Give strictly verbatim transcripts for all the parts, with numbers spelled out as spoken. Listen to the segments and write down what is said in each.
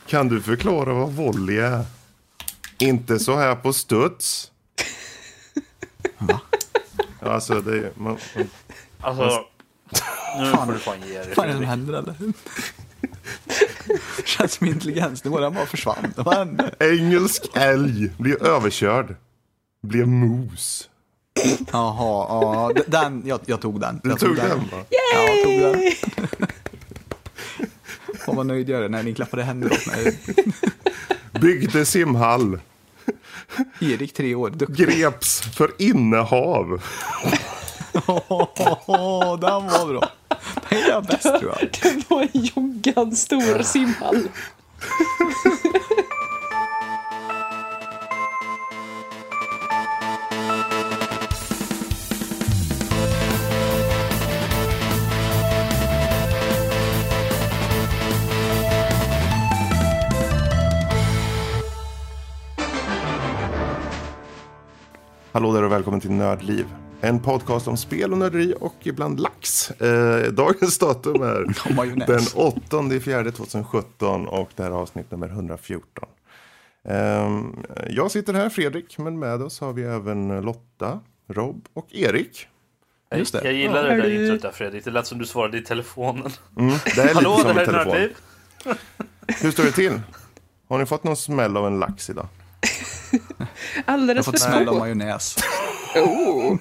Kan du förklara vad volley är? Inte så här på studs. Va? Alltså, det är... Man, man, Alltså, nu får du fan ge dig. Vad är det som händer eller? Känns som intelligens. Det var den bara försvann. Vad hände? engelsk älg blir överkörd. Blir mos. Jaha, ja. Den, jag, jag tog den. Du Jag tog den, va? Ja, jag tog den. Vad var nöjd jag är när ni klappade händer åt mig. Byggde simhall. Erik, tre år. Duktig. Greps för innehav. Oh, den var bra. Den är jag bäst, tror jag. Det var en joggan stor simhall. Hallå där och välkommen till Nördliv. En podcast om spel och nörderi och ibland lax. Eh, dagens datum är den åttonde fjärde tjugohundrasjutton och det här är avsnitt nummer etthundrafjorton. Eh, jag sitter här, Fredrik, men med oss har vi även Lotta, Rob och Erik. Just det. Jag gillar ja, det där du... introt där, Fredrik. Det lät som du svarade i telefonen. Mm, det är Hallå, lite som det en här är telefon. Nördliv. Hur står det till? Har ni fått någon smäll av en lax idag? Alldeles Jag har fått för smäll av små. majonnäs. Oh.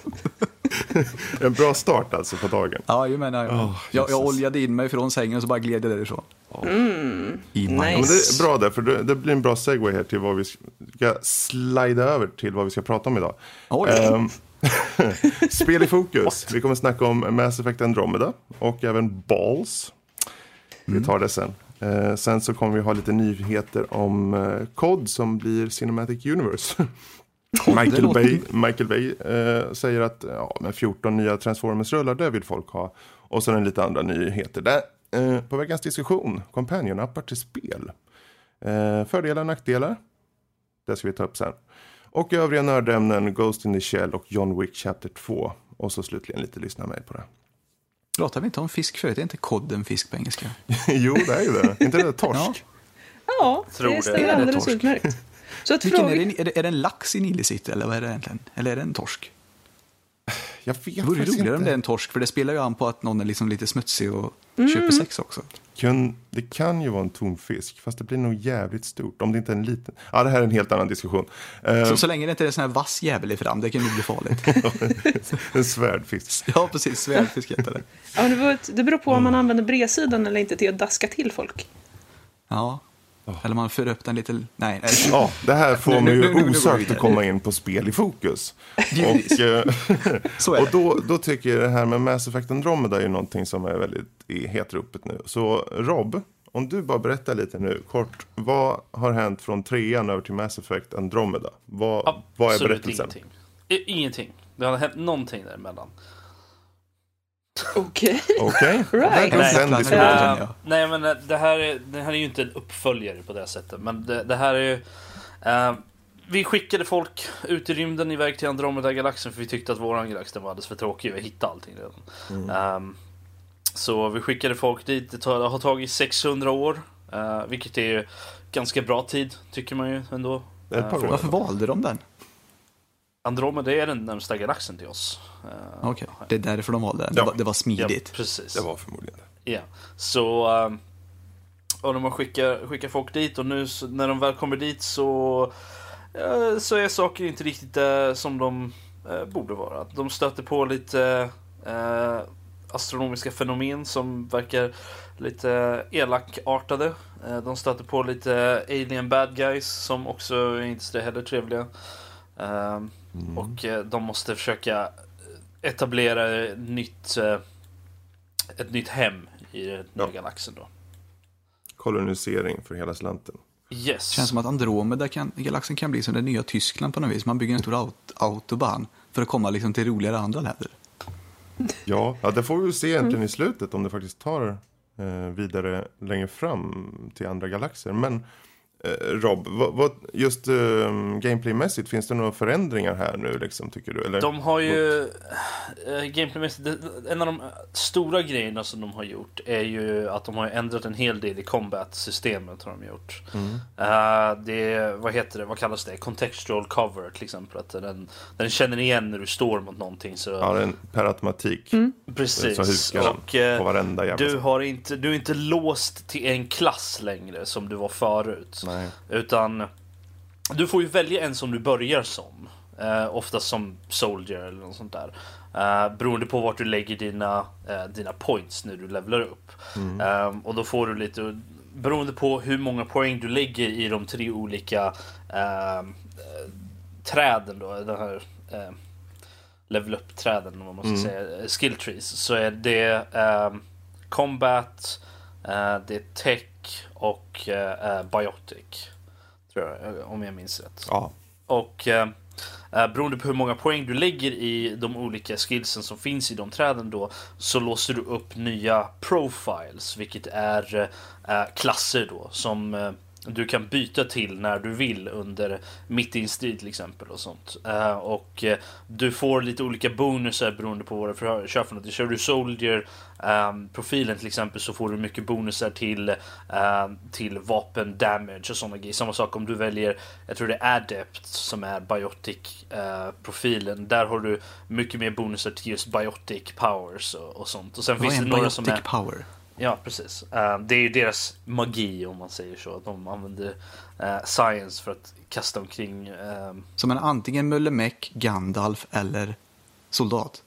En bra start alltså på dagen. Ja, jag menar, Oh, jag, jag oljade in mig från sängen och så bara gled jag därifrån. Mm. I Nice. majonnäs. Ja, men det är bra där, för det, det blir en bra segue här till vad vi ska slida över till vad vi ska prata om idag. Oj. Um, spel i fokus. Vi kommer snacka om Mass Effect Andromeda och även Balls. Vi tar det sen. Uh, sen så kommer vi ha lite nyheter om uh, C O D som blir Cinematic Universe. Michael låter- Bay, Michael Bay uh, säger att ja, med fjorton nya Transformers-rullar, det vill folk ha. Och sen en lite andra nyheter där. Uh, på veckans diskussion, Companion-appar till spel. Uh, fördelar och nackdelar. Det ska vi ta upp sen. Och övriga nördämnen, Ghost in the Shell och John Wick Chapter två. Och så slutligen lite lyssna med på det. Pratar vi inte om fisk förut? Det är inte kod en fisk på engelska. Jo, det är ju det. Inte det torsk? Ja. Ja, Tror det det. stämmer Är det alldeles torsk? utmärkt. Så att Vilken fråga... är, det, är, det, är det en lax i Nilesitt eller vad är det egentligen? Eller är det en torsk? Jag vet Det vore faktiskt roligare om det är inte. en torsk, för det spelar ju an på att någon är liksom lite smutsig och köper sex också. Kun, det kan ju vara en tonfisk, fast det blir nog jävligt stort. Om det inte är en liten... Ja, det här är en helt annan diskussion. Uh, Så, så länge det inte är en sån här vass jävel i fram, det kan ju bli farligt. en svärdfisk. Ja, precis. Svärdfisk heter det. Ja, det, var ett... det beror på om man använder bredsidan eller inte till att daska till folk. Ja. Eller man för upp den lite... Nej, nej. Ja, det här får Nu- mig nu- ju nu- nu går vi osökt vidare. att komma in på spel i fokus. Givetvis. Och, eh, Så är och det. då, då tycker jag det här med Mass Effect Andromeda är ju någonting som är väldigt i hetropet nu. Så Rob, om du bara berättar lite nu kort, vad har hänt från trean över till Mass Effect Andromeda? Vad, vad är Absolut berättelsen? ingenting. I- Ingenting. Det har hänt någonting däremellan. Okej. Okej, Right. där kan Nej, sen nej, diskutera. nej. Uh, ja. nej, men uh, det här, är, det här är ju inte en uppföljare på det sättet. Men det, det här är ju... Uh, vi skickade folk ut i rymden iväg till Andromeda-galaxen för vi tyckte att våran galax var alldeles för tråkig. Vi hittade allting redan. Mm. Um, så vi skickade folk dit. Det tar, har tagit sexhundra år. Uh, vilket är ju ganska bra tid, tycker man ju ändå. Det är ett par Uh, år. Varför valde de den? Andromeda är den närmsta galaxen till oss. Uh, Okej, det är därför de valde den. Ja. Det var, det var ja, smidigt. precis. Det var förmodligen det. Ja, så um, och de har skickat, skickat folk dit och nu så, när de väl kommer dit så uh, så är saker inte riktigt uh, som de uh, borde vara. De stöter på lite uh, astronomiska fenomen som verkar lite elakartade. Uh, de stöter på lite alien bad guys som också är inte så heller trevliga. Uh, Mm. Och uh, de måste försöka etablera ett nytt uh, ett nytt hem i den nya Ja. galaxen då. Kolonisering för hela slanten. Yes. Det känns som att Andromeda kan, galaxen kan bli som det nya Tyskland på något vis. Man bygger en stor aut- autobahn för att komma liksom till roligare andra länder. Ja, ja, det får vi se egentligen i slutet om det faktiskt tar eh, vidare längre fram till andra galaxer. Men eh, Rob, vad, vad, just eh, gameplaymässigt, finns det några förändringar här nu liksom, tycker du? Eller? De har ju äh, gameplaymässigt, en av de stora grejerna som de har gjort är ju att de har ändrat en hel del i combat-systemet har de gjort. Mm. Uh, det, vad heter det, vad kallas det? Contextual cover till exempel, att den, den känner igen när du står mot någonting. Så... Ja, den per automatik. Mm. Precis. Så hukar och den på varenda jävla du, har inte, du är inte låst till en klass längre som du var förut. Nej. Utan du får ju välja en som du börjar som. Uh, oftast som soldier eller något sånt där. Uh, beroende på vart du lägger dina, uh, dina points när du levlar upp. Mm. Uh, och då får du lite, beroende på hur många poäng du lägger i de tre olika uh, träden då, den här uh, level up träden, om man måste mm. säga, skill trees, så är det uh, combat, uh, det är tech och uh, biotic, tror jag, om jag minns rätt. Ja. Och uh, Uh, beroende på hur många poäng du lägger i de olika skillsen som finns i de träden då, så låser du upp nya profiles, vilket är uh, klasser då som uh, du kan byta till när du vill under mitt i en strid till exempel och sånt. Uh, och uh, du får lite olika bonusar beroende på vad du kör för något. Kör du soldier um, profilen till exempel, så får du mycket bonusar till uh, till vapen damage och sådana grejer. Samma sak om du väljer, jag tror det är adept som är biotic uh, profilen. Där har du mycket mer bonusar till just biotic powers och, och sånt. Och sen vad finns är det några biotic som är power? Ja, precis. Uh, det är ju deras magi, om man säger så. Att de använder uh, science för att kasta omkring. Uh... Som en antingen Mullemäck, Gandalf eller soldat.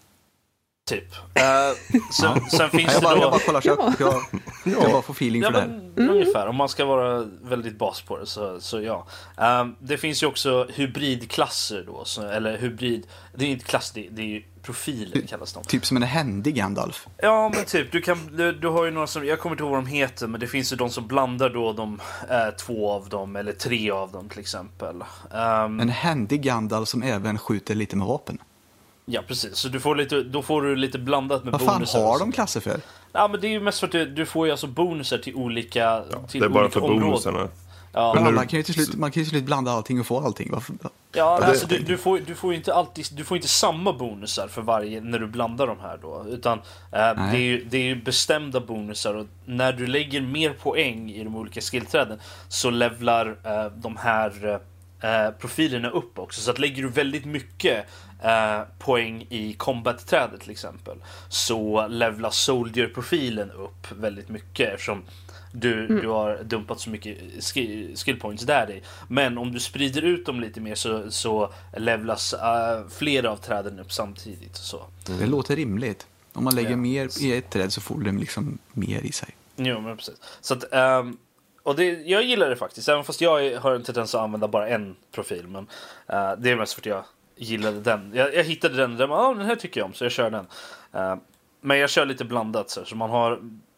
Typ. Uh, sen, sen finns jag det bara, då... Jag bara kollar så jag, jag, jag bara får feeling ja, för men, det här. Ungefär, om man ska vara väldigt bas på det, så, så ja. Um, det finns ju också hybridklasser då. Så, eller hybrid... Det är inte klass, det, det är ju profiler kallas de. Typ som en händig Gandalf. Ja, men typ, du, kan, du, du har ju några som, jag kommer inte ihåg vad de heter, men det finns ju de som blandar då de äh, två av dem, eller tre av dem till exempel. Um, en händig Gandalf som även skjuter lite med vapen. Ja, precis. Så du får lite, då får du lite blandat med vad bonusar. Vad fan har de klasser för? Ja, men det är ju mest för att du, du får ju alltså bonusar till olika ja, till det är bara olika för områden. bonusarna. Ja. Men nu... man kan ju till slut, man kan ju till slut blanda allting och få allting. Varför? Ja, ja det... alltså du, du får du får ju inte alltid, du får inte samma bonusar för varje när du blandar de här då, utan eh, det är ju det är ju bestämda bonusar, och när du lägger mer poäng i de olika skillträden så levlar eh, de här eh, profilerna upp också. Så att lägger du väldigt mycket eh, poäng i combat-trädet till exempel, så levlar soldier-profilen upp väldigt mycket, eftersom Du, mm. du har dumpat så mycket skill, skill points där i. Men om du sprider ut dem lite mer så, så levlas uh, flera av träden upp samtidigt. Så. Mm. Det låter rimligt. Om man lägger ja. mer i ett träd så får de liksom mer i sig. Jo, men precis. Så att, um, och det, jag gillar det faktiskt. Även fast jag har en tendens att använda bara en profil. Men uh, det är mest för att jag gillade den. Jag, jag hittade den där, ah, den här tycker jag om, så jag kör den. Uh, men jag kör lite blandat så, så man har...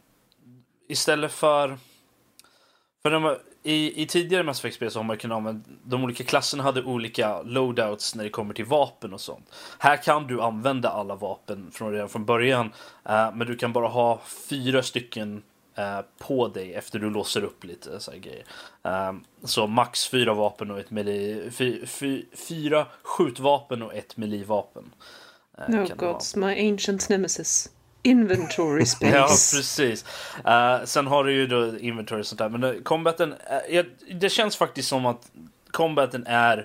Istället för... För de, i, i tidigare Mass Effect-spel så har man kunnat använda... De olika klasserna hade olika loadouts när det kommer till vapen och sånt. Här kan du använda alla vapen från, redan från början. Uh, men du kan bara ha fyra stycken uh, på dig efter du låser upp lite så här grejer. Uh, så max fyra vapen och ett melee... Fy, fy, fyra skjutvapen och ett melee-vapen. Uh, oh gods, my ancient nemesis. Inventory space. Ja, precis. Uh, sen har du ju då inventory och sånt där. Men uh, combaten, uh, det känns faktiskt som att combaten är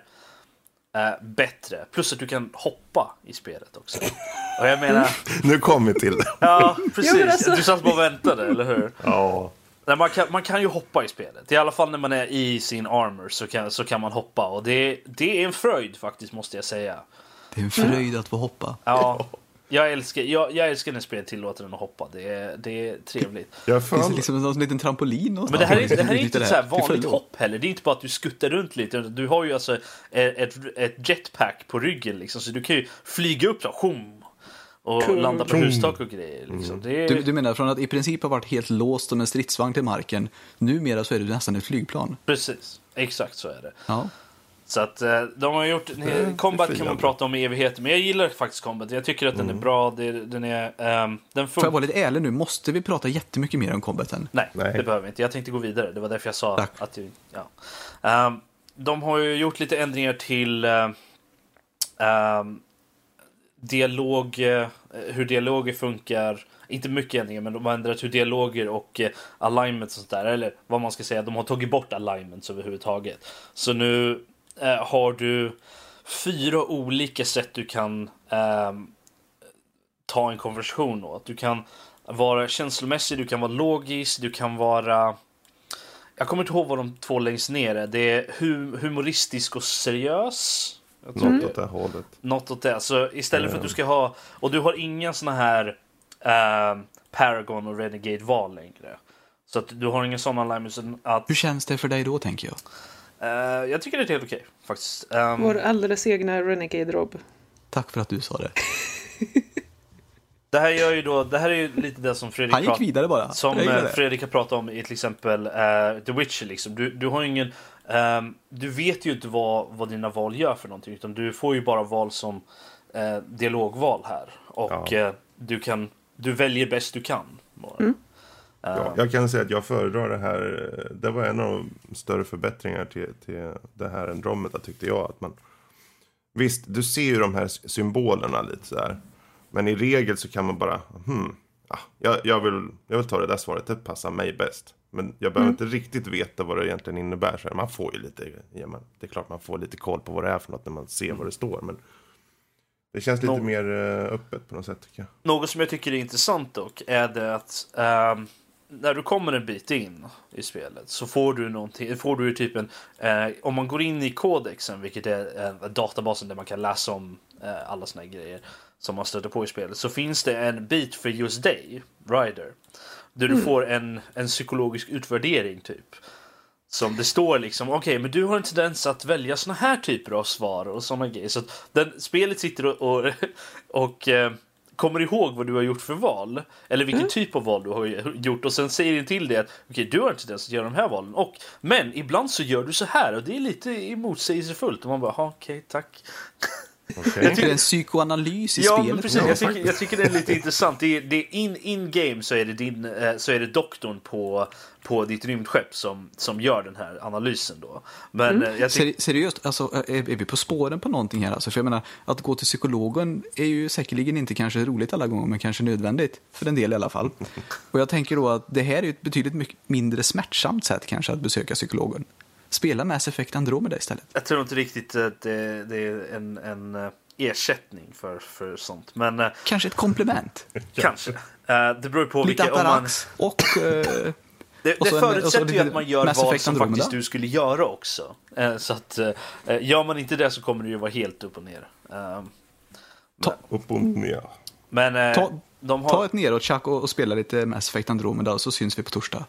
uh, bättre. Plus att du kan hoppa i spelet också. Och jag menar... nu kommer vi till det. Ja, precis. Ja, alltså... Du satt bara och väntade, eller hur? Ja. Nej, man, kan, man kan ju hoppa i spelet. I alla fall när man är i sin armor så kan, så kan man hoppa. Och det, det är en fröjd faktiskt, måste jag säga. Det är en fröjd att få hoppa. Ja. Jag älskar, jag, jag älskar när spel tillåter den att hoppa. Det är, det är trevligt. Jag finns det liksom en liten trampolin någonstans? Men det här är, det här är inte ett så här vanligt hopp heller. Det är inte bara att du skuttar runt lite. Du har ju alltså ett, ett jetpack på ryggen liksom, så du kan ju flyga upp så, shum, och cool. landa på hustak och grejer liksom. Mm. Det är... du, du menar från att i princip har varit helt låst som en stridsvagn till marken, numera så är det nästan ett flygplan? Precis, exakt så är det. Ja. Så att uh, de har gjort Mm, combat kan man prata om i evigheter, men jag gillar faktiskt combat. Jag tycker att den Mm. är bra. Det, den är um, den Får jag vara lite ärlig nu? Måste vi prata jättemycket mer om combaten? Nej, Nej, det behöver vi inte. Jag tänkte gå vidare. Det var därför jag sa Tack. att du, ja. Um, de har ju gjort lite ändringar till uh, um, dialog, uh, hur dialoger funkar. Inte mycket ändringar, men de har ändrat hur dialoger och uh, alignments och sånt där, eller vad man ska säga, de har tagit bort alignments överhuvudtaget. Så nu uh, har du fyra olika sätt du kan um, ta en konversation åt. Du kan vara känslomässig, du kan vara logisk, du kan vara... Jag kommer inte ihåg vad de två längst ner är. Det är hu- humoristisk och seriös. Jag tror något det- åt det hållet. Något åt det. Så istället för att du ska ha... Och du har inga såna här eh, Paragon och Renegade-val längre. Så att du har ingen sån alignment. Att, Hur känns det för dig då, tänker jag? eh, jag tycker det är helt okej, faktiskt. Um, Vår alldeles egna Renegade-Rob. Tack för att du sa det. det här gör ju då... Det här är ju lite det som Fredrik Han gick prat- vidare bara. Som Jag gillar eh, det. Fredrik har pratat om i till exempel uh, The Witcher liksom. Du, du har ingen um, du vet ju inte vad, vad dina val gör för någonting, utan du får ju bara val som uh, dialogval här. Och Ja. uh, du kan du väljer bäst du kan. Bara. Mm. Ja, jag kan säga att jag föredrar det här. Det var en av de större förbättringar till, till det här Andromeda, tyckte jag. Att man, visst, du ser ju de här symbolerna lite så här. Men i regel så kan man bara, hmm, ja, jag, jag, vill, jag vill ta det där svaret, det passar mig bäst. Men jag behöver inte riktigt veta vad det egentligen innebär. Så här, man får ju lite, ja, man, det är klart man får lite koll på vad det är för något när man ser vad det står. Men det känns lite Nå- mer uh, öppet på något sätt, tycker jag. Något som jag tycker är intressant dock är det att um, när du kommer en bit in i spelet så får du någonting, får du typ en, eh, om man går in i kodexen, vilket är eh, databasen där man kan läsa om eh, alla såna här grejer som man stöter på i spelet, så finns det en bit för just dig, Ryder, där du får en, en psykologisk utvärdering typ. Som det står liksom, okej, okay, men du har en tendens att välja såna här typer av svar och såna grejer. Så att den, spelet sitter och, och, och eh, kommer ihåg vad du har gjort för val. Eller vilken typ av val du har gjort. Och sen säger den till dig att okej, okay, du har en tendens att göra de här valen. Och, men ibland så gör du så här. Och det är lite emotsägelsefullt. Och man bara, okej, okay, tack. Okay. Jag tycker det är en psykoanalys i Ja, spelet. men precis. Jag tycker, jag tycker det är lite intressant. Det är, det är in, in game så är det din, eh, så är det doktorn på, på ditt rymdskepp som, som gör den här analysen då. Men eh, jag tycker... Seri- seriöst, alltså, är, är vi på spåren på någonting här? Alltså, för jag menar, att gå till psykologen är ju säkerligen inte kanske roligt alla gånger, men kanske nödvändigt. För en del i alla fall. Och jag tänker då att det här är ett betydligt mycket mindre smärtsamt sätt kanske att besöka psykologen. Spela Mass Effect Andromeda istället. Jag tror inte riktigt att det, det är en, en eh, ersättning för, för sånt. Men eh, Kanske ett komplement. kanske. Eh, det beror på Lite vilka... Om man, Atarax och... Eh, det och det så en- och så förutsätter ju lite att man gör Mass vad Effect som Andromeda. faktiskt du skulle göra också. Eh, så att eh, gör man inte det så kommer det ju vara helt upp och ner. Eh, Upp och ner. men eh, Ta- de har... ta ett neråt Chuck och, och spela lite Mass Effect Andromeda och så syns vi på torsdag.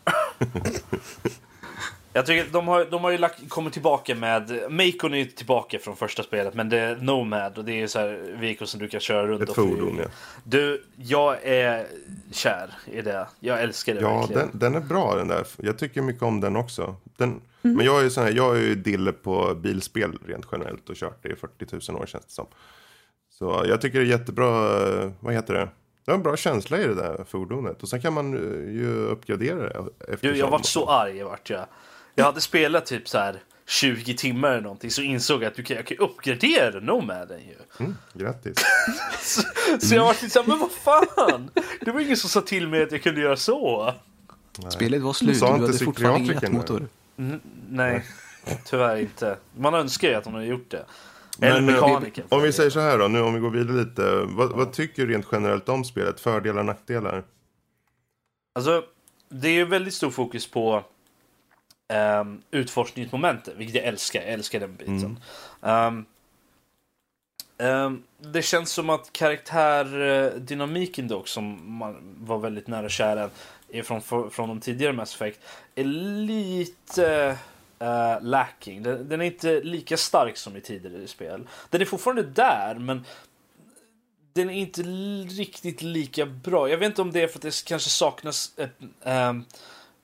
Jag tycker de har, de har ju lagt, kommit tillbaka med... Macon är tillbaka från första spelet, men det är Nomad och det är så här vehicle som du kan köra runt. Ett och fordon, ja. Du, jag är kär i det. Jag älskar det Ja, verkligen. den, den är bra den där. Jag tycker mycket om den också. Den, Men jag är ju sån här, jag är ju dille på bilspel rent generellt och kört det i fyrtio tusen år känns det som. Så jag tycker det är jättebra, eh, vad heter det? Det är en bra känsla i det där fordonet. Och sen kan man eh, ju uppgradera det eftersom. Du, jag varit så arg vart jag. Jag hade spelat typ så här tjugo timmar eller någonting, så insåg jag att du kan, jag kan uppgradera Nomaden ju. Mm, grattis. Så, så jag var lite såhär, men vad fan? Det var ingen som sa till mig att jag kunde göra så. Spelet var slut Sa och du inte hade fortfarande ingen psykiatrikern jetmotor. N- nej, tyvärr inte. Man önskar ju att hon hade gjort det. Eller Men, eh, mekaniken. om vi säger så här då, nu om vi går vidare lite. Vad, vad tycker du rent generellt om spelet? Fördelar och nackdelar? Alltså, det är ju väldigt stor fokus på um, utforskningsmomentet, vilket jag älskar. Jag älskar den biten. Um, um, det känns som att karaktärdynamiken dock, som man var väldigt nära kären från, från de tidigare Mass Effect, är lite uh, lacking. Den, den är inte lika stark som i tidigare spel. Den är fortfarande där, men den är inte l- riktigt lika bra. Jag vet inte om det är för att det kanske saknas ett, um,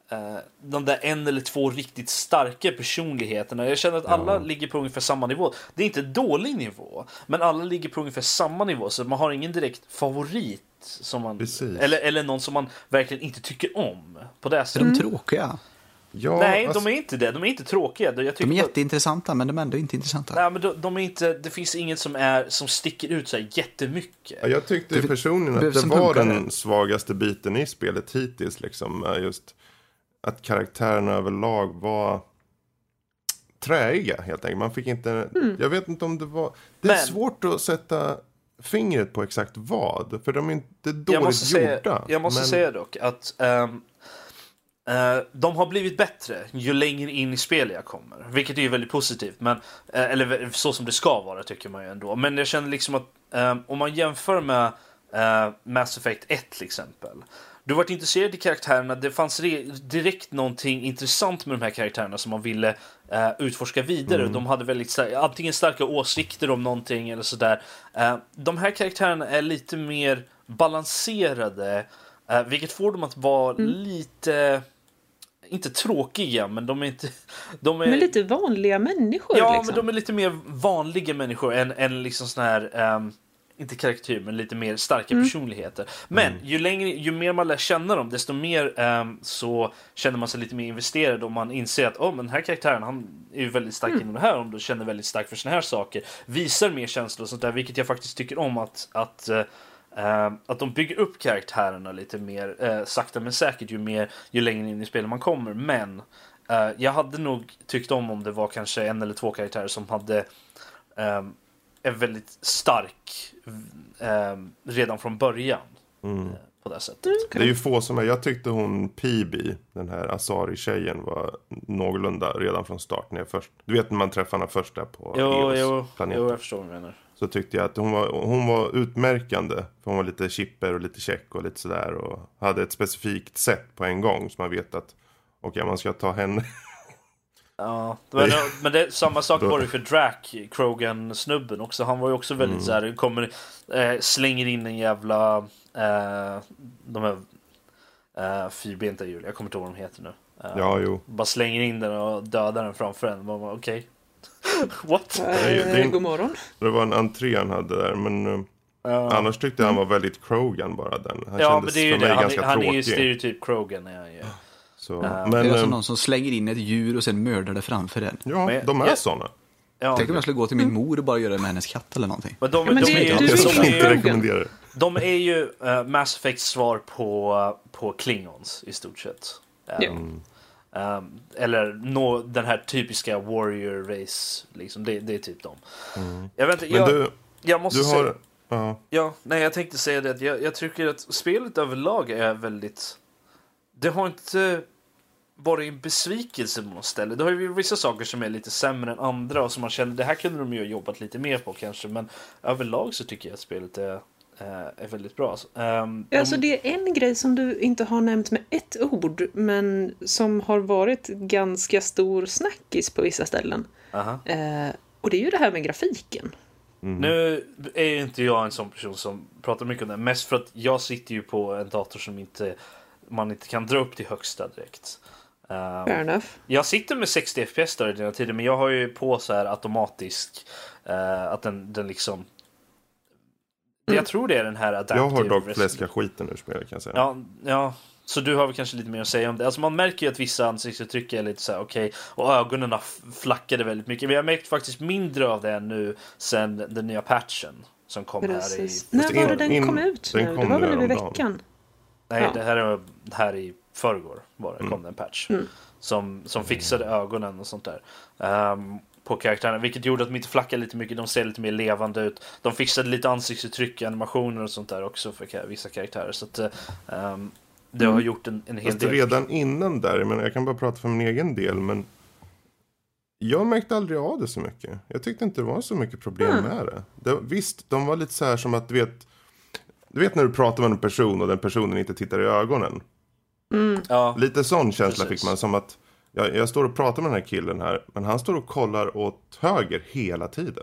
uh, de där en eller två riktigt starka personligheterna. Jag känner att alla ja. ligger på ungefär samma nivå. Det är inte dålig nivå, men alla ligger på ungefär samma nivå, så man har ingen direkt favorit som man, eller, eller någon som man verkligen inte tycker om på det sättet. Är de tråkiga? Ja, nej, alltså... de är inte det. De är inte tråkiga. Jag de är jätteintressanta, men de är ändå inte intressanta. Nej, men de, de är inte, det finns inget som, är, som sticker ut så här jättemycket. Ja, jag tyckte det, personligen att det var den svagaste biten i spelet hittills. Liksom, just att karaktärerna överlag var träiga, helt enkelt. Man fick inte... Mm. Jag vet inte om det var... Det är men... svårt att sätta fingret på exakt vad. För de är inte dåligt jag måste gjorda. Säga, jag måste men... säga dock att... Um, Uh, de har blivit bättre ju längre in i spelet jag kommer, vilket är ju väldigt positivt, men, uh, eller så som det ska vara tycker man ju ändå. Men jag känner liksom att uh, om man jämför med uh, Mass Effect ett till exempel, du varit intresserad i karaktärerna, det fanns re- direkt någonting intressant med de här karaktärerna som man ville uh, utforska vidare. Mm. De hade väldigt star- antingen starka åsikter om någonting eller sådär. Uh, de här karaktärerna är lite mer balanserade, uh, vilket får dem att vara mm. lite... inte tråkiga, men de är inte... De är men lite vanliga människor. Ja, liksom. men de är lite mer vanliga människor än, än liksom sån här... Um, inte karaktär, men lite mer starka mm. personligheter. Men mm. ju längre, ju mer man lär känna dem, desto mer um, så känner man sig lite mer investerad, och man inser att oh, men den här karaktären, han är ju väldigt stark mm. inom det här, om du känner väldigt starkt för såna här saker. Visar mer känslor och sånt där, vilket jag faktiskt tycker om att... att uh, Uh, att de bygger upp karaktärerna lite mer uh, sakta men säkert ju mer ju längre in i spelet man kommer. Men uh, jag hade nog tyckt om om det var kanske en eller två karaktärer som hade um, en väldigt stark um, redan från början. Mm. Uh, på det sättet. Mm, det är ju få som är. Jag tyckte hon P B, den här Asari-tjejen, var någorlunda redan från start. När jag först, du vet när man träffar henne först där på jo, E O S-planeten. Jo, jag förstår vad du menar. Så tyckte jag att hon var, hon var utmärkande. För hon var lite chipper och lite check och lite sådär. Och hade ett specifikt sätt på en gång. Så man vet att okej, okay, man ska ta henne. Ja, men, men det, samma sak var det för Drac, Krogan-snubben också. Han var ju också väldigt mm. så här, kommer, äh, slänger in en jävla äh, de här äh, fyrbenta djur. Jag kommer inte ihåg vad de heter nu. Äh, ja, jo. Bara slänger in den och dödar den framför en. Man bara, okej. Okay. What? Äh, det, det, god morgon. Det var en entré han hade där, men uh, annars tyckte jag han var väldigt Krogan bara den. Han ja, kändes men det är ju för mig det. Han, ganska han tråkig. är ju stereotyp Krogan. Ja, ja. Så, uh, men, det är alltså någon som slänger in ett djur och sen mördar det framför en. Ja, men, de är ja, såna. Ja, Tänk om jag skulle gå till min mor och bara göra det med hennes katt eller någonting. Men de, ja, men de, det, de, du, de, du, de, inte rekommendera det. De är ju uh, Mass Effects svar på, på Klingons i stort sett. Um, mm. Um, eller nå, den här typiska warrior race liksom, det, det är typ dem. Mm. Jag vet inte, jag, du, jag måste du har, säga uh. ja, nej jag tänkte säga det att jag, jag tycker att spelet överlag är väldigt, det har inte varit en besvikelse på något ställe. Det har ju vissa saker som är lite sämre än andra och som man känner, det här kunde de ju ha jobbat lite mer på kanske, men överlag så tycker jag att spelet är är väldigt bra. Um, alltså det är en grej som du inte har nämnt med ett ord, men som har varit ganska stor snackis på vissa ställen. Uh, och det är ju det här med grafiken. Mm. Nu är ju inte jag en sån person som pratar mycket om det, mest för att jag sitter ju på en dator som inte man inte kan dra upp till högsta direkt. Um, Fair enough. Jag sitter med sextio F P S där i den tiden, men jag har ju på så här automatisk uh, att den, den liksom Mm. Jag tror det är den här adaptive. Jag har dock fläska skiten ur spelet kan jag säga. Ja, ja, så du har väl kanske lite mer att säga om det. Alltså man märker ju att vissa ansiktsuttryck är lite så här okej, okay, och ögonen flackade väldigt mycket. Vi har märkt faktiskt mindre av det nu sen den nya patchen som kom Precis. här i... När var det den in, kom ut nu? Kom det var väl nu i veckan? Nej, ja. det här är här i förrgår var det, mm. kom det en patch. Mm. Som, som fixade ögonen och sånt där. Um, på karaktärerna, vilket gjorde att de inte flackade lite mycket, de ser lite mer levande ut. De fixade lite ansiktsuttryck, animationer och sånt där också för vissa karaktärer. Så att um, det har gjort en, en hel del. Redan innan där, men jag kan bara prata för min egen del, men jag märkte aldrig av det så mycket. Jag tyckte inte det var så mycket problem mm. med det. det. Visst, de var lite så här som att du vet, du vet när du pratar med en person och den personen inte tittar i ögonen. Mm. Ja, lite sån känsla precis. Fick man, som att jag, jag står och pratar med den här killen här, men han står och kollar åt höger hela tiden.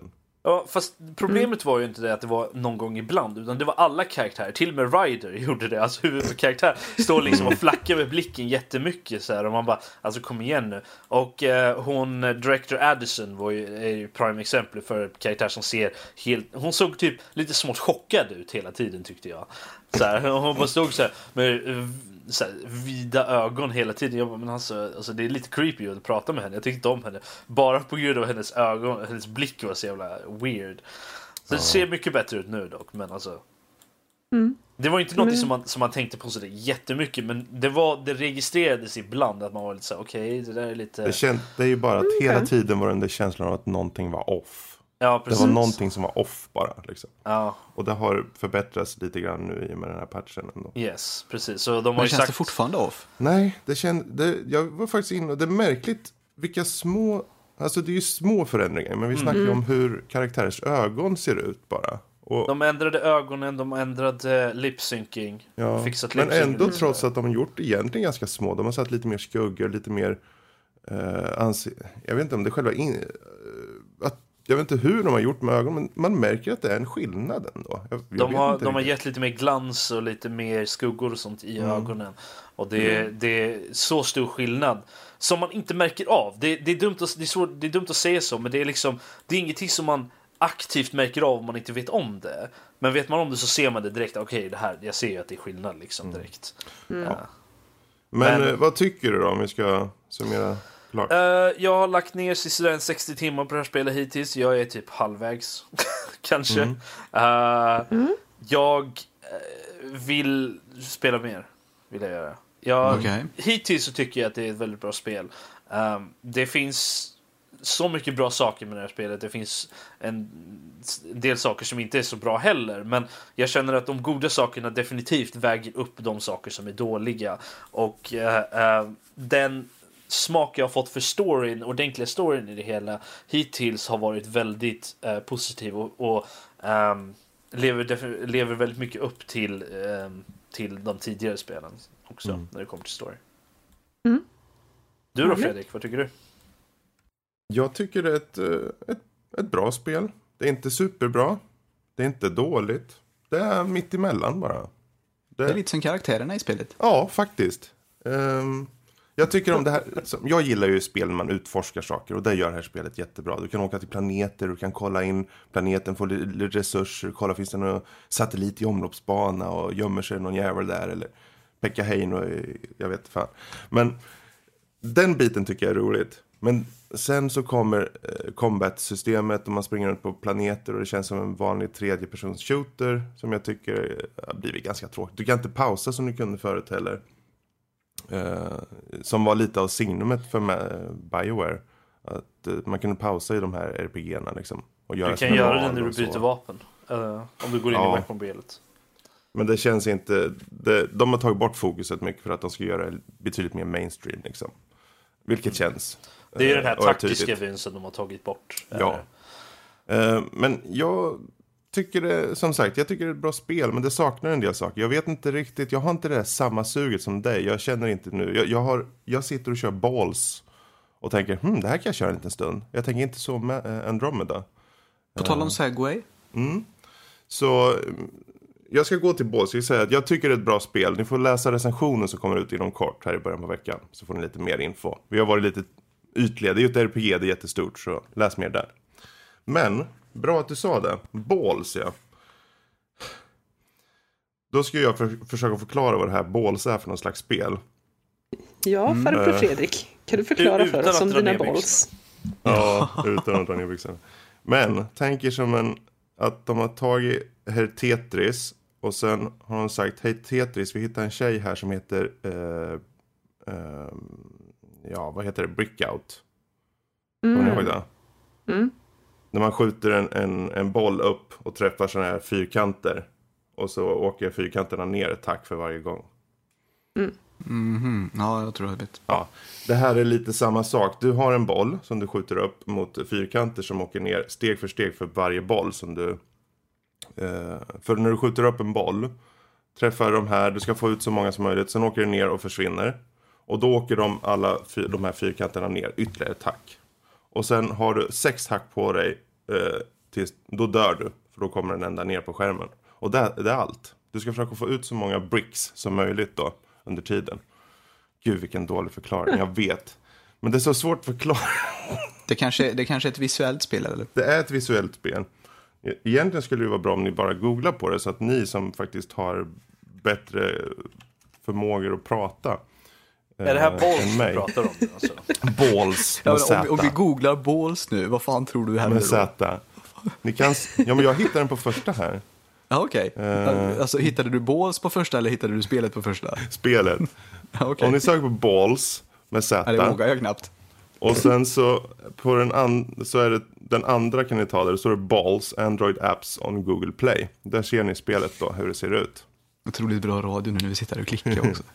Ja, fast problemet var ju inte det att det var någon gång ibland, utan det var alla karaktärer. Till och med Ryder gjorde det. Alltså huvudkaraktär står liksom och flackar med blicken jättemycket så här, och man bara, alltså kom igen nu. Och eh, hon, Director Addison var ju, är ju prime exempel för ett karaktär som ser helt, hon såg typ lite smått chockad ut hela tiden tyckte jag. Så här, hon bara stod så här med så här, vida ögon hela tiden. Jag bara, men alltså, alltså det är lite creepy att prata med henne. Jag tyckte inte om henne bara på grund av hennes ögon, hennes blick var så jävla weird. Så det ser mycket bättre ut nu dock, men alltså mm. det var inte något mm. som, man, som man tänkte på så där jättemycket, men det, var, det registrerades ibland att man var lite så okej, okay, det där är lite... Det, känd, det är ju bara att hela mm. tiden var den där känslan av att någonting var off. Ja, precis. Det var någonting som var off bara. Liksom. Ja. Och det har förbättrats lite grann nu i och med den här patchen ändå. Yes, precis. Så de har men känns sagt... det fortfarande off? Nej, det känd, det, jag var faktiskt inne och det är märkligt vilka små... Alltså det är ju små förändringar, men vi snackar ju mm. om hur karaktärers ögon ser ut bara. Och, de ändrade ögonen, de ändrade lip-syncing. Ja, fixat men lip-syncing. ändå trots att de har gjort egentligen ganska små. De har satt lite mer skuggor, lite mer... Uh, anse- jag vet inte om det är själva... In, uh, att, jag vet inte hur de har gjort med ögonen, men man märker att det är en skillnad ändå. Jag, jag de har, de har gett lite mer glans och lite mer skuggor och sånt i mm. ögonen. Och det, mm. det är så stor skillnad som man inte märker av. Det, det, är dumt att, det, är svår, det är dumt att säga så, men det är liksom det är ingenting som man aktivt märker av om man inte vet om det. Men vet man om det så ser man det direkt. Okej, okay, det här, jag ser ju att det är skillnad liksom direkt. Mm. Ja. Men, men vad tycker du då om vi ska summera klart? Uh, jag har lagt ner sisådär sextio timmar på det här spelet hittills. Jag är typ halvvägs. Kanske. Mm. Uh, mm. Jag vill spela mer. Vill jag göra. Jag, okay. Hittills så tycker jag att det är ett väldigt bra spel. Um, det finns så mycket bra saker med det här spelet. Det finns en del saker som inte är så bra heller. Men jag känner att de goda sakerna definitivt väger upp de saker som är dåliga. Och uh, uh, den smak jag har fått för storyn, ordentliga storyn i det hela hittills har varit väldigt uh, positiv. Och, och um, lever, def- lever väldigt mycket upp till, um, till de tidigare spelen också mm. när det kommer till story. Mm. Du då Fredrik, vad tycker du? Jag tycker det är ett, ett, ett bra spel. Det är inte superbra. Det är inte dåligt. Det är mitt emellan bara. Det, det är lite som karaktärerna i spelet. Ja, faktiskt. Um, jag tycker om det här. Jag gillar ju spel när man utforskar saker. Och det gör det här spelet jättebra. Du kan åka till planeter. Du kan kolla in planeten. Få resurser. Kolla finns det någon satellit i omloppsbana. Och gömmer sig någon jävel där. Eller Pekka Heino. Jag vet fan. Men den biten tycker jag är roligt. Men sen så kommer eh, combat-systemet och man springer runt på planeter och det känns som en vanlig tredjepersons shooter som jag tycker har blivit ganska tråkigt. Du kan inte pausa som du kunde förut heller. Eh, som var lite av signumet för med BioWare. Att eh, man kunde pausa i de här R P G-erna liksom. Och göra du kan göra det när du byter vapen. Uh, om du går in ja. i weapon-spelet. Men det känns inte... Det, de har tagit bort fokuset mycket för att de ska göra det betydligt mer mainstream liksom. Vilket mm. känns... Det är ju den här taktiska vinsten de har tagit bort. Ja. Uh, men jag tycker det, som sagt, jag tycker det är ett bra spel, men det saknar en del saker. Jag vet inte riktigt, jag har inte det samma suget som dig. Jag känner inte nu, jag, jag, har, jag sitter och kör balls och tänker, hm, det här kan jag köra en liten stund. Jag tänker inte så med uh, Andromeda. På tal om Segway. Mm. Så jag ska gå till balls och säga att jag tycker det är ett bra spel. Ni får läsa recensionen som kommer ut inom kort här i början på veckan. Så får ni lite mer info. Vi har varit lite ytliga, det är ju ett R P G, det är jättestort, så läs mer där. Men, bra att du sa det. Balls, ja. Då ska jag för, försöka förklara vad det här Balls är för någon slags spel. Ja, farbror mm. Fredrik. Kan du förklara för oss om dina balls? Ja, utan att dra ner byxorna. Men, tänk er som en, att de har tagit här Tetris och sen har de sagt, hej Tetris, vi hittar en tjej här som heter... Uh, uh, ja, vad heter det? Brickout. Mm. Kommer ni ihåg det? Mm. När man skjuter en, en, en boll upp och träffar sådana här fyrkanter. Och så åker fyrkanterna ner ett tack för varje gång. Mm. Mm-hmm. Ja, jag tror jag vet. Ja, det här är lite samma sak. Du har en boll som du skjuter upp mot fyrkanter som åker ner steg för steg för varje boll som du... Eh, för när du skjuter upp en boll, träffar de här, du ska få ut så många som möjligt, sen åker det ner och försvinner. Och då åker de alla fyr, de här fyrkanterna ner ytterligare ett hack. Och sen har du sex hack på dig eh, tills, då dör du. För då kommer den ända ner på skärmen. Och det, det är allt. Du ska försöka få ut så många bricks som möjligt då under tiden. Gud, vilken dålig förklaring, jag vet. Men det är så svårt att förklara. Det kanske, det kanske är ett visuellt spel, eller? Det är ett visuellt spel. Egentligen skulle det vara bra om ni bara googlar på det. Så att ni som faktiskt har bättre förmågor att prata. Är det här balls du pratar om? Alltså? Balls med Ja, Z. om, vi, om vi googlar balls nu, vad fan tror du händer med då? Z. Ni kan, ja, men jag hittade den på första här. Ja, okej. Okay. Uh, alltså, hittade du balls på första eller hittade du spelet på första? Spelet. Ja, okay. Om ni söker på balls med Z. Ja, det vågar jag knappt. Och sen så, på den, an, så är det, den andra kan ni ta där. Så är det balls, Android apps on Google Play. Där ser ni spelet då, hur det ser ut. Otroligt bra radio nu när vi sitter och klickar också.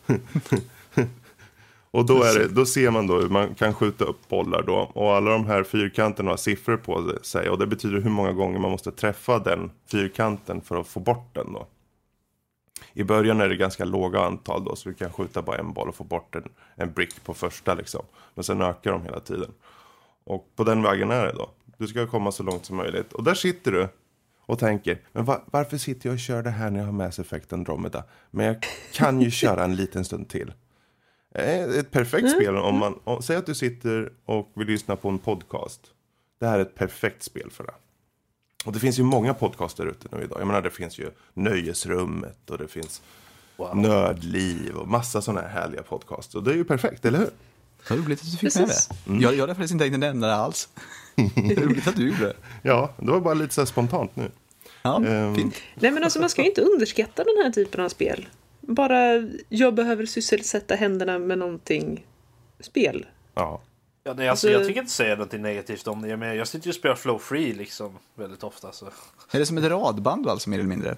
Och då, är det, då ser man då hur man kan skjuta upp bollar då. Och alla de här fyrkanterna har siffror på sig. Och det betyder hur många gånger man måste träffa den fyrkanten för att få bort den då. I början är det ganska låga antal då. Så du kan skjuta bara en boll och få bort en, en brick på första liksom. Men sen ökar de hela tiden. Och på den vägen är det då. Du ska komma så långt som möjligt. Och där sitter du och tänker. Men va- varför sitter jag och kör det här när jag har Mass Effect Andromeda? Men jag kan ju köra en liten stund till. Ett perfekt mm. spel om man om, säg att du sitter och vill lyssna på en podcast. Det här är ett perfekt spel för det. Och det finns ju många podcaster ute nu idag. Jag menar, det finns ju Nöjesrummet och det finns wow. Nördliv och massa sådana här härliga podcaster. Och det är ju perfekt, eller hur? Vad roligt att du fick med det. Mm. Jag, jag hade faktiskt inte tänkt nämna det alls. Det är roligt att du gjorde det. Ja, det var bara lite så här spontant nu. Ja, um, fint. Nej, men alltså man ska ju inte underskatta den här typen av spel. Bara, jag behöver sysselsätta händerna med någonting spel. Ja. Ja, nej, alltså, jag tycker inte säga något negativt om det. Jag, menar, jag sitter ju och spelar Flow Free liksom väldigt ofta. Så. Är det som ett radband alltså, mer eller mindre?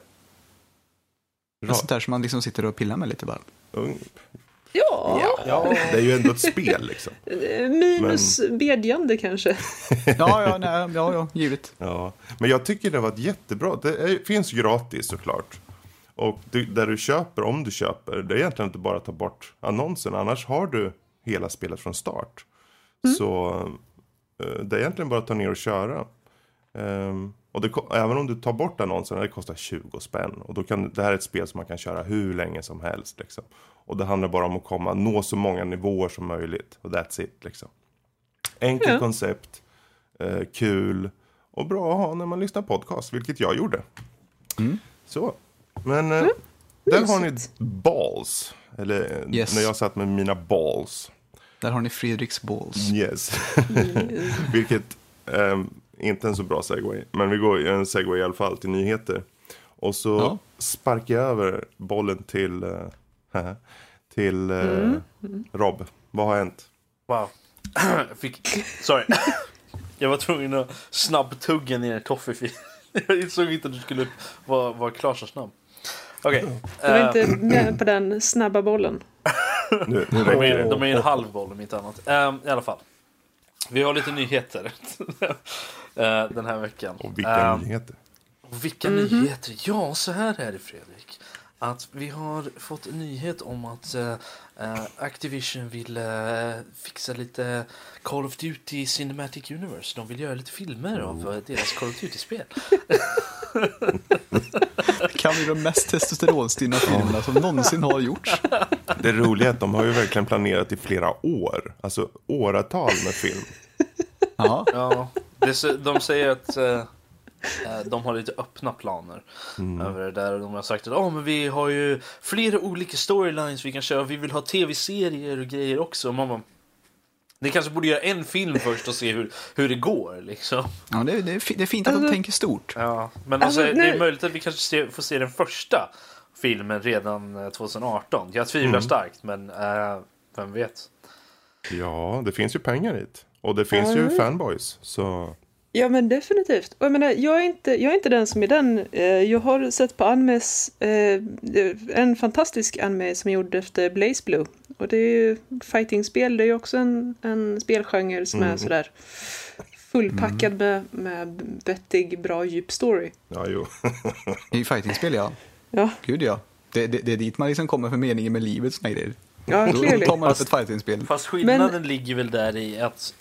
Rad. Sånt där som man liksom sitter och pillar med lite bara. Ung. Ja. ja. Det är ju ändå ett spel liksom. Minus men... bedjande kanske. ja, ja, nej, ja, ja, givet. Ja. Men jag tycker det var ett jättebra. Det är, finns gratis såklart. Och du, där du köper, om du köper, det är egentligen inte bara att ta bort annonsen. Annars har du hela spelet från start. Mm. Så uh, det är egentligen bara att ta ner och köra. Um, och det, även om du tar bort annonsen, det kostar tjugo spänn. Och då kan, det här är ett spel som man kan köra hur länge som helst. Liksom. Och det handlar bara om att komma, nå så många nivåer som möjligt. Och that's it liksom. Enkelt ja. koncept, uh, kul och bra att ha när man lyssnar podcast. Vilket jag gjorde. Mm. Så. Men mm. där har ni balls. Eller yes. när jag satt med mina balls. Där har ni Fredriks balls. Yes. Vilket um, inte en så bra segway. Men vi går en segway i alla fall till nyheter. Och så ja. sparkar jag över bollen till, uh, till uh, mm. Mm. Rob. Vad har hänt? Wow. jag fick... Sorry. jag var tvungen att snabbtugga ner toffee. jag insåg inte att du skulle vara, vara klar så snabb. Okej. Okay. Du var uh, inte med på den snabba bollen. nu, nu de, är, de är en halv boll om inte annat. Um, I alla fall. Vi har lite nyheter uh, den här veckan. Och vilka um, nyheter? Och vilka mm-hmm. nyheter? Ja, så här är det, Fredrik. Att vi har fått en nyhet om att uh, Activision vill uh, fixa lite Call of Duty Cinematic Universe. De vill göra lite filmer oh. av uh, deras Call of Duty-spel. Det kan bli de mest testosteronstinna filmerna som någonsin har gjorts. Det roliga är att de har ju verkligen planerat i flera år. Alltså åratal med film. Ja, ja det, de säger att uh, de har lite öppna planer mm. över det där. De har sagt att oh, men vi har ju flera olika storylines vi kan köra. Vi vill ha tv-serier och grejer också. Mamma, det kanske borde göra en film först och se hur, hur det går liksom. Ja, det, det, är, det är fint att alltså, de tänker stort. Ja, men alltså, alltså, det är möjligt att vi kanske se, får se den första filmen redan tjugo arton. Jag tvivlar mm. starkt, men äh, vem vet? Ja, det finns ju pengar hit. Och det finns mm. ju fanboys, så... Ja, men definitivt. Och jag menar, jag är inte, jag är inte den som är den. Jag har sett på animes, en fantastisk anime som är gjord efter Blaze Blue. Och det är ju fighting-spel, det är ju också en, en spelgenre som mm. är sådär fullpackad med, med vettig, bra, djup story. Ja, jo. Det är ju fighting-spel, ja. Ja. Gud, ja. Det, det, det är dit man liksom kommer för meningen med livet, såna grejer. Ja, då tar man upp ett fighting-spel. Fast skillnaden men... ligger väl där i att, att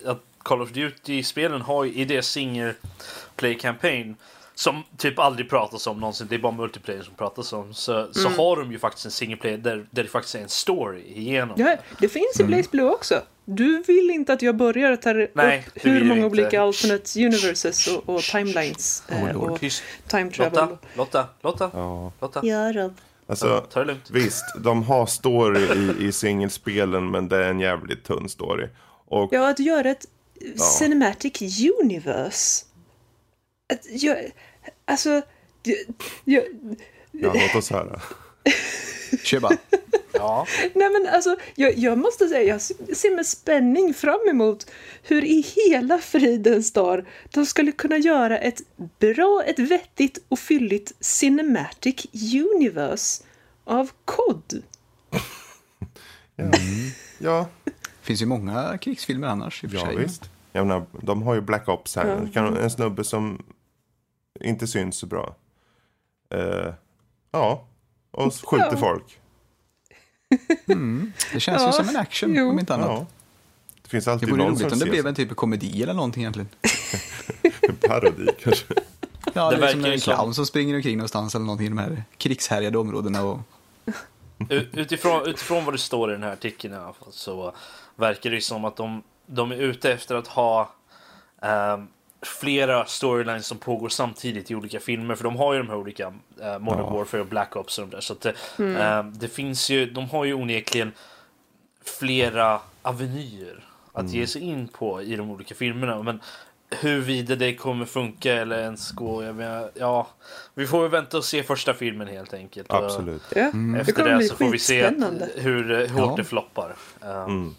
Call of Duty-spelen har ju i det single play campaign som typ aldrig pratas om någonsin, det är bara multiplayer som pratas om, så, mm. så har de ju faktiskt en single player där, där det faktiskt är en story igenom. Ja, det finns i Blaze Blue också. Du vill inte att jag börjar ta upp Nej, hur många inte. olika alternate universes och, och timelines Oh, eh, och Tyst. time travel. Lotta, Lotta, Lotta, Ja. Lotta. Ja, Rob. Alltså, Ta det lugnt. visst, de har story i, i singelspelen, men det är en jävligt tunn story. Och Ja, att göra ett cinematic universe. Att göra, alltså, jag, jag, ja, låt oss höra. Kör bara. Ja. nej men alltså, jag, jag måste säga, jag ser med spänning fram emot hur i hela fridens dag de skulle kunna göra ett bra, ett vettigt och fylligt cinematic universe av kod. Ja, ja. Finns ju många krigsfilmer annars i och för Ja, sig. visst. Jag menar, de har ju Black Ops här. Ja. Kan, en snubbe som inte syns så bra. Uh, ja, och skjuter Ja. folk. Mm. Det känns Ja, ju som en action, jo. om inte annat. Ja. Det finns Det alltid vore någon roligt som om det ser blev så. en typ av komedi eller någonting egentligen. En parodi kanske. Ja, Det det, är som verkar ju en som- clown som springer omkring någonstans eller någonting i de här krigshärjade områdena. Och... U- Utifrån, utifrån vad det står i den här artikeln i alla fall, så verkar det som att de, de är ute efter att ha ehm, flera storylines som pågår samtidigt i olika filmer, för de har ju de här olika uh, Modern Ja. Warfare och Black Ops och de där, så att det, ehm, det finns ju, de har ju onekligen flera avenyer att ge sig in på i de olika filmerna, men huruvida det kommer funka eller ens gå, jag menar, ja, vi får ju vänta och se första filmen helt enkelt. Och Absolut. Ja, Mm. det efter kommer det, bli så får vi se skitspännande. hur eh, hårt Ja. det floppar. Um, Mm.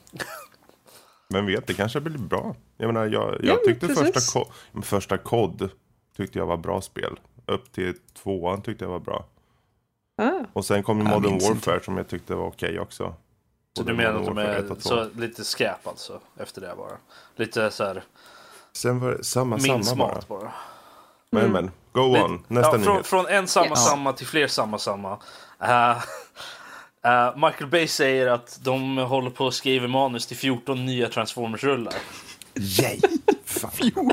Men vet, det kanske blir bra. Jag menar, jag, jag Ja, men tyckte precis. första, ko- men första kod tyckte jag var bra spel. Upp till tvåan tyckte jag var bra. Ah. Och sen kom ju Jag Modern minns Warfare som jag tyckte var okej också. Så Både du menar Modern att de Warfare ett är och två. så lite skräp alltså, efter det bara? Lite så här Sen var det samma, samma bara. minsmat bara. Men, men, go on. Nästa Ja, från, nyhet. från en samma Ja. samma till fler samma samma. Uh, uh, Michael Bay säger att de håller på att skriva manus till fjorton nya Transformers-rullar. Yay! Fan.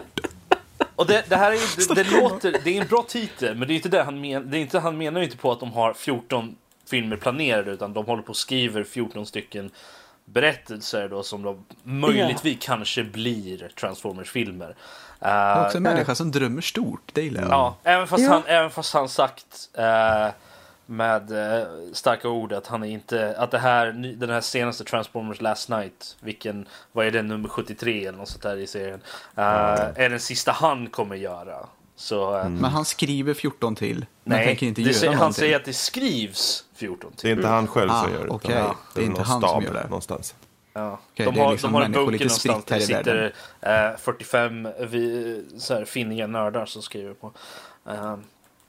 Och det, det här är ju, det, det låter, det är en bra titel, men det är inte det han menar. Det är inte, han menar ju inte på att de har fjorton filmer planerade, utan de håller på att skriva fjorton stycken berättelser då, som de möjligtvis kanske blir Transformers-filmer. Det är också en Uh, människa som drömmer stort, det gillar jag. ja, även fast, Ja. han, även fast han sagt uh, med uh, starka ord att han är inte, att det här, ny- den här senaste Transformers Last Night, vilken, vad är det, nummer sjuttiotre eller något sånt där i serien, uh, är den sista han kommer göra. Så uh, Men han skriver fjorton till, men nej, tänker inte det göra säger, han någonting. säger att det skrivs fjorton Det till. är inte han själv Ah, som gör det. okej. utan Det är någon inte han som stab gör det. Någonstans. Ja. Okej, de det är har, liksom de har en människor bunker lite någonstans där det spritt här i sitter uh, fyrtiofem vi, så här, finniga nördar som skriver på. Uh, Undrar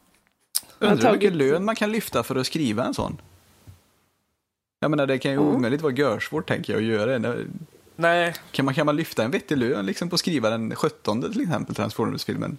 hur mycket tagit- lön man kan lyfta för att skriva en sån. Jag menar, det kan ju Mm. omöjligt vara görsvårt, tänker jag, att göra det. nej, Kan man, kan man lyfta en vettig lön liksom, på att skriva den sjuttonde till exempel, Transformers-filmen?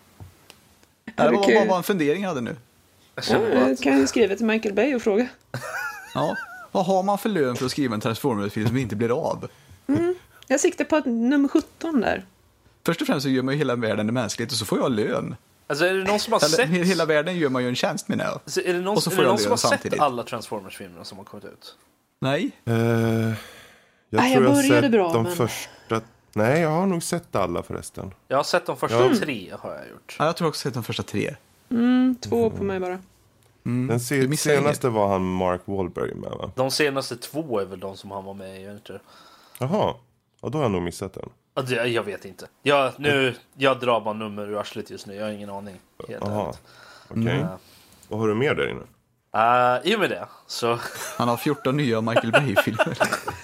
Det var kan ju- bara, bara en fundering jag hade nu. jag Ja, känner bara jag att kan ju skriva till Michael Bay och fråga. Ja. Vad har man för lön för att skriva en Transformers-film som inte blir av? Jag siktar på att nummer sjutton där. Först och främst så gör man ju hela världen mänskligt och så får jag lön. alltså, är det någon som har Eller, sett he- hela världen gör man ju en tjänst, menar jag. Så är det någon, Och så är får det jag någon som lön har samtidigt. sett alla Transformers-filmer som har kommit ut? Nej. Eh, jag Nej, tror jag jag har började sett bra, de men- första... Nej, jag har nog sett alla förresten. Jag har sett de första Mm. tre, har jag gjort. Ja, jag tror också sett de första tre. Mm, två på mig bara. Mm. Den Du se- missar senaste var han Mark Wahlberg med, va? De senaste två är väl de som han var med i, jag vet inte. Jaha, och då har jag nog missat den. Ja, det- Jag vet inte. Jag, nu, jag drar bara nummer ur arslet just nu, jag har ingen aning. Helt Jaha, ärligt. okej. Mm. Vad har du mer där inne? Uh, I och med det, så... Han har fjorton nya Michael Bay-filmer.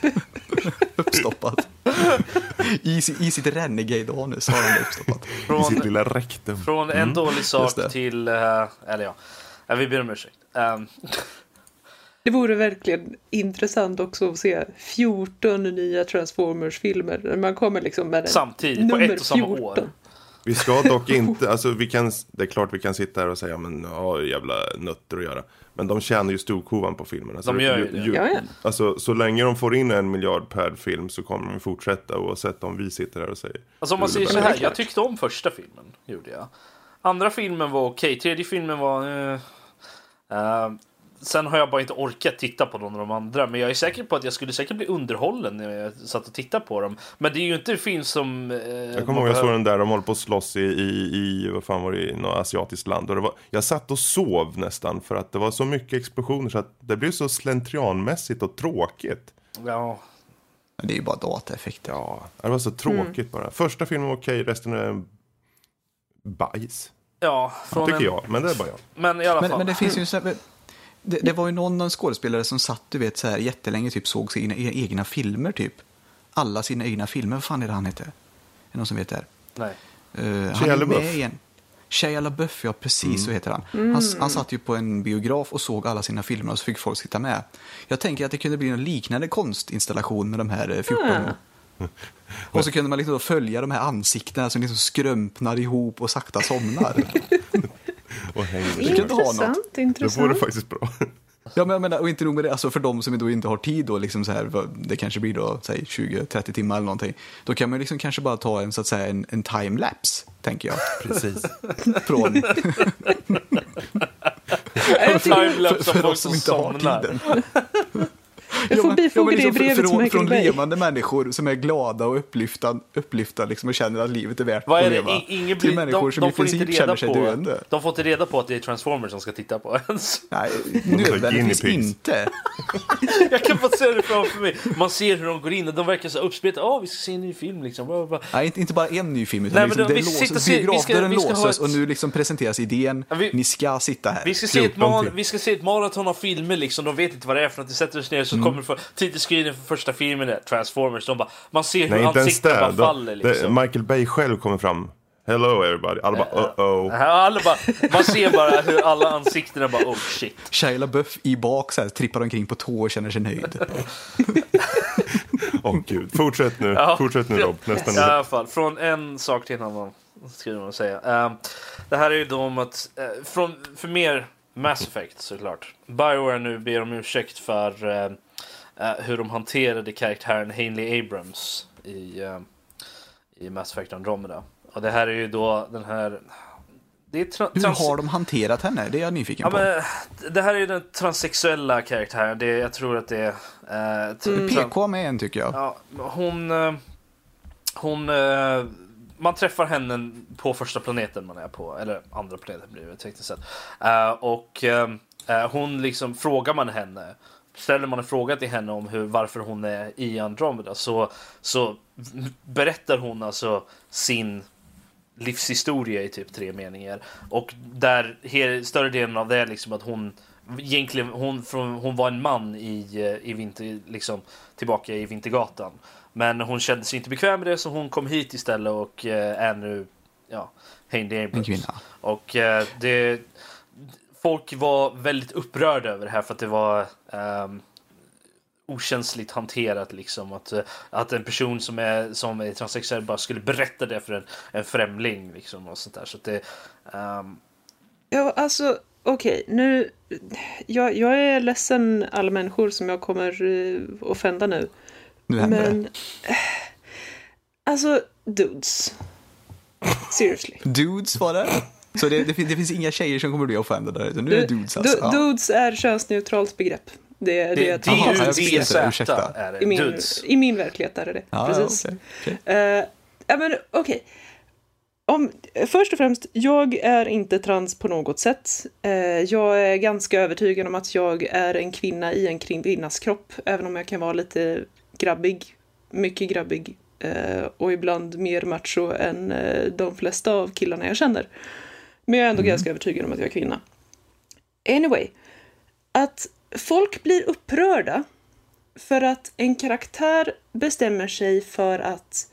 Uppstoppat. I, si- I sitt Renegade-anus har han det uppstoppat. I sitt Från, lilla rektum. från en dålig just sak det. till... Uh, eller ja, Ja, vi ber om ursäkt. Um, Det vore verkligen intressant också att se fjorton nya Transformers-filmer. När man kommer liksom med den samtidigt, på nummer ett och samma fjorton. år. Vi ska dock inte, alltså vi kan, det är klart vi kan sitta här och säga men ja, jävla nötter att göra. Men de tjänar ju storkovan på filmen. Alltså, De gör ju det. ju, Ja, ja. Alltså så länge de får in en miljard per film så kommer de fortsätta oavsett om vi sitter här och säger. Alltså om man säger så här, jag tyckte om första filmen, gjorde jag. Andra filmen var okej, tredje filmen var... Uh, uh, sen har jag bara inte orkat titta på någon av de andra. Men jag är säker på att jag skulle säkert bli underhållen när jag satt och tittade på dem. Men det är ju inte en film som... Uh, jag kommer ihåg jag såg den där, de håller på att slåss i, i, i vad fan var det, i något asiatiskt land. Och det var, jag satt och sov nästan för att det var så mycket explosioner så att det blev så slentrianmässigt och tråkigt. Ja... Det är ju bara dataeffekter. Ja, det var så tråkigt mm. bara. Första filmen var okej, resten är bajs. Ja, från tycker en... jag, men det är bara jag. Men i alla fall. Men, men det finns ju så här, det, det var ju någon, någon skådespelare som satt, du vet, så här jättelänge typ såg sina egna filmer typ. Alla sina egna filmer, vad fan är det han heter? Är det någon som vet det? Nej. Uh, han är med igen. Shia LaBeouf, ja precis mm. så heter han. Mm. han. Han satt ju på en biograf och såg alla sina filmer och så fick folk sitta med. Jag tänker att det kunde bli en liknande konstinstallation med de här fjorton. Mm. Och så kunde man liksom följa de här ansiktena som liksom skrumpnar ihop och sakta somnar. Och hänger. Det kunde ha något. Det vore faktiskt bra. Ja, men jag menar, och inte nog med det, alltså för de som då inte har tid då, liksom så här, det kanske blir då, säg tjugo till trettio timmar eller någonting, då kan man liksom kanske bara ta en, så att säga, en, en timelapse, tänker jag. Precis. Från... Timelapse för, för oss som inte har tiden. Jag får bifoga ja, liksom, det i brevet från, till från levande människor som är glada och upplyfta, upplyfta liksom, och känner att livet är värt att leva. Ingen till människor de, som de i princip känner sig på, döende. De får inte reda på att det är Transformers som ska titta på ens. Nej, nödvändigtvis inte. Jag kan bara se det framför mig. Man ser hur de går in och de verkar så uppspelt. Ja, oh, vi ska se en ny film liksom. Nej, inte, inte bara en ny film utan Nej, liksom, då, det låses, biografdörren låses och nu liksom presenteras idén. Ja, vi, ni ska sitta här. Vi ska, se ett mar- vi ska se ett maraton av filmer liksom. De vet inte vad det är för att de sätter oss ner så mm. kommer för titelscreen för första filmen är Transformers. De bara, man ser hur ansiktena bara faller liksom. Det, Michael Bay själv kommer fram. Hello everybody. Alla bara, uh-oh. Alla bara, man ser bara hur alla ansiktena bara, oh shit. Shia LaBeouf i bak så här, trippar omkring på tå och känner sig nöjd. Åh oh, gud, fortsätt nu. Ja. Fortsätt nu Rob. Nästan I alla fall, från en sak till en annan skulle man säga. Uh, det här är ju då om att, uh, från, för mer Mass Effect såklart. BioWare nu ber om ursäkt för uh, uh, hur de hanterade karaktären Haley Abrams i, uh, i Mass Effect Andromeda. Och det här är ju då den här... Det är tra- Hur trans- har de hanterat henne? Det är jag nyfiken ja, på. Men, det här är ju den transsexuella karaktären. Det, jag tror att det är... Uh, t- mm. P K med en tycker jag. Ja, hon... Uh, hon... Uh, man träffar henne på första planeten man är på. Eller andra planeten blir det tekniskt sett. Uh, och uh, hon liksom... Frågar man henne... Ställer man en fråga till henne om hur, varför hon är i Andromeda så, så berättar hon alltså sin livshistoria i typ tre meningar. Och där he, större delen av det är liksom att hon egentligen hon, från, hon var en man i, i vinter, liksom, tillbaka i Vintergatan. Men hon kände sig inte bekväm med det så hon kom hit istället och är nu ja, Haley Abrams. En kvinna. Och det... Folk var väldigt upprörda över det här för att det var um, okänsligt hanterat liksom att, att en person som är, som är transsexuell bara skulle berätta det för en, en främling liksom och sånt där. Så att det, um... Ja, alltså okej, okay, nu jag, jag är ledsen alla människor som jag kommer uh, offenda nu. Nu men äh, alltså dudes. Seriously. Dudes var det? Så det, det, det finns inga tjejer som kommer bli offendade utan nu är det dudes alltså. Du, dudes är könsneutralt begrepp. Det är det, det, aha, det, det är ursäkta. Är det. I, min, I min verklighet är det det. Ah, precis. Okay, okay. Uh, ja, men okej. Okay. Om, först och främst, jag är inte trans på något sätt. Uh, jag är ganska övertygad om att jag är en kvinna i en kvinnas kropp. Även om jag kan vara lite grabbig. Mycket grabbig. Uh, och ibland mer macho än uh, de flesta av killarna jag känner. Men jag är ändå mm. ganska övertygad om att jag är kvinna. Anyway. Att folk blir upprörda för att en karaktär bestämmer sig för att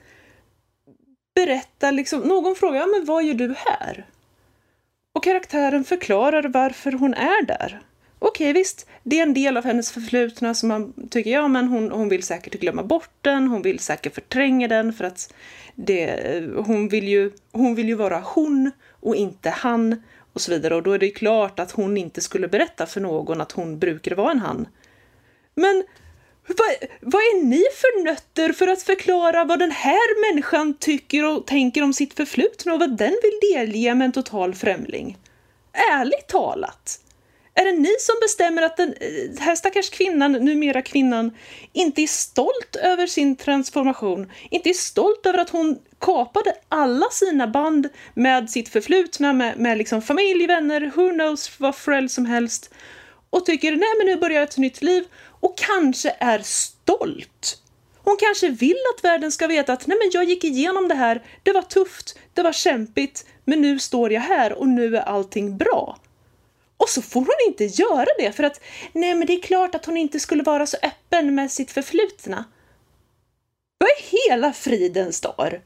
berätta liksom, någon frågar, ja, men vad gör du här? Och karaktären förklarar varför hon är där. Okej, okej, visst, det är en del av hennes förflutna som man tycker, ja men hon, hon vill säkert glömma bort den, hon vill säkert förtränga den för att det, hon, vill ju, hon vill ju vara hon och inte han och så vidare. Och då är det klart att hon inte skulle berätta för någon att hon brukar vara en han. Men vad, vad är ni för nötter för att förklara vad den här människan tycker och tänker om sitt förflutna och vad den vill delge med en total främling? Ärligt talat. Är det ni som bestämmer att den här stackars kvinnan, numera kvinnan, inte är stolt över sin transformation? Inte är stolt över att hon kapade alla sina band med sitt förflutna, med, med liksom familj, vänner, who knows, vad förälder som helst. Och tycker, nej men nu börjar ett nytt liv. Och kanske är stolt. Hon kanske vill att världen ska veta att nej men jag gick igenom det här. Det var tufft, det var kämpigt. Men nu står jag här och nu är allting bra. Och så får hon inte göra det för att nej men det är klart att hon inte skulle vara så öppen med sitt förflutna. Vad är hela fridens dag?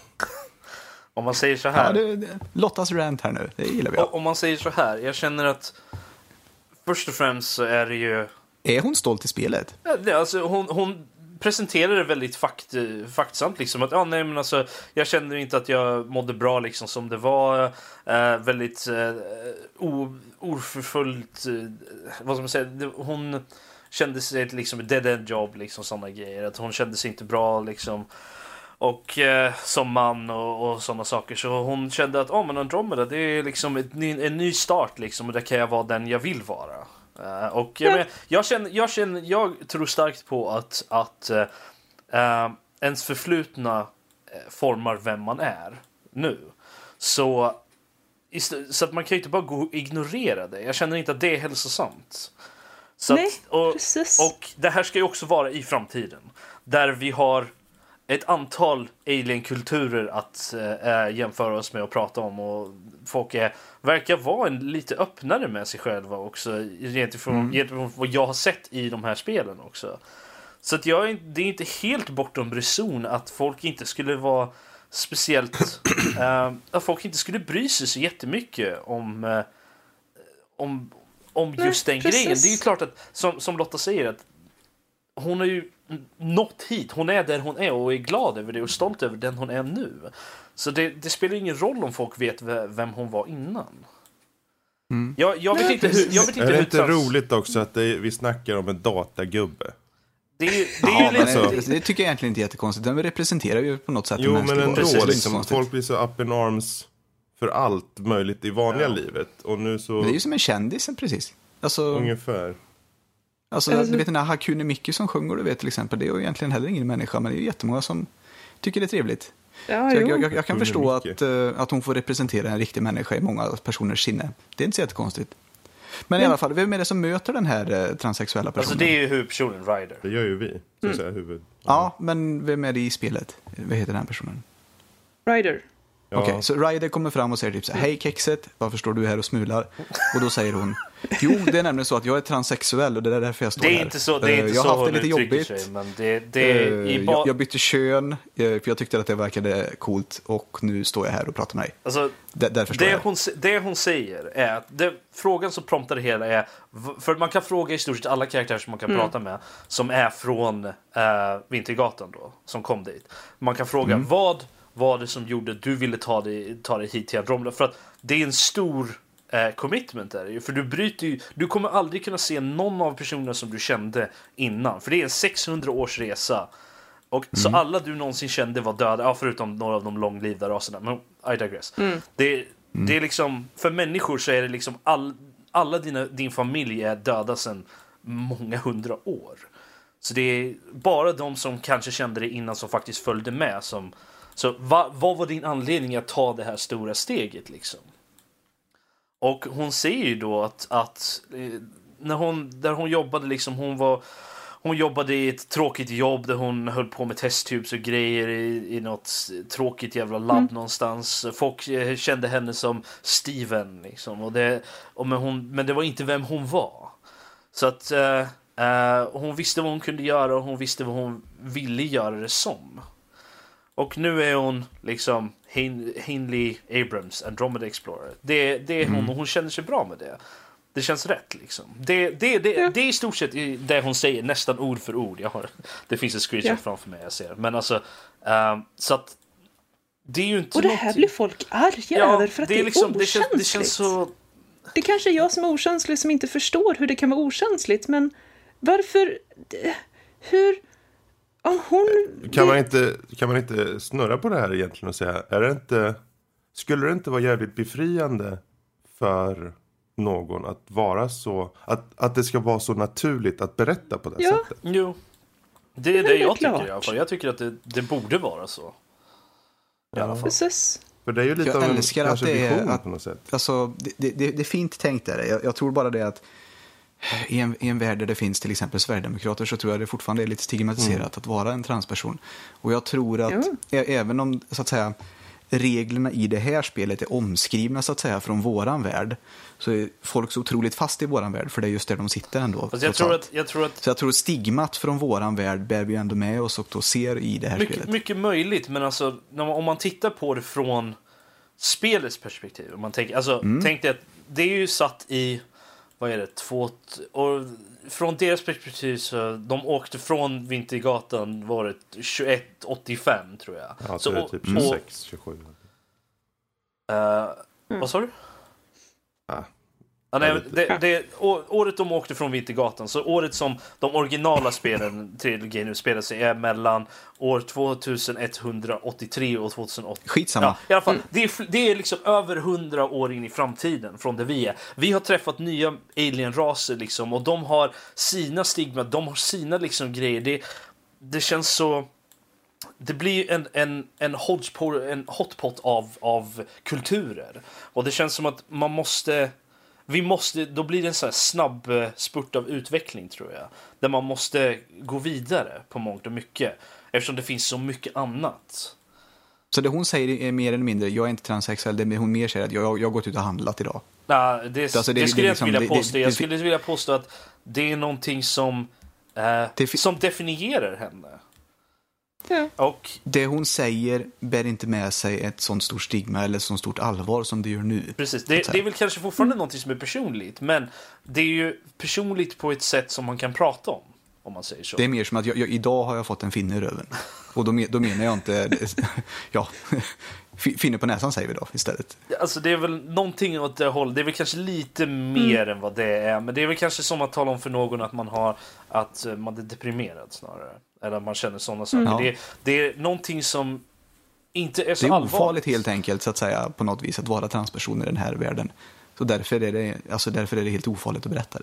Om man säger så här. Ja, det, det, Lottas rant här nu, det gillar vi. Om man säger så här, jag känner att först och främst så är det ju... Är hon stolt i spelet? Ja, alltså, hon, hon presenterar det väldigt fakt, faktsamt liksom att ja, nej, men alltså, jag känner inte att jag mådde bra liksom som det var eh, väldigt eh, o, oförfullt eh, vad ska man säga, det, hon kände sig liksom ett dead end job liksom, sådana grejer, att hon kände sig inte bra liksom och eh, som man och, och sådana saker, så hon kände att oh, men Andromeda, det är liksom ett, en ny start liksom, och där kan jag vara den jag vill vara. Uh, och jag, men, jag, känner, jag, känner, jag tror starkt på att, att uh, ens förflutna formar vem man är nu. Så, så att man kan ju inte bara gå och ignorera det. Jag känner inte att det är hälsosamt. Så Nej, att, och, precis. och det här ska ju också vara i framtiden. Där vi har ett antal alien-kulturer att äh, jämföra oss med och prata om, och folk är, verkar vara en, lite öppnare med sig själva också gentemot, mm. gentemot vad jag har sett i de här spelen också. Så att jag, det är inte helt bortom reson att folk inte skulle vara speciellt äh, att folk inte skulle bry sig så jättemycket om äh, om, om just Nej, den precis. grejen. Det är ju klart att som, som Lotta säger, att hon har ju nått hit. Hon är där hon är och är glad över det och stolt över den hon är nu. Så det, det spelar ingen roll om folk vet vem hon var innan. Mm. Jag, jag vet inte hur... Jag vet inte är det hur inte trans... roligt också att det, vi snackar om en datagubbe? Det, det är ja, ju lite... alltså, det tycker jag egentligen inte är jättekonstigt. Den representerar ju på något sätt... Jo, men ändå liksom, liksom, folk blir så up in arms för allt möjligt i vanliga ja. livet. Och nu så... Men det är ju som en kändis, precis. Alltså... Ungefär. Alltså, alltså, du vet den här Hakune Miku som sjunger, du vet till exempel, det är ju egentligen heller ingen människa, men det är ju jättemånga som tycker det är trevligt. Ja, så jag, jag, jag kan förstå att, uh, att hon får representera en riktig människa i många personers sinne. Det är inte så jättekonstigt. Men, men i alla fall, vem är det som möter den här uh, transsexuella personen? Alltså det är ju huvudpersonen Ryder. Det gör ju vi, så mm. säga, huvud. Ja. ja, men vem är det i spelet? Vad heter den här personen? Ryder. Ja. Okej, okay, så Ryder kommer fram och säger typ så här: hej kexet, varför står du här och smular? Och då säger hon: jo, det är nämligen så att jag är transsexuell och det är därför jag står det är här. Inte så, det är inte jag har så haft det lite jobbigt. Sig, men det, det uh, i ba- jag, jag bytte kön för jag tyckte att det verkade coolt och nu står jag här och pratar med dig. Alltså, D- därför det, jag. hon, det hon säger är att det, frågan som promptar det hela är, för man kan fråga i stort sett alla karaktärer som man kan mm. prata med som är från uh, Vintergatan då, som kom dit. Man kan fråga mm. vad var det som gjorde att du ville ta dig, ta dig hit till Andromeda, för att det är en stor eh, commitment där, för du bryter ju, du kommer aldrig kunna se någon av personerna som du kände innan, för det är en sexhundra års resa och mm. så alla du någonsin kände var döda, ja, förutom några av de långlivda raserna, men I digress. Mm. Det, mm. det är liksom, för människor så är det liksom all, alla dina, din familj är döda sedan många hundra år, så det är bara de som kanske kände det innan som faktiskt följde med som. Så va, vad var din anledning att ta det här stora steget liksom? Och hon säger ju då att, att när hon, där hon jobbade liksom, hon var hon jobbade i ett tråkigt jobb där hon höll på med testtubes och grejer i, i något tråkigt jävla labb mm. någonstans. Folk kände henne som Steven liksom, och det, och men, hon, men det var inte vem hon var. Så att uh, uh, hon visste vad hon kunde göra och hon visste vad hon ville göra det som. Och nu är hon liksom Hin- Hindley Abrams, Andromeda Explorer. Det, det är hon mm. och hon känner sig bra med det. det känns rätt liksom. Det, det, det, Ja. det är i stort sett det hon säger, nästan ord för ord. Jag har, det finns en screenshot Ja. framför mig, jag ser. Men alltså, um, så att det är ju inte Och det något... här blir folk arga ja, över för att det är, liksom, det okänsligt. känns, det känns så... Det kanske är jag som är okänslig som inte förstår hur det kan vara okänsligt, men varför... Hur... Om hon... Kan man, inte, kan man inte snurra på det här egentligen och säga, är det inte, skulle det inte vara jävligt befriande för någon att vara så, att, att det ska vara så naturligt att berätta på det Ja. sättet? Jo, det är Men det det är jag klart. tycker i alla fall. Jag tycker att det, det borde vara så. I alla fall. Precis. För det är ju lite Jag av en älskar att kanske det är vision att- på något sätt. Alltså, det, det, det är fint tänkt där. Jag, jag tror bara det att i en, i en värld där det finns till exempel Sverigedemokrater så tror jag det fortfarande är lite stigmatiserat Mm. att vara en transperson. Och jag tror att Jo. ä, även om så att säga reglerna i det här spelet är omskrivna så att säga från våran värld, så är folk så otroligt fast i våran värld, för det är just där de sitter ändå. Fast jag trots tror allt. att, jag tror att Så jag tror stigmat från våran värld bär vi ändå med oss och då ser i det här mycket, spelet. mycket möjligt, men alltså när man, om man tittar på det från spelets perspektiv, om man tänker, alltså Mm. tänk dig att det är ju satt i, vad är det, två, och från deras perspektiv så de åkte från Vintergatan var det tjugoett åttiofem tror jag. Ja, så så det är och- typ och- tjugosex, tjugosju. Eh, Vad sa du? Ah. Ja, nej, Ja, lite. det, det, å, året de åkte från Vintergatan, så året som de originala spelen, trilogin nu spelar sig, är mellan år tjugoetthundraåttiotre och tjugohundraåtta. Skitsamma. Ja, i alla fall, det, är, fl- det är liksom över hundra år in i framtiden från där vi är. Vi har träffat nya alien-raser liksom, och de har sina stigma, de har sina liksom grejer. Det, det känns så... Det blir en, en, en, hodgepot, en hotpot av, av kulturer. Och det känns som att man måste... Vi måste, då blir det en så här snabb eh, spurt av utveckling tror jag. Där man måste gå vidare på mångt och mycket. Eftersom det finns så mycket annat. Så det hon säger är mer eller mindre, jag är inte transsexuell, det hon mer säger att jag, jag har gått ut och handlat idag. Nah, det, Alltså, det- det skulle det jag liksom- inte vilja det- påstå. det- Jag det- skulle vilja påstå att det är någonting som, eh, Det fi- som definierar henne. Ja. Och Det hon säger bär inte med sig ett sånt stort stigma eller ett sånt stort allvar som det gör nu. precis, Så att det, säga. det är väl kanske fortfarande någonting som är personligt. Men det är ju personligt på ett sätt som man kan prata om. Om man säger så. Det är mer som att jag, jag, idag har jag fått en finne i röven. Och då, me- då menar jag inte... ja, fi- finne på näsan säger vi då istället. Alltså det är väl någonting åt det hållet. Det är väl kanske lite mer än vad det är. Men det är väl kanske som att tala om för någon att man har att eh, man är deprimerad snarare. Eller att man känner sådana saker. Ja. Det, det är någonting som inte är så Det är allvarligt. ofarligt helt enkelt så att säga på något vis att vara transperson i den här världen. Så därför är det, alltså därför är det helt ofarligt att berätta det.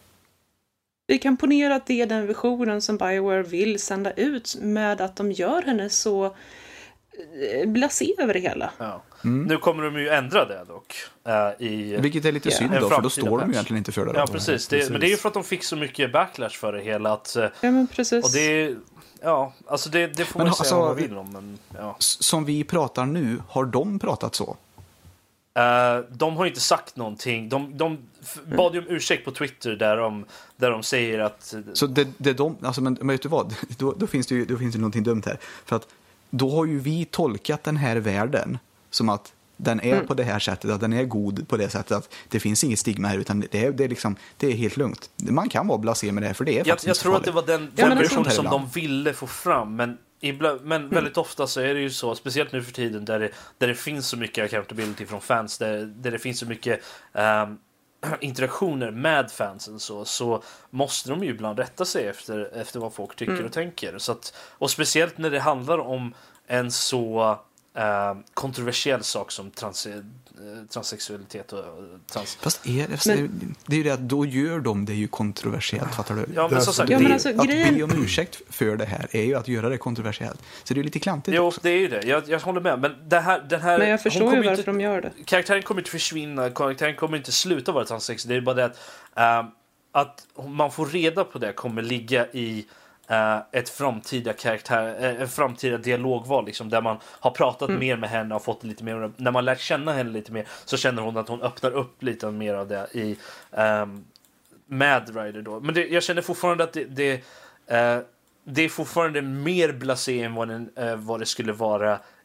Vi kan ponera att det är den visionen som BioWare vill sända ut med att de gör henne så eh, blasé över det hela. Ja. Mm. Nu kommer de ju ändra det dock. eh, i, Vilket är lite Ja. synd En då, för då framtida står de patch. ju egentligen inte för det. ja, Då. precis. Det, precis. men det är ju för att de fick så mycket backlash för det hela. Att, eh, Ja, men precis. och det är, ja, alltså det, det får Men man ju säga alltså, vad man vill om. Men, ja. S- Som vi pratar nu, har de pratat så? Eh, de har ju inte sagt någonting. De, de f- bad ju om ursäkt på Twitter där de, där de säger att... Så det, det de, alltså men, men vet du vad, då, då finns det ju då finns det någonting dumt här. För att då har ju vi tolkat den här världen som att den är Mm. på det här sättet, att den är god på det sättet att det finns inget stigma här, utan det är, det är, liksom, det är helt lugnt. Man kan vara blasé med det här, för det är jag faktiskt jag inte så tror att det farligt. var den, Ja, den men alltså- version Här som ibland. de ville få fram. Men, ibland, men väldigt ofta så är det ju så, speciellt nu för tiden där det, där det finns så mycket accountability från fans, där, där det finns så mycket ehm, interaktioner med fansen, så, så måste de ju ibland rätta sig efter, efter vad folk tycker Mm. och tänker. Så att, och speciellt när det handlar om en så eh, kontroversiell sak som trans, eh, transsexualitet och och trans... Fast är det, Men- det är ju det att då gör de det ju kontroversiellt, fattar du? Ja, men som sagt, Ja, det, men alltså, Att grejen... be om ursäkt för det här är ju att göra det kontroversiellt. Så det är ju lite klantigt jo, också. det är ju det. Jag, jag håller med. Men det här, den här, Men jag hon förstår ju kommer varför inte, de gör det. karaktären kommer inte försvinna, karaktären kommer inte sluta vara transsexuell. Det är bara det att, ehm, att man får reda på det kommer ligga i eh, ett framtida karaktär, eh, en framtida dialogval liksom, där man har pratat Mm. mer med henne och fått lite mer, när man lärt känna henne lite mer så känner hon att hon öppnar upp lite mer av det i ehm, Mad Rider då. Men det, jag känner fortfarande att det, det, eh, det är fortfarande mer blasé än vad, den, eh, vad det skulle vara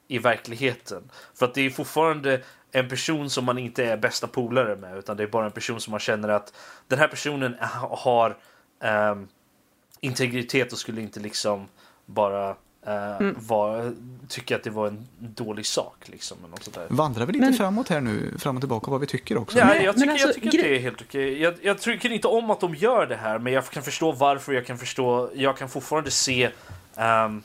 i verkligheten. För att det är fortfarande en person som man inte är bästa polare med, utan det är bara en person som man känner att den här personen har um, integritet och skulle inte liksom bara uh, mm. var, tycka att det var en dålig sak liksom, eller något sånt där. Vandrar vi lite men, framåt här nu, fram och tillbaka vad vi tycker också? Ja, jag tycker, alltså, jag tycker gre- att det är helt okej. Jag, jag tycker inte om att de gör det här, men jag kan förstå varför. Jag kan förstå, jag kan fortfarande se um,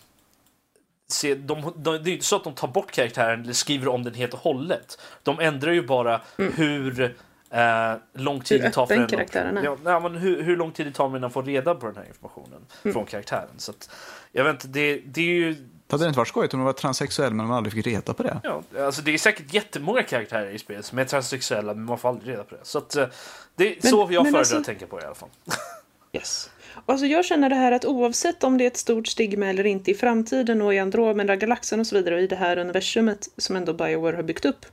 Se, de, de, det är inte så att de tar bort karaktären eller skriver om den helt och hållet. De ändrar ju bara mm. hur eh, lång tid hur det tar för en ja, nej, men hur, hur lång tid det tar innan man får reda på den här informationen mm. från karaktären. Så att, jag vet inte, det, det är ju... Det hade inte varit skojigt om de var transsexuell men man aldrig fick reda på det. Ja, alltså det är säkert jättemånga karaktärer i spelet som är transsexuella, men man får aldrig reda på det. Så att, det är men, så jag föredrar alltså... att tänka på i alla fall. Yes. Alltså jag känner det här att oavsett om det är ett stort stigma eller inte i framtiden och i Andromeda-galaxen och så vidare och i det här universumet som ändå BioWare har byggt upp,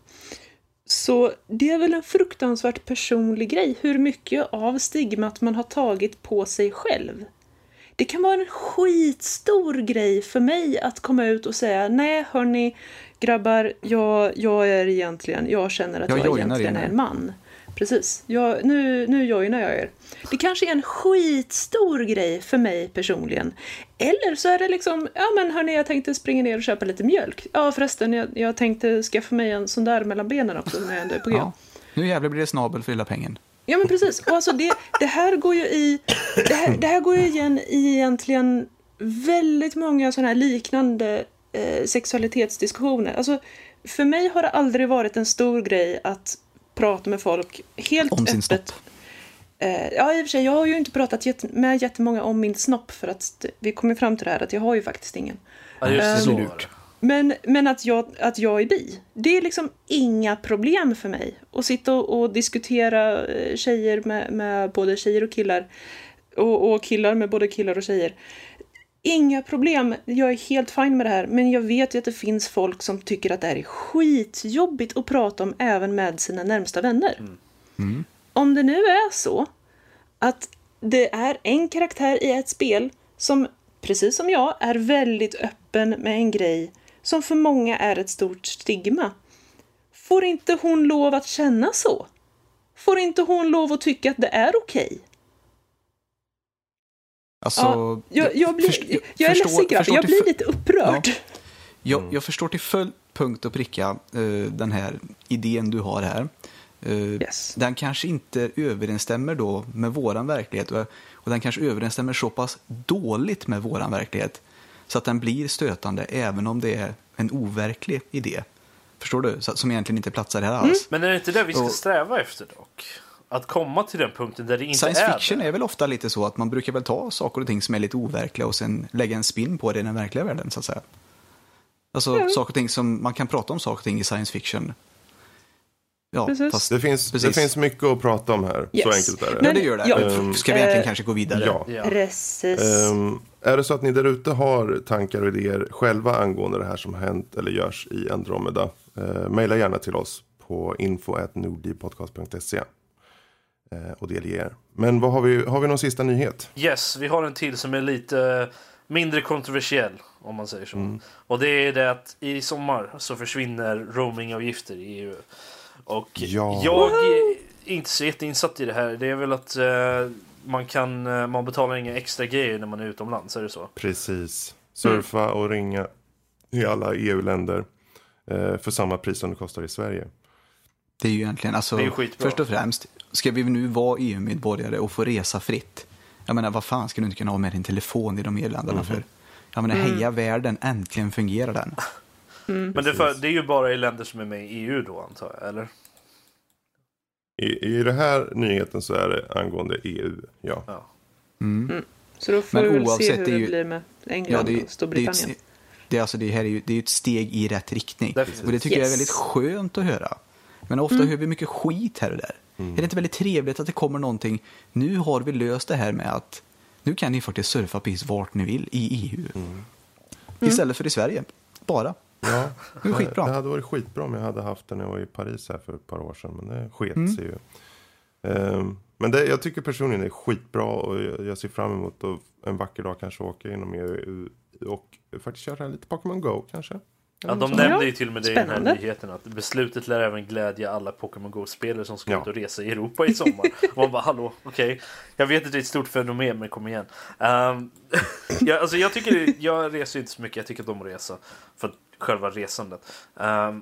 så det är väl en fruktansvärt personlig grej hur mycket av stigmat man har tagit på sig själv. Det kan vara en skitstor grej för mig att komma ut och säga nej hörni grabbar, jag, jag är egentligen, jag känner att jag, jag egentligen är en man. Precis. Jag, nu, nu joinar jag er. Det kanske är en skitstor grej för mig personligen. Eller så är det liksom, ja men hörni, jag tänkte springa ner och köpa lite mjölk. Ja förresten, jag, jag tänkte skaffa mig en sån där mellan benen också när jag ändå är på G. Ja. Nu jävlar blir det snabel för hela pengen. Ja men precis. Och alltså det, det här går ju i, det här, det här går ju igen i egentligen väldigt många sådana här liknande eh, sexualitetsdiskussioner. Alltså för mig har det aldrig varit en stor grej att prata med folk helt om sin öppet. Snopp. Eh, ja, i och för sig, jag har ju inte pratat jätt- med jättemånga om min snopp för att vi kommer fram till det här att jag har ju faktiskt ingen. Ja, just det, så um, men, men att, jag, att jag är bi, det är liksom inga problem för mig. Att sitta och, och diskutera tjejer med, med både tjejer och killar och, och killar med både killar och tjejer. Inga problem, jag är helt fine med det här. Men jag vet ju att det finns folk som tycker att det här är skitjobbigt att prata om även med sina närmsta vänner. Mm. Mm. Om det nu är så att det är en karaktär i ett spel som, precis som jag, är väldigt öppen med en grej som för många är ett stort stigma. Får inte hon lov att känna så? Får inte hon lov att tycka att det är okej? Alltså, ja, jag, jag, blir, först, jag, jag är förstår, ledsen grabb, jag blir för, lite upprörd. Ja, jag, jag förstår till full punkt och pricka uh, den här idén du har här. Uh, yes. Den kanske inte överensstämmer då med våran verklighet och, och den kanske överensstämmer så pass dåligt med våran verklighet så att den blir stötande även om det är en overklig idé. Förstår du? Så, som egentligen inte platsar här alls. Mm. Men är det inte det vi ska och, sträva efter dock? Att komma till den punkten där det inte science är Science fiction det. är väl ofta lite så att man brukar väl ta saker och ting som är lite overkliga och sen lägga en spin på det i den verkliga världen så att säga. Alltså mm. saker och ting som man kan prata om saker och ting i science fiction. Ja, fast, det, finns, det finns mycket att prata om här. Yes. Så enkelt är det. Men, ja, det gör det. Ja. Ska vi egentligen uh, kanske gå vidare? Ja. ja. Precis. Um, är det så att ni där ute har tankar och idéer själva angående det här som hänt eller görs i Andromeda, uh, mejla gärna till oss på info at nordlivpodcast punkt se uh, och delge er. Men vad har vi, har vi någon sista nyhet? Yes, vi har en till som är lite mindre kontroversiell om man säger så. Mm. Och det är det att i sommar så försvinner roamingavgifter i E U. Och ja. jag är inte så jätteinsatt i det här. Det är väl att uh, man kan uh, man betalar inga extra grejer när man är utomlands, är det så? Precis. Surfa mm. och ringa i alla E U-länder uh, för samma pris som det kostar i Sverige. Det är ju egentligen, alltså, först och främst, ska vi nu vara E U-medborgare och få resa fritt? Jag menar, vad fan ska du inte kunna ha med din telefon i de E U-länderna mm. för? Jag menar, mm. heja världen, äntligen fungerar den. Mm. Men det, för, det är ju bara i länder som är med i E U då, antar jag, eller? I, I det här nyheten så är det angående E U, ja. ja. Mm. Mm. Så då får vi se hur det, det ju, blir med England ja, det, och Storbritannien. Det, det, alltså det här är ju det är ett steg i rätt riktning. Definitivt. Och det tycker yes. jag är väldigt skönt att höra. Men ofta mm. hör vi mycket skit här och där. Mm. Är det inte väldigt trevligt att det kommer någonting? Nu har vi löst det här med att nu kan ni faktiskt surfa precis vart ni vill i E U. Mm. Istället för i Sverige. Bara. Ja, det är skitbra. Det hade varit skitbra om jag hade haft den när jag var i Paris här för ett par år sedan. Men det sket mm. sig ju. Um, men det, jag tycker personligen är skitbra. Och jag, jag ser fram emot att en vacker dag kanske åka inom E U. Och faktiskt köra lite Pokémon Go kanske. Ja, de Ja, nämnde ju till och med det i den här spännande. nyheten att beslutet lär även glädja alla Pokémon Go-spelare som ska Ja. ut och resa i Europa i sommar. Och man bara, hallå, okej. Okay. Jag vet att det är ett stort fenomen, men kom igen. Um, jag, alltså, jag, tycker, jag reser inte så mycket, jag tycker att de reser för själva resandet. Um,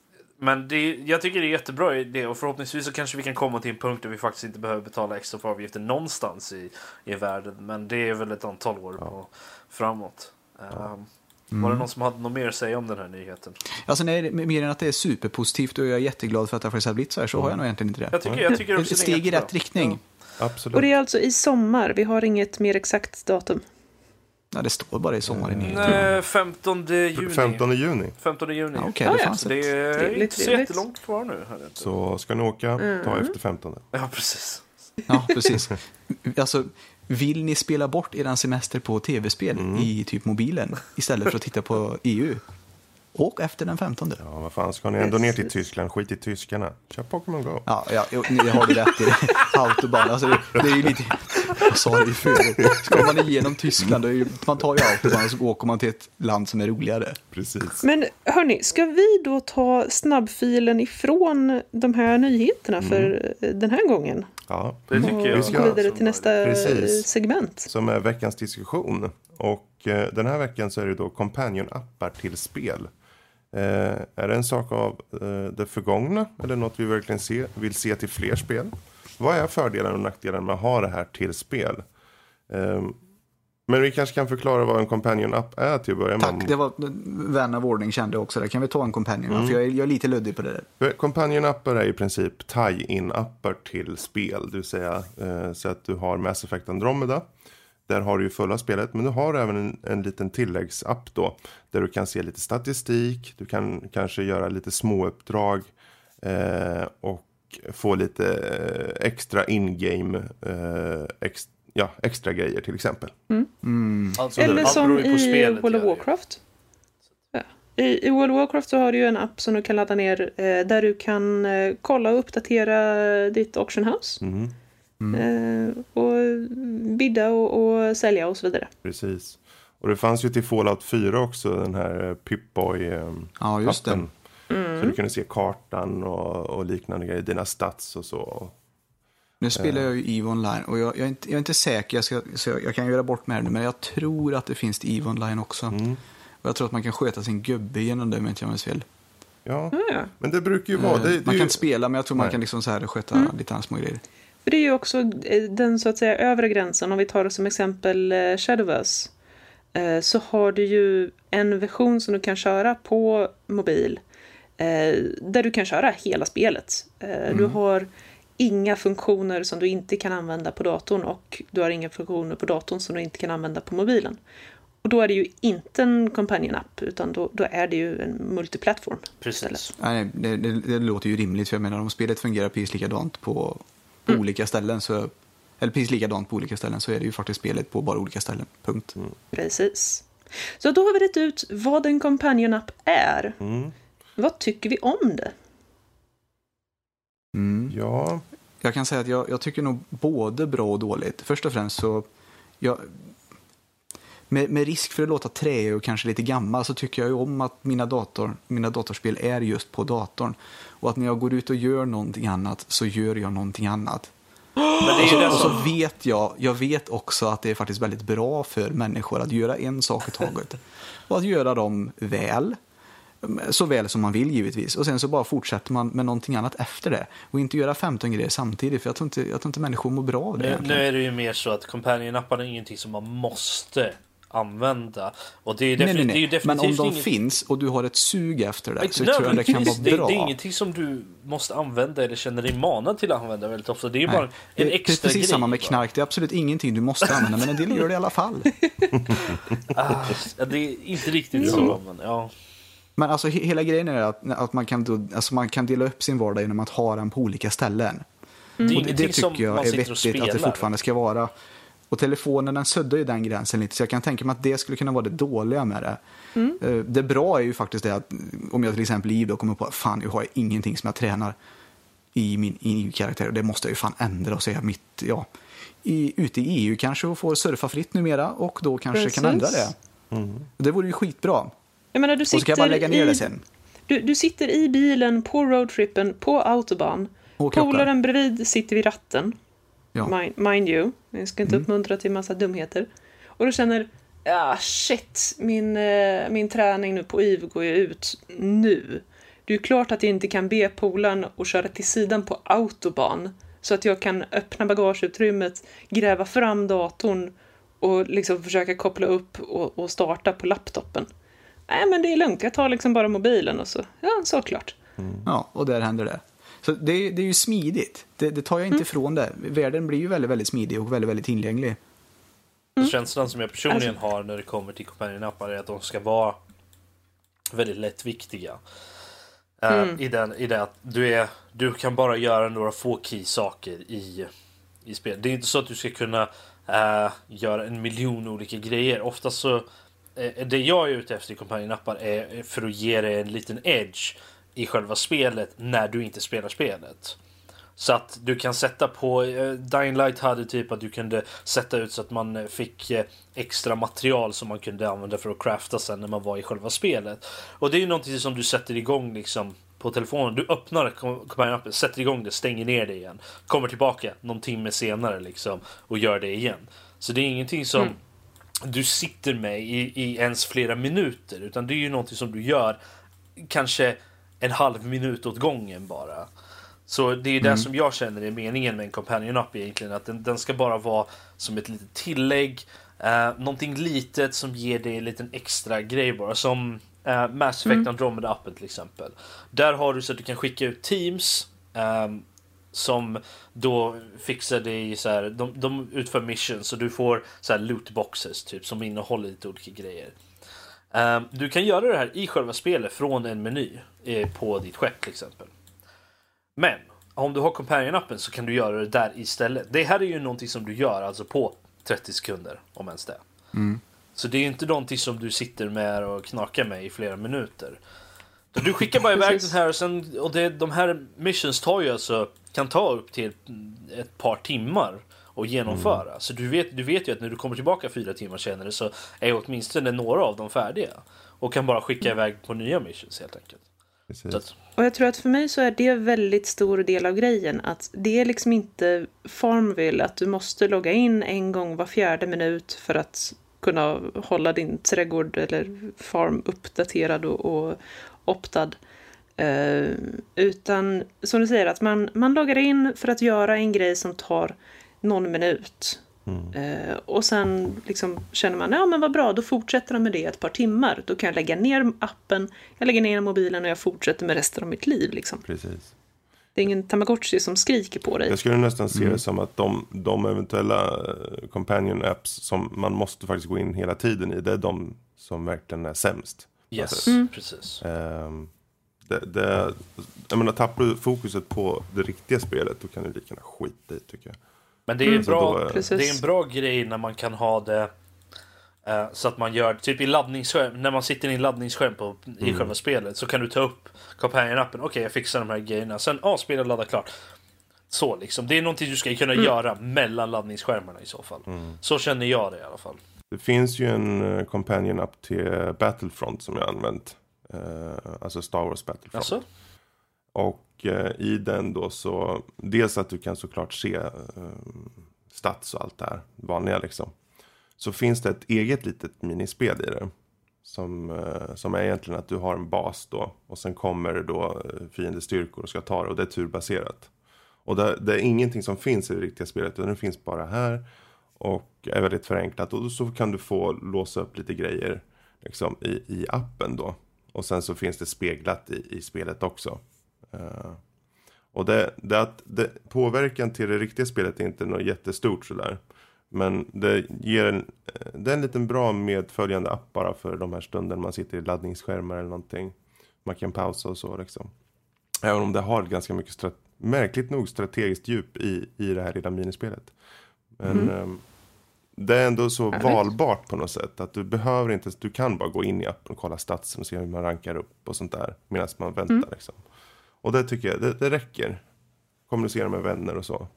men det, jag tycker det är jättebra idé och förhoppningsvis så kanske vi kan komma till en punkt där vi faktiskt inte behöver betala extra för avgifter någonstans i, i världen. Men det är väl ett antal år på, framåt. Um, Mm. Var det någon som hade något mer att säga om den här nyheten? Alltså nej, mer än att det är superpositivt och jag är jätteglad för att det faktiskt har blivit så här, så mm. har jag nog egentligen inte det. Jag tycker, jag tycker också ett steg i rätt riktning. Ja. Absolut. Och det är alltså i sommar, vi har inget mer exakt datum. Ja, det står bara i sommar i nyheten. Nej, femtonde juni. femtonde juni. femtonde juni. Ja, okej, Ah, det ja. fanns Så det är Trevligt, inte så trevligt. jättelångt kvar nu. Så ska ni åka, ta efter femtonde. Ja, precis. Ja, precis. Alltså, vill ni spela bort er semester på tv-spel mm. i typ mobilen istället för att titta på E U? Och efter den femtonde. Ja, vad fan, ska ni ändå ner till Tyskland? Skit i tyskarna. Kör Pokémon Go. Ja, ja, ni har du rätt i det. Autobahn, alltså det, det är ju lite... Jag sa det ju förut. Ska man igenom Tyskland, då är ju, man tar ju autobahn och så åker man till ett land som är roligare. Precis. Men hörni, ska vi då ta snabbfilen ifrån de här nyheterna Mm. för den här gången? Ja, Det tycker Och jag. Vi ska- gå vidare till nästa Precis. segment. som är veckans diskussion. Och eh, den här veckan så är det då companion-appar till spel. Eh, är det en sak av eh, det förgångna eller något vi verkligen se, vill se till fler spel? Vad är fördelen och nackdelen med att ha det här till spel? Eh, men vi kanske kan förklara vad en companion-app är till att börja med. Tack, det var vän av ordning kände också det. Kan vi ta en companion? Mm. För jag är, jag är lite luddig på det där. För companion-appar är i princip tie-in-appar till spel. Det vill säga eh, så att du har Mass Effect Andromeda. Där har du ju fulla spelet, men du har även en, en liten tilläggsapp då. Där du kan se lite statistik, du kan kanske göra lite småuppdrag eh, och få lite eh, extra in-game, eh, ex, ja, extra grejer till exempel. Mm. Alltså, Eller allt som beror ju på i spelet, World of gör det. Warcraft. Ja. I, I World of Warcraft så har du ju en app som du kan ladda ner eh, där du kan eh, kolla och uppdatera ditt auction house. Mm. Eh, och bidda och, och sälja och så vidare. Precis. Och det fanns ju till Fallout fyra också den här Pip-Boy-appen. Ja, just det. Mm. Så du kunde se kartan och, och liknande grejer, dina stats och så. Nu spelar jag ju EVE Online och jag, jag, är, inte, jag är inte säker, jag, ska, så jag, jag kan göra bort med det nu, men jag tror att det finns till EVE Online också. Mm. Och jag tror att man kan sköta sin gubbe genom det, om inte jag minns fel. Ja, Ja. men det brukar ju vara... Eh, Det, det man är kan ju, inte spela, men jag tror man Nej. kan liksom så här sköta Mm. lite små grejer. För det är ju också eh, den så att säga övre gränsen. Om vi tar som exempel eh, Shadowverse. Eh, så har du ju en version som du kan köra på mobil. Eh, där du kan köra hela spelet. Eh, Mm. Du har inga funktioner som du inte kan använda på datorn. Och du har inga funktioner på datorn som du inte kan använda på mobilen. Och då är det ju inte en companion-app. Utan då, då är det ju en multiplattform. Precis. Nej, det, det, det låter ju rimligt, för jag menar om spelet fungerar precis likadant på, på Mm. olika ställen så, eller precis likadant på olika ställen, så är det ju faktiskt spelet på bara olika ställen. Punkt. Mm. Precis. Så då har vi rätt ut vad en companion-app är. Mm. Vad tycker vi om det? Mm. Ja, Jag kan säga att jag, jag tycker nog både bra och dåligt. Först och främst så jag, med, med risk för att låta träig och kanske lite gammal, så tycker jag ju om att mina, dator, mina datorspel är just på datorn. Och att när jag går ut och gör någonting annat så gör jag någonting annat. Men det är ju det Och så som... vet jag, jag vet också att det är faktiskt väldigt bra för människor att göra en sak i taget. Och att göra dem väl. Så väl som man vill givetvis. Och sen så bara fortsätter man med någonting annat efter det. Och inte göra femton grejer samtidigt. För jag tror inte, jag tror inte människor mår bra av det. Nu, nu egentligen. är det ju mer så att companion-apparna är ingenting som man måste använda. Och det är, Nej, defini- nej, det är ju nej. definitivt Men om de inget... finns och du har ett sug efter det, så Nej, tror jag det kan vara precis. bra. Det, det är ingenting som du måste använda eller känner dig manad till att använda väldigt ofta. Det är ju Nej. bara en Det, det extra är precis grej. samma med bara. knark. Det är absolut ingenting du måste använda, men en del gör det i alla fall. Ah, ja, det är inte riktigt så, men ja. Men alltså he- hela grejen är att, att man, kan då, alltså man kan dela upp sin vardag genom att ha den på olika ställen. Det är Och det, ingenting det som tycker jag man är sitter och vettigt att det spelar. fortfarande ska vara. Och telefonen, den suddar ju den gränsen lite, så jag kan tänka mig att det skulle kunna vara det dåliga med det. Mm. Eh, Det bra är ju faktiskt det att om jag till exempel i då kommer på att fan, jag har ingenting som jag tränar i min i karaktär, och det måste jag ju fan ändra och säga mitt, ja, i, ute i E U kanske och får surfa fritt numera och då kanske Precis. kan ändra det. mm. Det vore ju skitbra. Jag menar, du Och så kan jag bara lägga ner i, det sen. Du, du sitter i bilen på roadtrippen på autobahn. Polaren bredvid sitter vid ratten. Ja. Mind, mind you. Jag ska inte Mm. uppmuntra till massa dumheter. Och du känner, ah shit, min, eh, min träning nu på I V går ju ut nu. Det är ju klart att jag inte kan be polaren att köra till sidan på autobahn. Så att jag kan öppna bagageutrymmet, gräva fram datorn och liksom försöka koppla upp och, och starta på laptopen. Nej, men det är lugnt. Jag tar liksom bara mobilen och så. Ja, såklart. Mm. Ja, och där händer det. Så det, det är ju smidigt. Det, det tar jag inte mm. ifrån det. Världen blir ju väldigt, väldigt smidig och väldigt, väldigt tillgänglig. Mm. Känslan som jag personligen alltså... har när det kommer till companion-appar är att de ska vara väldigt lättviktiga. Mm. Uh, i, den, I det att du, är, du kan bara göra några få key-saker i, i spel. Det är inte så att du ska kunna uh, göra en miljon olika grejer. Ofta så uh, det jag är ute efter i companion-appar är för att ge dig en liten edge i själva spelet när du inte spelar spelet. Så att du kan sätta på uh, Dying Light hade typ att du kunde sätta ut så att man fick uh, extra material som man kunde använda för att crafta sen när man var i själva spelet. Och det är ju någonting som du sätter igång liksom på telefonen. Du öppnar companion-appen, sätter igång det, stänger ner det igen. Kommer tillbaka någon timme senare liksom och gör det igen. Så det är ingenting som mm. du sitter med i, i ens flera minuter, utan det är ju någonting som du gör kanske en halv minut åt gången bara. Så det är det mm. som jag känner är meningen med en companion-app egentligen. Att den, den ska bara vara som ett litet tillägg. Eh, någonting litet som ger dig en liten extra grej bara. Som eh, Mass Effect mm. Andromeda-appen till exempel. Där har du så att du kan skicka ut teams. Eh, som då fixar dig så här. De, de utför missions. Så du får så här lootboxes typ. Som innehåller lite olika grejer. Eh, du kan göra det här i själva spelet från en meny. Eh, på ditt skepp till exempel. Men om du har companion-appen så kan du göra det där istället. Det här är ju någonting som du gör alltså på trettio sekunder, om ens det. Mm. Så det är ju inte någonting som du sitter med och knakar med i flera minuter. Så du skickar bara iväg den här och, sen, och det, de här missions tar ju alltså, kan ta upp till ett par timmar att genomföra. Mm. Så du vet, du vet ju att när du kommer tillbaka fyra timmar senare så är åtminstone några av dem färdiga. Och kan bara skicka iväg på nya missions helt enkelt. Att... Och jag tror att för mig så är det en väldigt stor del av grejen. Att det är liksom inte Farmville att du måste logga in en gång var fjärde minut för att kunna hålla din trädgård eller farm uppdaterad och, och optad. Uh, utan som du säger att man, man loggar in för att göra en grej som tar någon minut. Mm. Uh, och sen liksom känner man, ja men vad bra, då fortsätter de med det ett par timmar. Då kan jag lägga ner appen, jag lägger ner mobilen och jag fortsätter med resten av mitt liv liksom. Precis. Det är ingen Tamagotchi som skriker på dig. Jag skulle nästan se mm. det som att de, de eventuella companion apps som man måste faktiskt gå in hela tiden i, det är de som verkligen är sämst. Yes, alltså, mm. precis. Um, det, det, jag menar, tappar du fokuset på det riktiga spelet, då kan du lika gärna skita i, tycker jag. Men det är, mm. bra, är... det är en bra grej när man kan ha det uh, så att man gör typ i laddningsskärm, när man sitter i en laddningsskärm på, i mm. själva spelet, så kan du ta upp companion-appen. Okej, okay, jag fixar de här grejerna. Sen, ja, ah, spelet laddar klart. Så liksom, det är någonting du ska kunna mm. göra mellan laddningsskärmarna i så fall. Mm. Så känner jag det i alla fall. Det finns ju en uh, companion-app till Battlefront som jag har använt. Uh, alltså Star Wars Battlefront. Alltså? Och uh, i den då så, dels att du kan såklart se uh, stats och allt det här, vanliga liksom. Så finns det ett eget litet minispel i det. Som, uh, som är egentligen att du har en bas då. Och sen kommer det då uh, fiendestyrkor och ska ta det. Och det är turbaserat. Och det, det är ingenting som finns i det riktiga spelet, utan det finns bara här. Och är väldigt förenklat. Och så kan du få låsa upp lite grejer liksom, i, i appen då. Och sen så finns det speglat i, i spelet också. Uh, och det, det, att det, påverkan till det riktiga spelet är inte något jättestort sådär. Men det ger en, det är en liten bra medföljande app bara för de här stunden man sitter i laddningsskärmar eller någonting. Man kan pausa och så liksom. Även om det har ganska mycket strat- märkligt nog strategiskt djup i, i det här lilla minispelet. Men mm. um, det är ändå så ja, valbart på något sätt. Att du behöver inte, du kan bara gå in i appen och kolla statsen och se hur man rankar upp och sånt där. Medan man väntar mm. liksom. Och det tycker jag, det, det räcker. Kommunicera med vänner och så.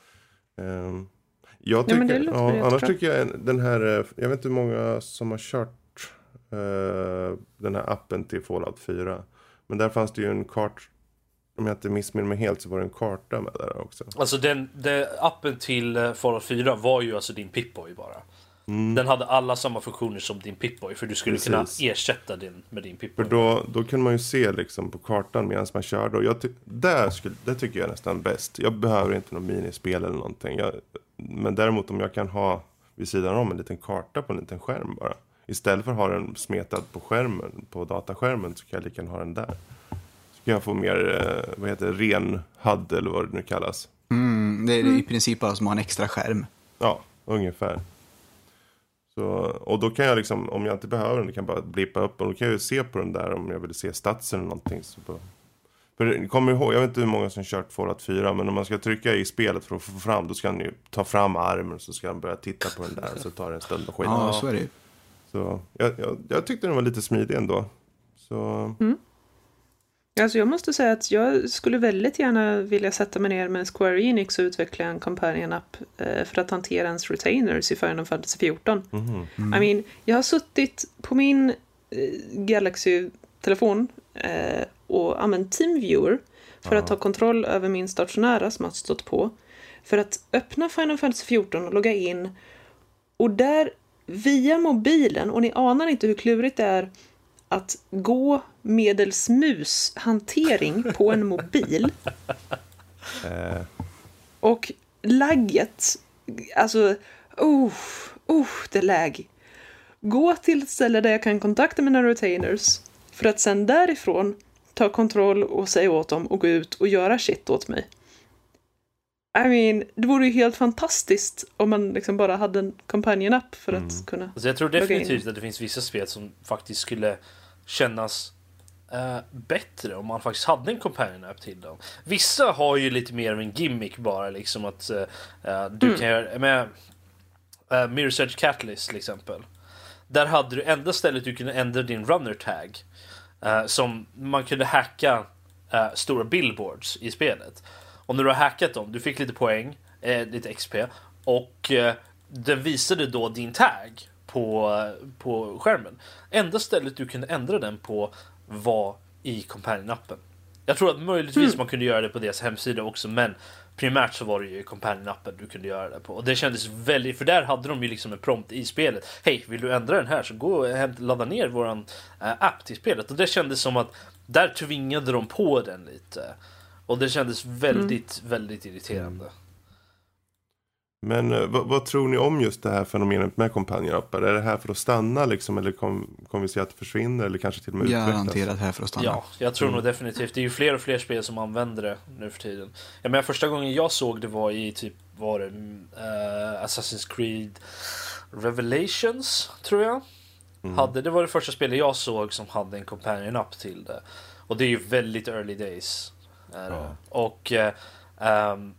Um, jag tycker, ja, ja, annars tycker jag den här, jag vet inte hur många som har kört Uh, den här appen till Fallout fyra. Men där fanns det ju en kart. Om jag inte missminner mig helt så var det en karta med där också. Alltså den, den appen till Fallout fyra var ju alltså din Pip-Boy bara. Mm. Den hade alla samma funktioner som din Pip-Boy. För du skulle Precis. kunna ersätta den med din Pip-Boy. För då, då kan man ju se liksom på kartan medan man körde. Och jag ty- där skulle, det tycker jag är nästan bäst. Jag behöver inte någon minispel eller någonting. Jag, men däremot om jag kan ha vid sidan om en liten karta på en liten skärm bara. Istället för att ha den smetad på skärmen, på dataskärmen, så kan jag lika gärna ha den där. Så kan jag få mer, eh, vad heter det, ren H U D eller vad det nu kallas. Mm, det är mm. i princip bara som att ha en extra skärm. Ja, ungefär. Så, och då kan jag liksom, om jag inte behöver den, kan jag bara blippa upp och då kan jag ju se på den där om jag vill se statsen eller någonting. Så bara, för kommer ihåg, jag vet inte hur många som kört Fallout fyra, men om man ska trycka i spelet för att få fram, då ska han ju ta fram armen så ska han börja titta på den där och så tar det en stund och skit. Ja, så är det ju. Så jag, jag, jag tyckte den var lite smidig ändå. Så... Mm. Alltså jag måste säga att jag skulle väldigt gärna vilja sätta mig ner med Square Enix och utveckla en companion-app eh, för att hantera ens retainers i Final Fantasy fjorton. Mm. Mm. I mean, jag har suttit på min eh, Galaxy-telefon eh, och använt TeamViewer för Ja. att ta kontroll över min stationära som har stått på. För att öppna Final Fantasy fjorton och logga in. Och där via mobilen, och ni anar inte hur klurigt det är att gå medels mushantering på en mobil. Eh. Och lagget, alltså, oh, oh, det är lag. Gå till ett ställe där jag kan kontakta mina retainers för att sen därifrån ta kontroll och säga åt dem och gå ut och göra shit åt mig. I mean, det vore ju helt fantastiskt om man liksom bara hade en companion-app för Mm. att kunna... Alltså jag tror definitivt att det finns vissa spel som faktiskt skulle kännas uh, bättre om man faktiskt hade en companion-app till dem. Vissa har ju lite mer av en gimmick bara, liksom att uh, du mm. kan göra... Med, uh, Mirror's Edge Catalyst till exempel. Där hade du enda stället du kunde ändra din runner tag. Uh, som man kunde hacka uh, stora billboards i spelet. Och när du har hackat dem, du fick lite poäng, eh, lite X P, och eh, den visade då din tag på, på skärmen. Enda stället du kunde ändra den på var i companion-appen. Jag tror att möjligtvis mm. man kunde göra det på deras hemsida också, men primärt så var det ju i companion-appen du kunde göra det på. Och det kändes väldigt, för där hade de ju liksom en prompt i spelet. Hej, vill du ändra den här så gå och hämta, ladda ner våran äh, app till spelet. Och det kändes som att där tvingade de på den lite. Och det kändes väldigt, mm. väldigt irriterande. Men uh, vad, vad tror ni om just det här fenomenet med companion-appar? Är det här för att stanna liksom, eller kommer kom vi se att det försvinner eller kanske till och med utvecklas? Garanterat här för att stanna. Ja, jag tror mm. nog definitivt. Det är ju fler och fler spel som använder det nu för tiden. Jag menar, första gången jag såg det var i typ, var det uh, Assassin's Creed Revelations, tror jag. Mm. Hade, det var det första spelet jag såg som hade en companion-app till det. Och det är ju väldigt early days. Ja. Och uh, um,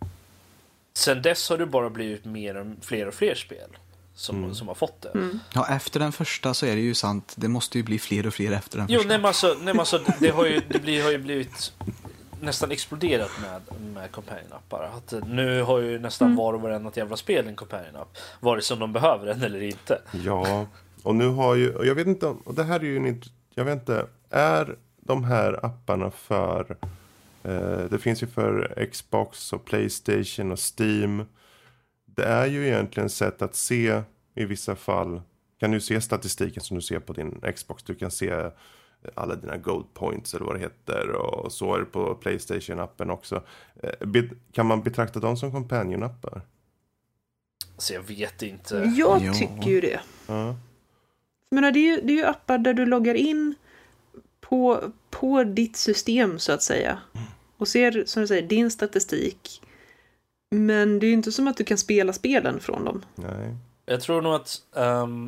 sen dess har det bara blivit mer och fler och fler spel som, mm. som har fått det. Mm. Ja, efter den första så är det ju sant. Det måste ju bli fler och fler efter den jo, första. Jo, nej, alltså, nej, alltså, det, har ju, det blir, har ju blivit nästan exploderat med, med companion-appar. Att nu har ju nästan mm. var och varannat jävla spel en companion-app. Vare sig de behöver den eller inte. Ja, och nu har ju, och jag vet inte, och det här är ju en, jag vet inte, är de här apparna för... Det finns ju för Xbox och PlayStation och Steam. Det är ju egentligen sätt att se i vissa fall. Kan du se statistiken som du ser på din Xbox. Du kan se alla dina gold points eller vad det heter. Och så är det på PlayStation-appen också. Kan man betrakta dem som companion-appar? Så jag vet inte. Jag ja. tycker ju det. Ja. Men det är ju, det är ju appar där du loggar in på, på ditt system så att säga. Mm. Och ser, som du säger, din statistik. Men det är ju inte som att du kan spela spelen från dem. Nej. Jag tror nog att... Um,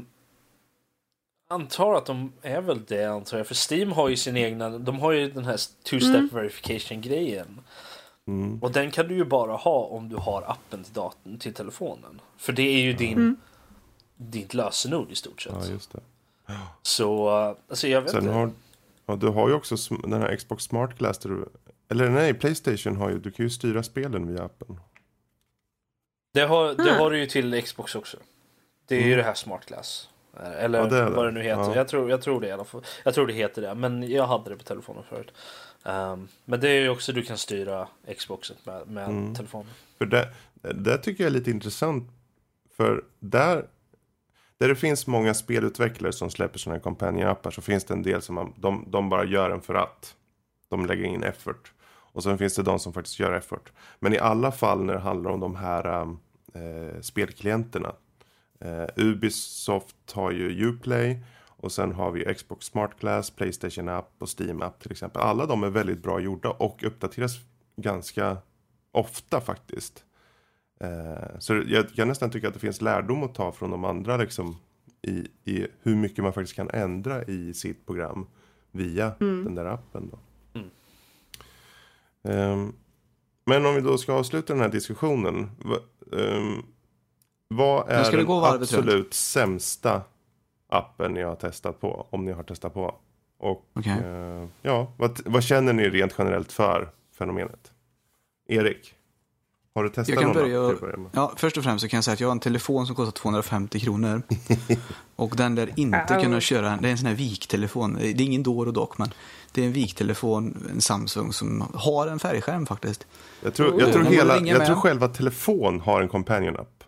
antar att de är väl det, antar jag. För Steam har ju sin egna... De har ju den här two-step mm. verification-grejen. Mm. Och den kan du ju bara ha om du har appen till datorn, till telefonen. För det är ju din, mm. ditt lösenord i stort sett. Ja, just det. Så, alltså jag vet Sen inte. Har, ja, du har ju också den här Xbox Smart Glass där du... Eller nej, PlayStation har ju... Du kan ju styra spelen via appen. Det har, det har du ju till Xbox också. Det är mm. ju det här Smart Glass. Eller Ja, det är det. vad det nu heter. Ja. Jag, tror, jag tror det i alla fall. Jag tror det heter det. Men jag hade det på telefonen förut. Um, men det är ju också du kan styra Xboxet med, med Mm. telefonen. För det, det tycker jag är lite intressant. För där, där det finns många spelutvecklare som släpper sådana här companion-appar, så finns det en del som man, de, de bara gör den för att. De lägger in effort. Och sen finns det de som faktiskt gör effort. Men i alla fall när det handlar om de här äh, spelklienterna. Äh, Ubisoft har ju Uplay. Och sen har vi Xbox Smart Glass, PlayStation App och Steam App till exempel. Alla de är väldigt bra gjorda och uppdateras ganska ofta faktiskt. Eh, så jag, jag nästan tycker att det finns lärdom att ta från de andra liksom, i, i hur mycket man faktiskt kan ändra i sitt program via mm. den där appen. Då. Mm. Um, men om vi då ska avsluta den här diskussionen. Va, um, vad är den absolut runt. sämsta appen ni har testat på, om ni har testat på? Och okay. uh, ja, vad, vad känner ni rent generellt för fenomenet? Erik? Har du testat jag kan någon börja, app? Börja ja, först och främst så kan jag säga att jag har en telefon som kostar tvåhundrafemtio kronor. Och den lär inte kunna köra. Det är en sån här viktelefon. Det är ingen Doro dock, men det är en viktelefon, en Samsung som har en färgskärm faktiskt. Jag tror, jag tror, hela, jag tror själva telefon har en companion-app.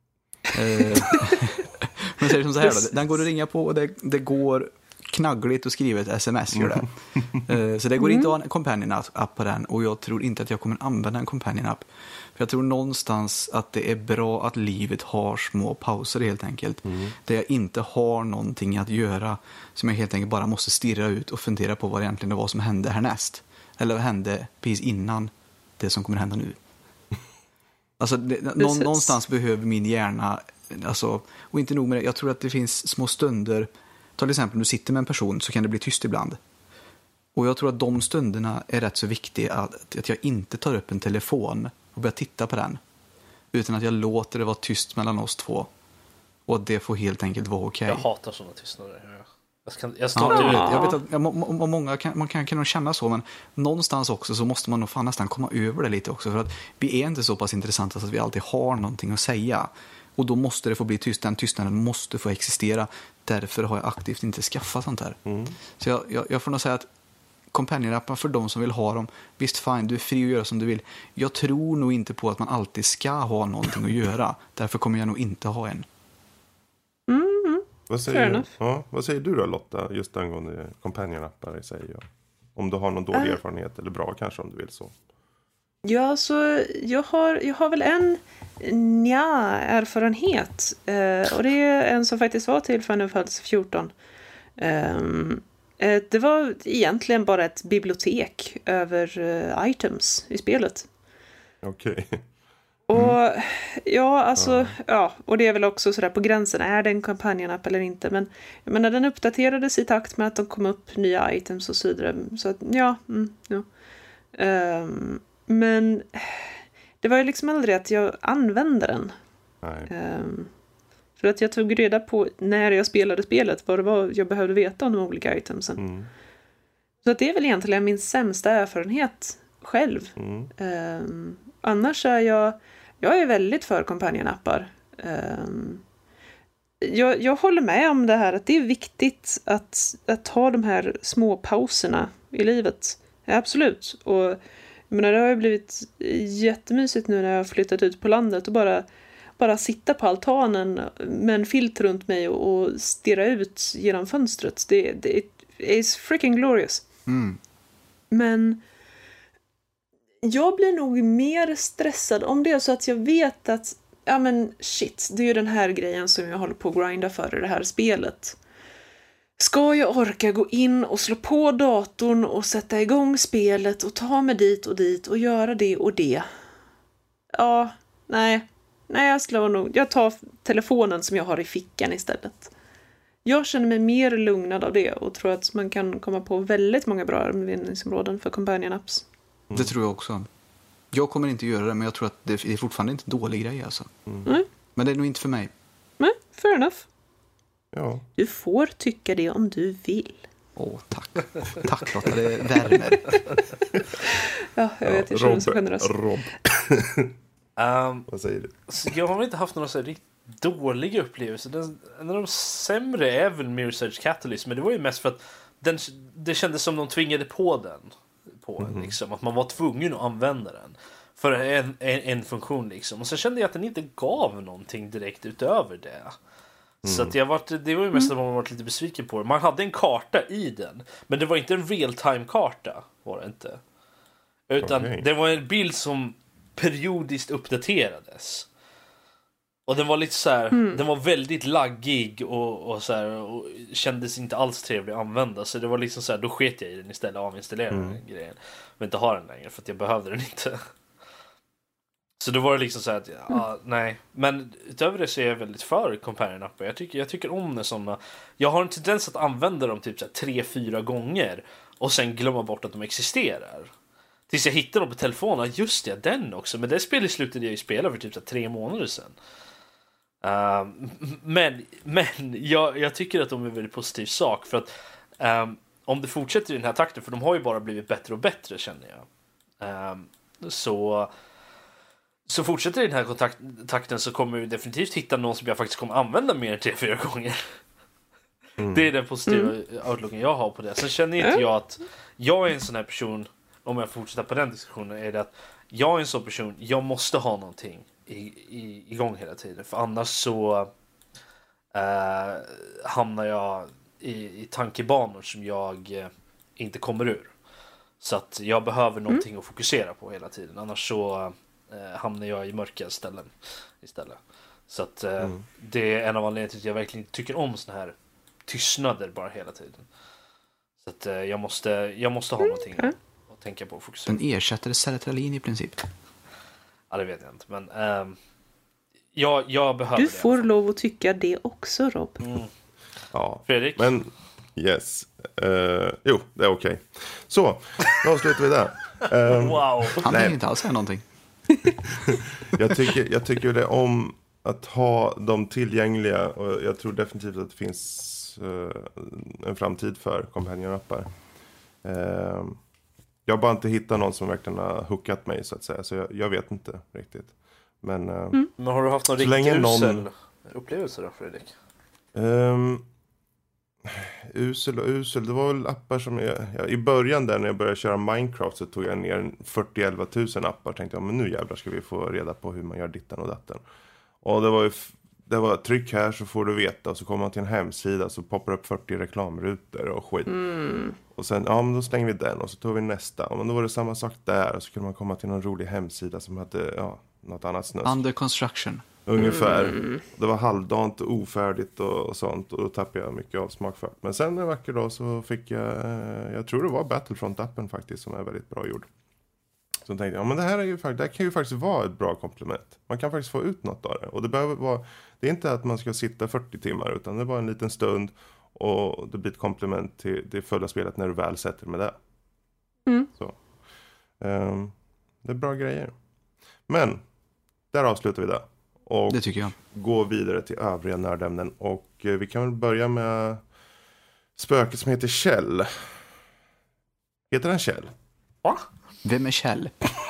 Men säger som så här då, den går att ringa på och det, det går knaggligt att skriva ett sms gör det. Så det går mm. inte att ha en companion-app på den, och jag tror inte att jag kommer använda en companion-app. För jag tror någonstans att det är bra att livet har små pauser helt enkelt. Mm. Där jag inte har någonting att göra, som jag helt enkelt bara måste stirra ut och fundera på vad egentligen det var som hände härnäst. Eller vad hände precis innan det som kommer hända nu. Alltså det, nå, någonstans behöver min hjärna, alltså, och inte nog med det, jag tror att det finns små stunder. Ta till exempel, du sitter med en person så kan det bli tyst ibland. Och jag tror att de stunderna är rätt så viktiga, att, att jag inte tar upp en telefon och börjar titta på den. Utan att jag låter det vara tyst mellan oss två. Och att det får helt enkelt vara okej. Okay. Jag hatar sådana tystnader. Jag, ska, jag står ja, inte jag, jag vet att ja, må, många kan, man kan, kan nog känna så, men någonstans också så måste man nog fan nästan komma över det lite också. För att vi är inte så pass intressanta så att vi alltid har någonting att säga. Och då måste det få bli tyst. Den tystnaden måste få existera. Därför har jag aktivt inte skaffat sånt här. Mm. Så jag, jag, jag får nog säga att companion-appen för de som vill ha dem, visst fine, du är fri att göra som du vill. Jag tror nog inte på att man alltid ska ha någonting att göra. Därför kommer jag nog inte ha en. Mm. Vad säger, ja, vad säger du då, Lotta, just angående companion-appar i sig? Ja. Om du har någon dålig äh. erfarenhet, eller bra kanske om du vill så. Ja, så jag har, jag har väl en nja erfarenhet. Eh, och det är en som faktiskt var till Final Fantasy fjorton. Eh, det var egentligen bara ett bibliotek över eh, items i spelet. Okej. Okay. Mm. Och ja, alltså, ja. ja, och det är väl också sådär på gränsen, är det en companion-app eller inte? Men jag menar, den uppdaterades i takt med att de kom upp nya items och så vidare. Så att, ja, mm, ja. Um, men det var ju liksom aldrig att jag använde den. Nej. Um, för att jag tog reda på när jag spelade spelet vad det var jag behövde veta om de olika itemsen. Mm. Så att det är väl egentligen min sämsta erfarenhet själv. Mm. Um, annars är jag jag är väldigt för companion-appar. Um, jag, jag håller med om det här att det är viktigt att, att ha de här små pauserna i livet. Ja, absolut. Och jag menar, det har ju blivit jättemysigt nu när jag har flyttat ut på landet och bara, bara sitta på altanen med en filt runt mig och, och stirra ut genom fönstret. Det, det är freaking glorious. Mm. Men jag blir nog mer stressad om det är så att jag vet att ja men shit, det är ju den här grejen som jag håller på att grinda för i det här spelet. Ska jag orka gå in och slå på datorn och sätta igång spelet och ta mig dit och dit och göra det och det? Ja, nej. Nej, jag slår nog. Jag tar telefonen som jag har i fickan istället. Jag känner mig mer lugnad av det och tror att man kan komma på väldigt många bra användningsområden för companion apps. Mm. Det tror jag också. Jag kommer inte göra det, men jag tror att det är fortfarande inte en dålig grej alltså. Mm. Mm. Men det är nog inte för mig. Nej, fair enough. Ja. Du får tycka det om du vill. Åh, tack. Tack Lotta, det värmer. Ja, jag vet, jag känner mig så generös. Rob. Um, Vad säger du? Jag har väl inte haft några så dålig upplevelse. Den, en av de sämre är väl Mirror's Edge Catalyst, men det var ju mest för att den, det kändes som de tvingade på den. På mm. liksom, att man var tvungen att använda den för en, en, en funktion liksom. Och så kände jag att den inte gav någonting direkt utöver det. Mm. Så att jag var, det var ju mest att man var lite besviken på det. Man hade en karta i den, men det var inte en real-time-karta, var det inte. Utan okay. det var en bild som periodiskt uppdaterades. Och den var lite så här, mm. den var väldigt laggig och, och så här, och kändes inte alls trevlig att använda. Så det var liksom så här, då sket jag i den istället, avinstallera mm. den grejen. Men inte ha den längre för att jag behövde den inte. Så då var det liksom så här att, ja, mm. nej. Men utöver det så är jag väldigt för companion-appar. Jag tycker, jag tycker om det sådana. Jag har en tendens att använda dem typ så här tre, fyra gånger och sen glömma bort att de existerar. Tills jag hittar dem på telefonen. Just det, den också. Men det spelet slutade jag ju spela för typ så här tre månader sedan. Uh, men men jag, jag tycker att de är en väldigt positiv sak. För att um, om det fortsätter i den här takten, för de har ju bara blivit bättre och bättre, känner jag. Um, så... Så fortsätter i den här kontakt- takten så kommer vi definitivt hitta någon som jag faktiskt kommer använda mer än tre, fyra gånger. Mm. Det är den positiva mm. outlooken jag har på det. Sen känner inte jag att jag är en sån här person, om jag fortsätter på den diskussionen, är det att jag är en sån person, jag måste ha någonting i, i, igång hela tiden. För annars så äh, hamnar jag i, i tankebanor som jag äh, inte kommer ur. Så att jag behöver någonting mm. att fokusera på hela tiden. Annars så äh, hamnar jag i mörka ställen istället. Så att äh, mm. det är en av anledningarna till att jag verkligen inte tycker om såna här tystnader bara hela tiden. Så att äh, jag måste jag måste ha någonting mm. att tänka på och fokusera. Den ersätter sertralin i princip. Ja, det vet jag inte. Men ähm, jag, jag behöver du det. Du får lov att tycka det också, Rob. Mm. Ja, Fredrik? Men yes. Uh, jo, det är okej. Okay. Så, då avslutar vi där. Um, wow. Han vill inte alls säga någonting. jag, tycker, jag tycker det om att ha dem tillgängliga. Och jag tror definitivt att det finns uh, en framtid för companion-appar. Uh, Jag har bara inte hittat någon som verkligen har hookat mig, så att säga. Så jag, jag vet inte riktigt. Men, mm. Men har du haft någon riktigt usel någon... upplevelse då, Fredrik? Um, usel och usel. Det var väl appar som jag, jag... I början där när jag började köra Minecraft så tog jag ner fyrtio elva tusen appar. Tänkte jag, men nu jävlar ska vi få reda på hur man gör ditten och datten. Och det var ju... Det var tryck här så får du veta. Och så kommer man till en hemsida så poppar upp fyrtio reklamrutor och skit. Mm. Och sen, ja men då stänger vi den och så tog vi nästa. Och då var det samma sak där. Och så kunde man komma till någon rolig hemsida som hade, ja, något annat snös. Under construction. Ungefär. Mm. Det var halvdant och ofärdigt och, och sånt. Och då tappade jag mycket avsmak för. Men sen en vacker dag så fick jag, jag tror det var Battlefront-appen faktiskt som är väldigt bra gjord. Så tänkte jag, ja men det här, är ju, det här kan ju faktiskt vara ett bra komplement. Man kan faktiskt få ut något av det. Och det behöver vara, det är inte att man ska sitta fyrtio timmar utan det är bara en liten stund. Och det blir ett komplement till det fulla spelet när du väl sätter med det. Mm. Så. Um, det är bra grejer. Men, där avslutar vi det. Och det tycker jag. Gå vidare till övriga nördämnen. Och uh, vi kan väl börja med spöket som heter Kjell. Heter den Kjell? Va? Vem är Kjell?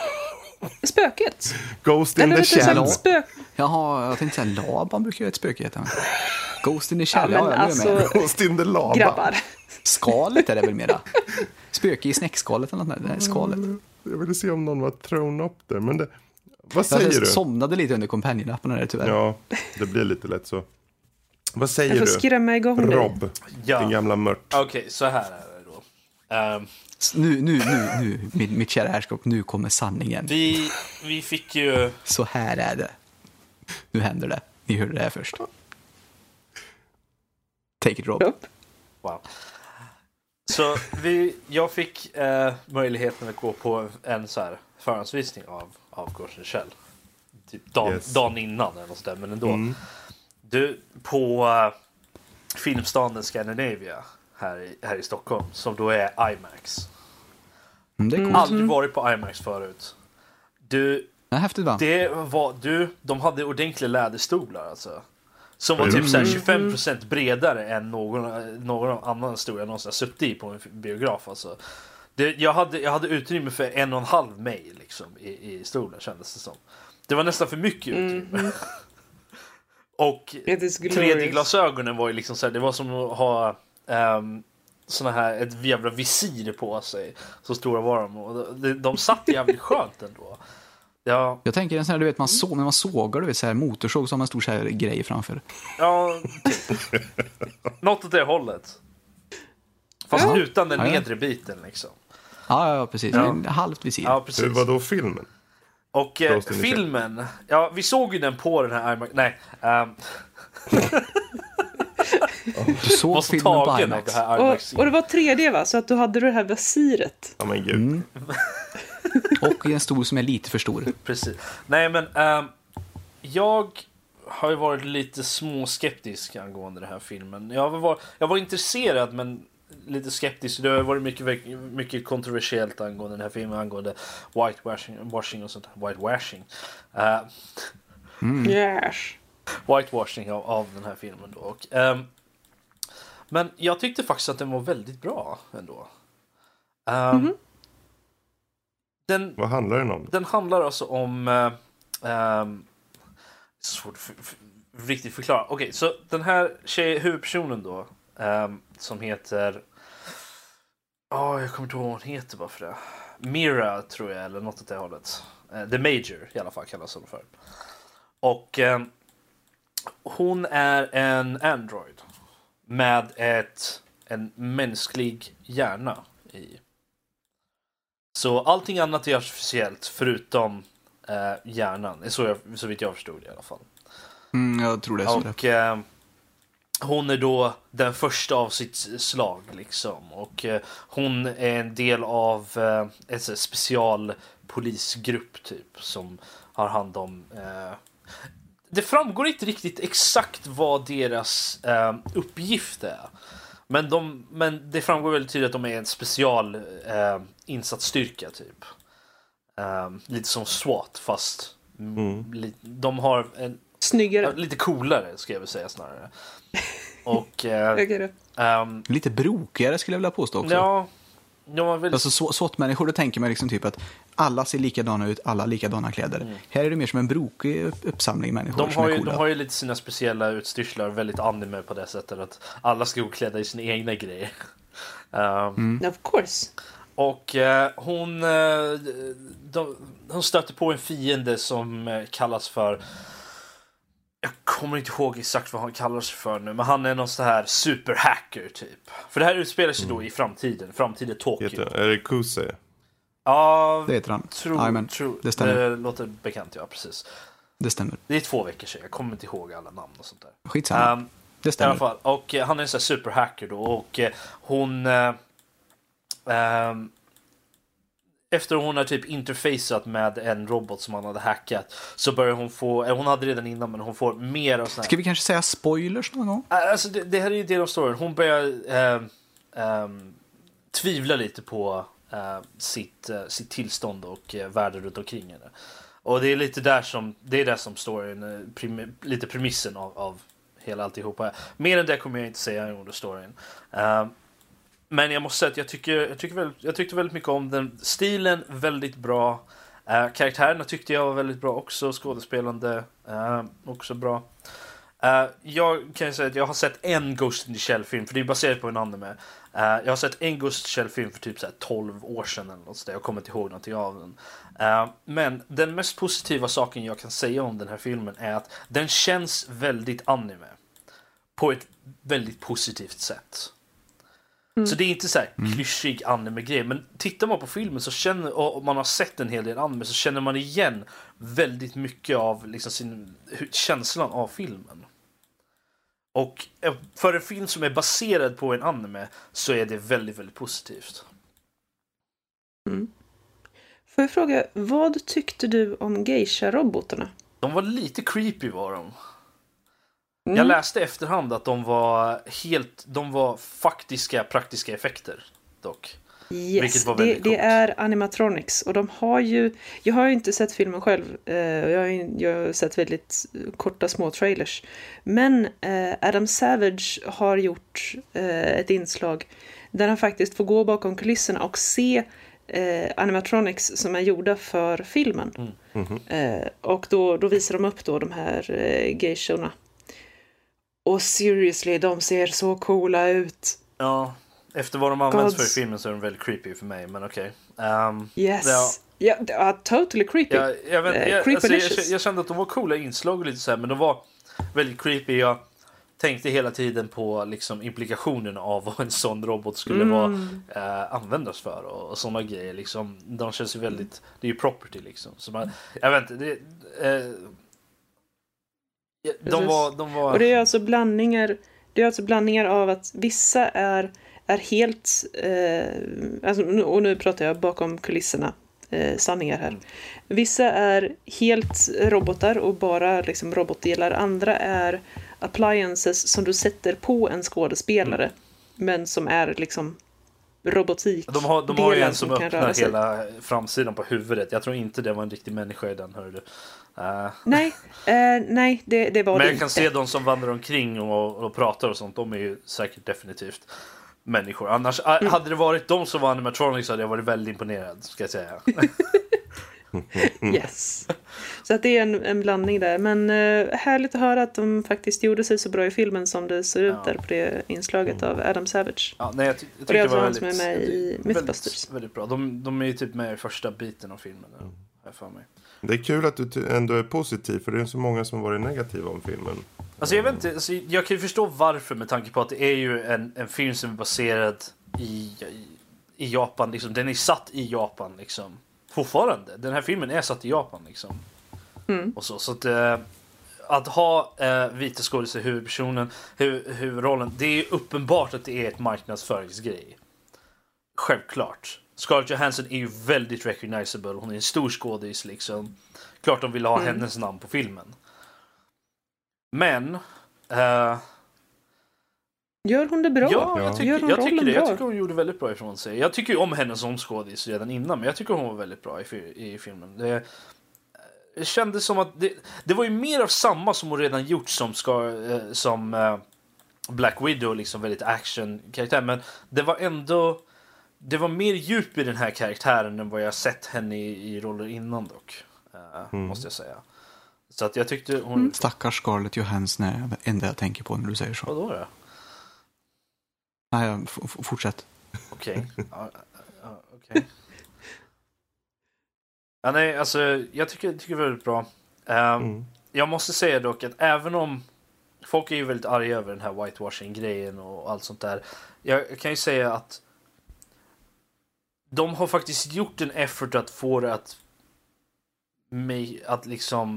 Spöket. Ghost in the Shell. Spök... Jaha, jag tänkte säga Laban brukar ju ett spöke heta. Ghost in the Shell, ja, ja, jag alltså, med. Ghost in the Lava. Grabbar. Skalet är det väl mera. Spöke i snäckskalet eller något där. Skalet. Jag ville se om någon var thrown up där, men det... Vad säger jag du? Jag somnade lite under companion-apparna där tyvärr. Ja, det blir lite lätt så. Vad säger jag får du? skrämma igång dig. Rob, ja. Din gamla mört. Okej, okay, så här är det då. Um, nu, nu, nu, nu, mitt, mitt kära härskap, nu kommer sanningen. Vi, vi fick ju... Så här är det. Nu händer det. Ni hörde det här först. Take it, Rob. Wow. Så vi, jag fick eh, möjligheten att gå på en så här förhandsvisning av, av Ghost in the Shell. Typ dagen, yes. dagen innan eller något sådär, men ändå. Mm. Du, på uh, filmstaden Scandinavia här i, här i Stockholm, som då är IMAX. Mm, det är coolt. Aldrig varit på IMAX förut. Du, det är häftigt, va? Det var, du, de hade ordentliga läderstolar alltså. Som var typ så här tjugofem procent bredare än någon, någon annan stol jag någonsin har suttit i på en biograf alltså. Det, jag, hade, jag hade utrymme för en och en halv mig liksom, i, i stolen, kändes det som. Det var nästan för mycket utrymme. Mm. Och It is glorious. tre D-glasögonen var ju liksom så här, det var som att ha um, såna här, ett jävla visir på sig. Så stora var de. Och de, de satt jävligt skönt ändå. Ja. Jag tänker en sån här, du vet, man så, när man sågar, du vet, så här motorsåg, så har man en stor så här grej framför. Ja, typ. Något åt det hållet. Fast Ja. utan den Ja, ja. nedre biten liksom. Ja, ja, precis. Ja. En halvt visir. Ja, precis. Hur var då filmen? Och eh, Ghost in the Shell. filmen, ja, vi såg ju den på den här IMAX. Nej, um, Du såg var så filmen på tagen av IMAX. det här Och, IMAX. och det var tre D va? Så att du hade det här visiret. Ja men gud. Mm. Och i en stol som är lite för stor. Precis. Nej, men um, jag har ju varit lite småskeptisk angående den här filmen. Jag var, jag var intresserad, men lite skeptisk. Det har varit mycket, mycket kontroversiellt angående den här filmen, angående whitewashing washing och sånt. Whitewashing. Uh, Mm. Yes. whitewashing av, av den här filmen då. Och, um, men jag tyckte faktiskt att den var väldigt bra ändå. Um, Mhm. Den, Vad handlar den om? den handlar alltså om... Uh, um, svårt att f- f- riktigt förklara. Okej, okay, så den här tjej, huvudpersonen då, um, som heter... Ja, oh, jag kommer inte ihåg vad hon heter bara för det. Mira, tror jag, eller något åt det hållet. Uh, The Major, i alla fall, kallas hon för. Och um, hon är en android med ett, en mänsklig hjärna i. Så allting annat är artificiellt förutom eh, hjärnan. Så, jag, så vitt jag förstod det i alla fall. Mm, jag tror det är så. Och eh, hon är då den första av sitt slag liksom. Och eh, hon är en del av eh, en specialpolisgrupp typ. Som har hand om... Eh, det framgår inte riktigt exakt vad deras eh, uppgift är. Men, de, men det framgår väldigt tydligt att de är en special eh, insatsstyrka typ. Eh, lite som SWAT fast Mm. li, de har en, Snyggare. ja, lite coolare ska jag väl säga snarare. Och eh, Okej då. ehm, Lite brokigare skulle jag vilja påstå också. ja, de var väldigt... Alltså så, SWAT-människor, då tänker man liksom typ att alla ser likadana ut, alla har likadana kläder. Mm. Här är det mer som en brokig upp- uppsamling människor De som har, är ju, coola. de har ju lite sina speciella utstyrslar, väldigt anime på det sättet att alla ska gå klädda i sina egna grejer. Ehm, Mm. Of course. Och eh, hon, eh, de, hon stöter på en fiende som eh, kallas för... Jag kommer inte ihåg exakt vad han kallar sig för nu, men han är någon sån här superhacker typ. För det här utspelar sig då i framtiden, framtiden Tokyo. Heter, är det Kuse? Ja, Det heter han. tro, Jajamän, tro, det stämmer. det låter bekant, ja precis. Det stämmer. Det är två veckor sedan, jag kommer inte ihåg alla namn och sånt där. Skitsamma. Um, det I stämmer. alla fall. Och eh, han är en sån här superhacker då. Och eh, hon... Eh, ehm, efter hon har typ interfaceat med en robot som han hade hackat, så börjar hon få... Eh, hon hade redan innan, men hon får mer av sån här... Ska vi kanske säga spoilers någon gång? Eh, Alltså det, det här är ju del av storyn. Hon börjar eh, ehm, tvivla lite på eh, sitt, eh, sitt tillstånd och eh, världen runt omkring henne. Och det är lite där som, det är där som storyn, eh, prim, lite premissen av, av hela alltihopa är. Mer än det kommer jag inte säga under storyn. Uh, men jag måste säga att jag, tycker, jag, tycker väldigt, jag tyckte väldigt mycket om den. Stilen väldigt bra. Uh, karaktärerna tyckte jag var väldigt bra också. Skådespelande uh, också bra. Uh, jag kan ju säga att jag har sett en Ghost in the Shell-film, för det är baserat på en anime. Uh, jag har sett en Ghost in the Shell-film för typ så här tolv år sedan eller något sådär. Jag kommer inte ihåg någonting av den. Uh, men den mest positiva saken jag kan säga om den här filmen är att den känns väldigt anime. På ett väldigt positivt sätt. Mm. Så det är inte så här Mm. klyschig anime-grej. Men tittar man på filmen så känner, och man har sett en hel del anime, så känner man igen väldigt mycket av liksom sin, känslan av filmen. Och för en film som är baserad på en anime så är det väldigt, väldigt positivt. Mm. Får jag fråga, vad tyckte du om geisha-robotarna? De var lite creepy var de. Mm. Jag läste efterhand att de var helt, de var faktiska praktiska effekter dock. Yes, Vilket var det, väldigt det coolt. är animatronics och de har ju, jag har ju inte sett filmen själv, eh, jag, har, ju- jag har sett väldigt korta små trailers, men eh, Adam Savage har gjort eh, ett inslag där han faktiskt får gå bakom kulisserna och se eh, animatronics som är gjorda för filmen. Mm. Mhm. Eh, och då, då visar de upp då de här eh, geishorna. Och seriously, de ser så coola ut. Ja, efter vad de används Gods. för i filmen så är de väldigt creepy för mig, men okej. Okay. Um, Yes. Ja. Ja, yeah, totally creepy. Jag, jag, vet, Uh, jag, alltså, jag, creepylicious. jag kände att de var coola inslag och lite så här, men de var väldigt creepy. Jag tänkte hela tiden på liksom implikationen av vad en sån robot skulle Mm. vara eh, användas för och, och sådana grejer. Liksom, de känns ju väldigt, det är ju property liksom. Så man, jag vet inte, det, eh, ja, de Precis. var, de var... Och det är alltså blandningar, det är alltså blandningar av att vissa är, är helt, eh, alltså, nu- och nu pratar jag bakom kulisserna, eh, sanningar här. Vissa är helt robotar och bara liksom robotdelar. Andra är appliances som du sätter på en skådespelare, men som är liksom robotik. De har, de har ju delar en som kan röra öppnar sig. hela framsidan på huvudet. Jag tror inte det var en riktig människa i den, hörde du. Uh, Nej, eh, nej det, det var men det jag kan inte. se de som vandrar omkring och, och pratar och sånt. De är ju säkert definitivt människor. Annars, mm. hade det varit de som var animatronics hade jag varit väldigt imponerad, ska jag säga. Yes. Så att det är en, en blandning där. Men eh, härligt att höra att de faktiskt gjorde sig så bra i filmen som det ser ut Ja. där på det inslaget av Adam Savage. Ja, nej, jag, ty- jag Och det är tyckte alltså det var han som är väldigt, med i väldigt- Mythbusters. Väldigt bra. De, de är ju typ med i första biten av filmen. Mm. Här för mig. Det är kul att du ty- ändå är positiv, för det är så många som har varit negativa om filmen. Alltså jag vet inte, alltså, jag kan ju förstå varför med tanke på att det är ju en, en film som är baserad i, i, i Japan. Liksom. Den är satt i Japan liksom. Fortfarande. Den här filmen är satt i Japan liksom. Mm. Och så, så att, eh, att ha eh, vita skådespelare i huvudpersonen, hu, huvudrollen, det är uppenbart att det är ett marknadsföringsgrej. Självklart. Scarlett Johansson är ju väldigt recognizable. Hon är en stor skådis liksom. Klart de ville ha Mm. hennes namn på filmen. Men eh, Gör hon det bra? ja, Ja. jag, tycker, Gör hon jag, tycker rollen det. jag bra? tycker hon gjorde väldigt bra ifrån sig. Jag tycker ju om henne som skådis redan innan, men jag tycker hon var väldigt bra i, fi- i filmen. Det, det kändes som att det, det var ju mer av samma som hon redan gjort som, ska, eh, som eh, Black Widow, liksom väldigt action-karaktär. Men det var ändå, det var mer djup i den här karaktären än vad jag sett henne i, i roller innan dock. Eh, Mm. Måste jag säga. Så att jag tyckte hon... Mm. Stackars Scarlett Johansson är det enda jag tänker på när du säger så. Vadå då? Nej, ja, f- f- fortsätt. Okej. Ja, ja, okej. Ja, nej, alltså jag tycker, tycker det är väldigt bra. Ehm, Mm. Jag måste säga dock att även om folk är ju väldigt arga över den här whitewashing-grejen och allt sånt där. Jag kan ju säga att de har faktiskt gjort en effort att få det att mig att liksom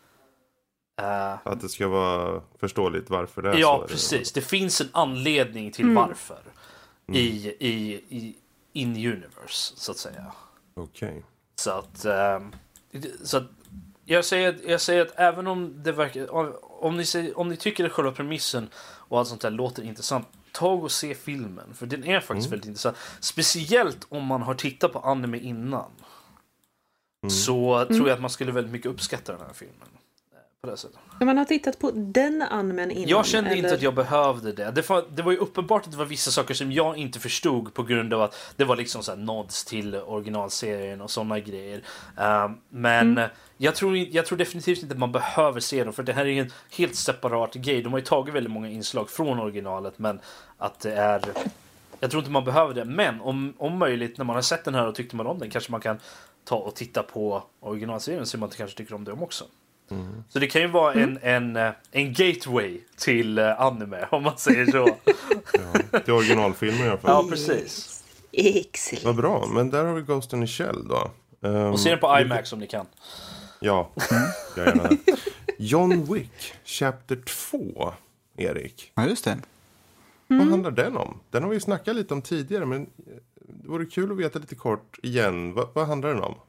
eh, Att det ska vara förståeligt varför det är ja, så. precis. Det finns en anledning till Mm. varför Mm. i, i, i in universe så att säga. Okej. Så att, ehm, så att jag, säger, jag säger att även om det verkar, om, om, ni säger, om ni tycker att själva premissen och allt sånt där låter intressant, ta och se filmen. För den är faktiskt Mm. väldigt intressant. Speciellt om man har tittat på anime innan. Mm. Så tror jag att man skulle väldigt mycket uppskatta den här filmen. eh, På det sättet. Men man har tittat på den animen innan. Jag kände eller? inte att jag behövde det. Det var, det var ju uppenbart att det var vissa saker som jag inte förstod på grund av att det var liksom så här nods till originalserien och sådana grejer. Um, men Mm. jag, tror, jag tror definitivt inte att man behöver se dem, för det här är en helt separat grej. De har ju tagit väldigt många inslag från originalet, men att det är... Jag tror inte man behöver det, men om, om möjligt när man har sett den här och tyckte man om den, kanske man kan ta och titta på originalserien så man inte kanske tycker om dem också. Mm. Så det kan ju vara en, en, eh, en gateway till eh, anime, om man säger så. Ja, till originalfilmen i alla fall. Ja, precis. Excellent. Vad bra, men där har vi Ghost in the Shell då. Um, Och se den på IMAX om ni kan. Ja, jag gärna det. John Wick, Chapter två, Erik. Ja, just det. Vad handlar den om? Den har vi snackat lite om tidigare, men det vore kul att veta lite kort igen. Va, vad handlar den om?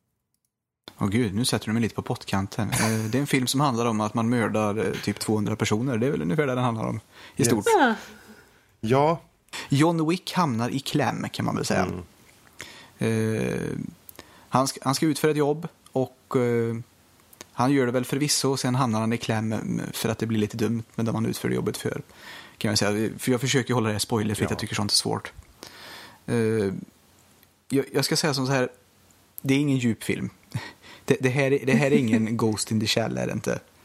Åh gud, nu sätter du mig lite på pottkanten. Eh, Det är en film som handlar om att man mördar eh, typ tvåhundra personer. Det är väl ungefär det den handlar om i stort. Yes. Ah, Ja. John Wick hamnar i kläm, kan man väl säga. Mm. Eh, han, ska, han ska utföra ett jobb och eh, han gör det väl förvisso, och sen hamnar han i kläm för att det blir lite dumt med det man utför jobbet för. Kan jag säga. För jag försöker hålla det här spoilerfritt, Ja. jag tycker sånt är svårt. Eh, jag, jag ska säga som så här, det är ingen djup film. Det, det, här, det här är ingen Ghost in the Shell, är det inte.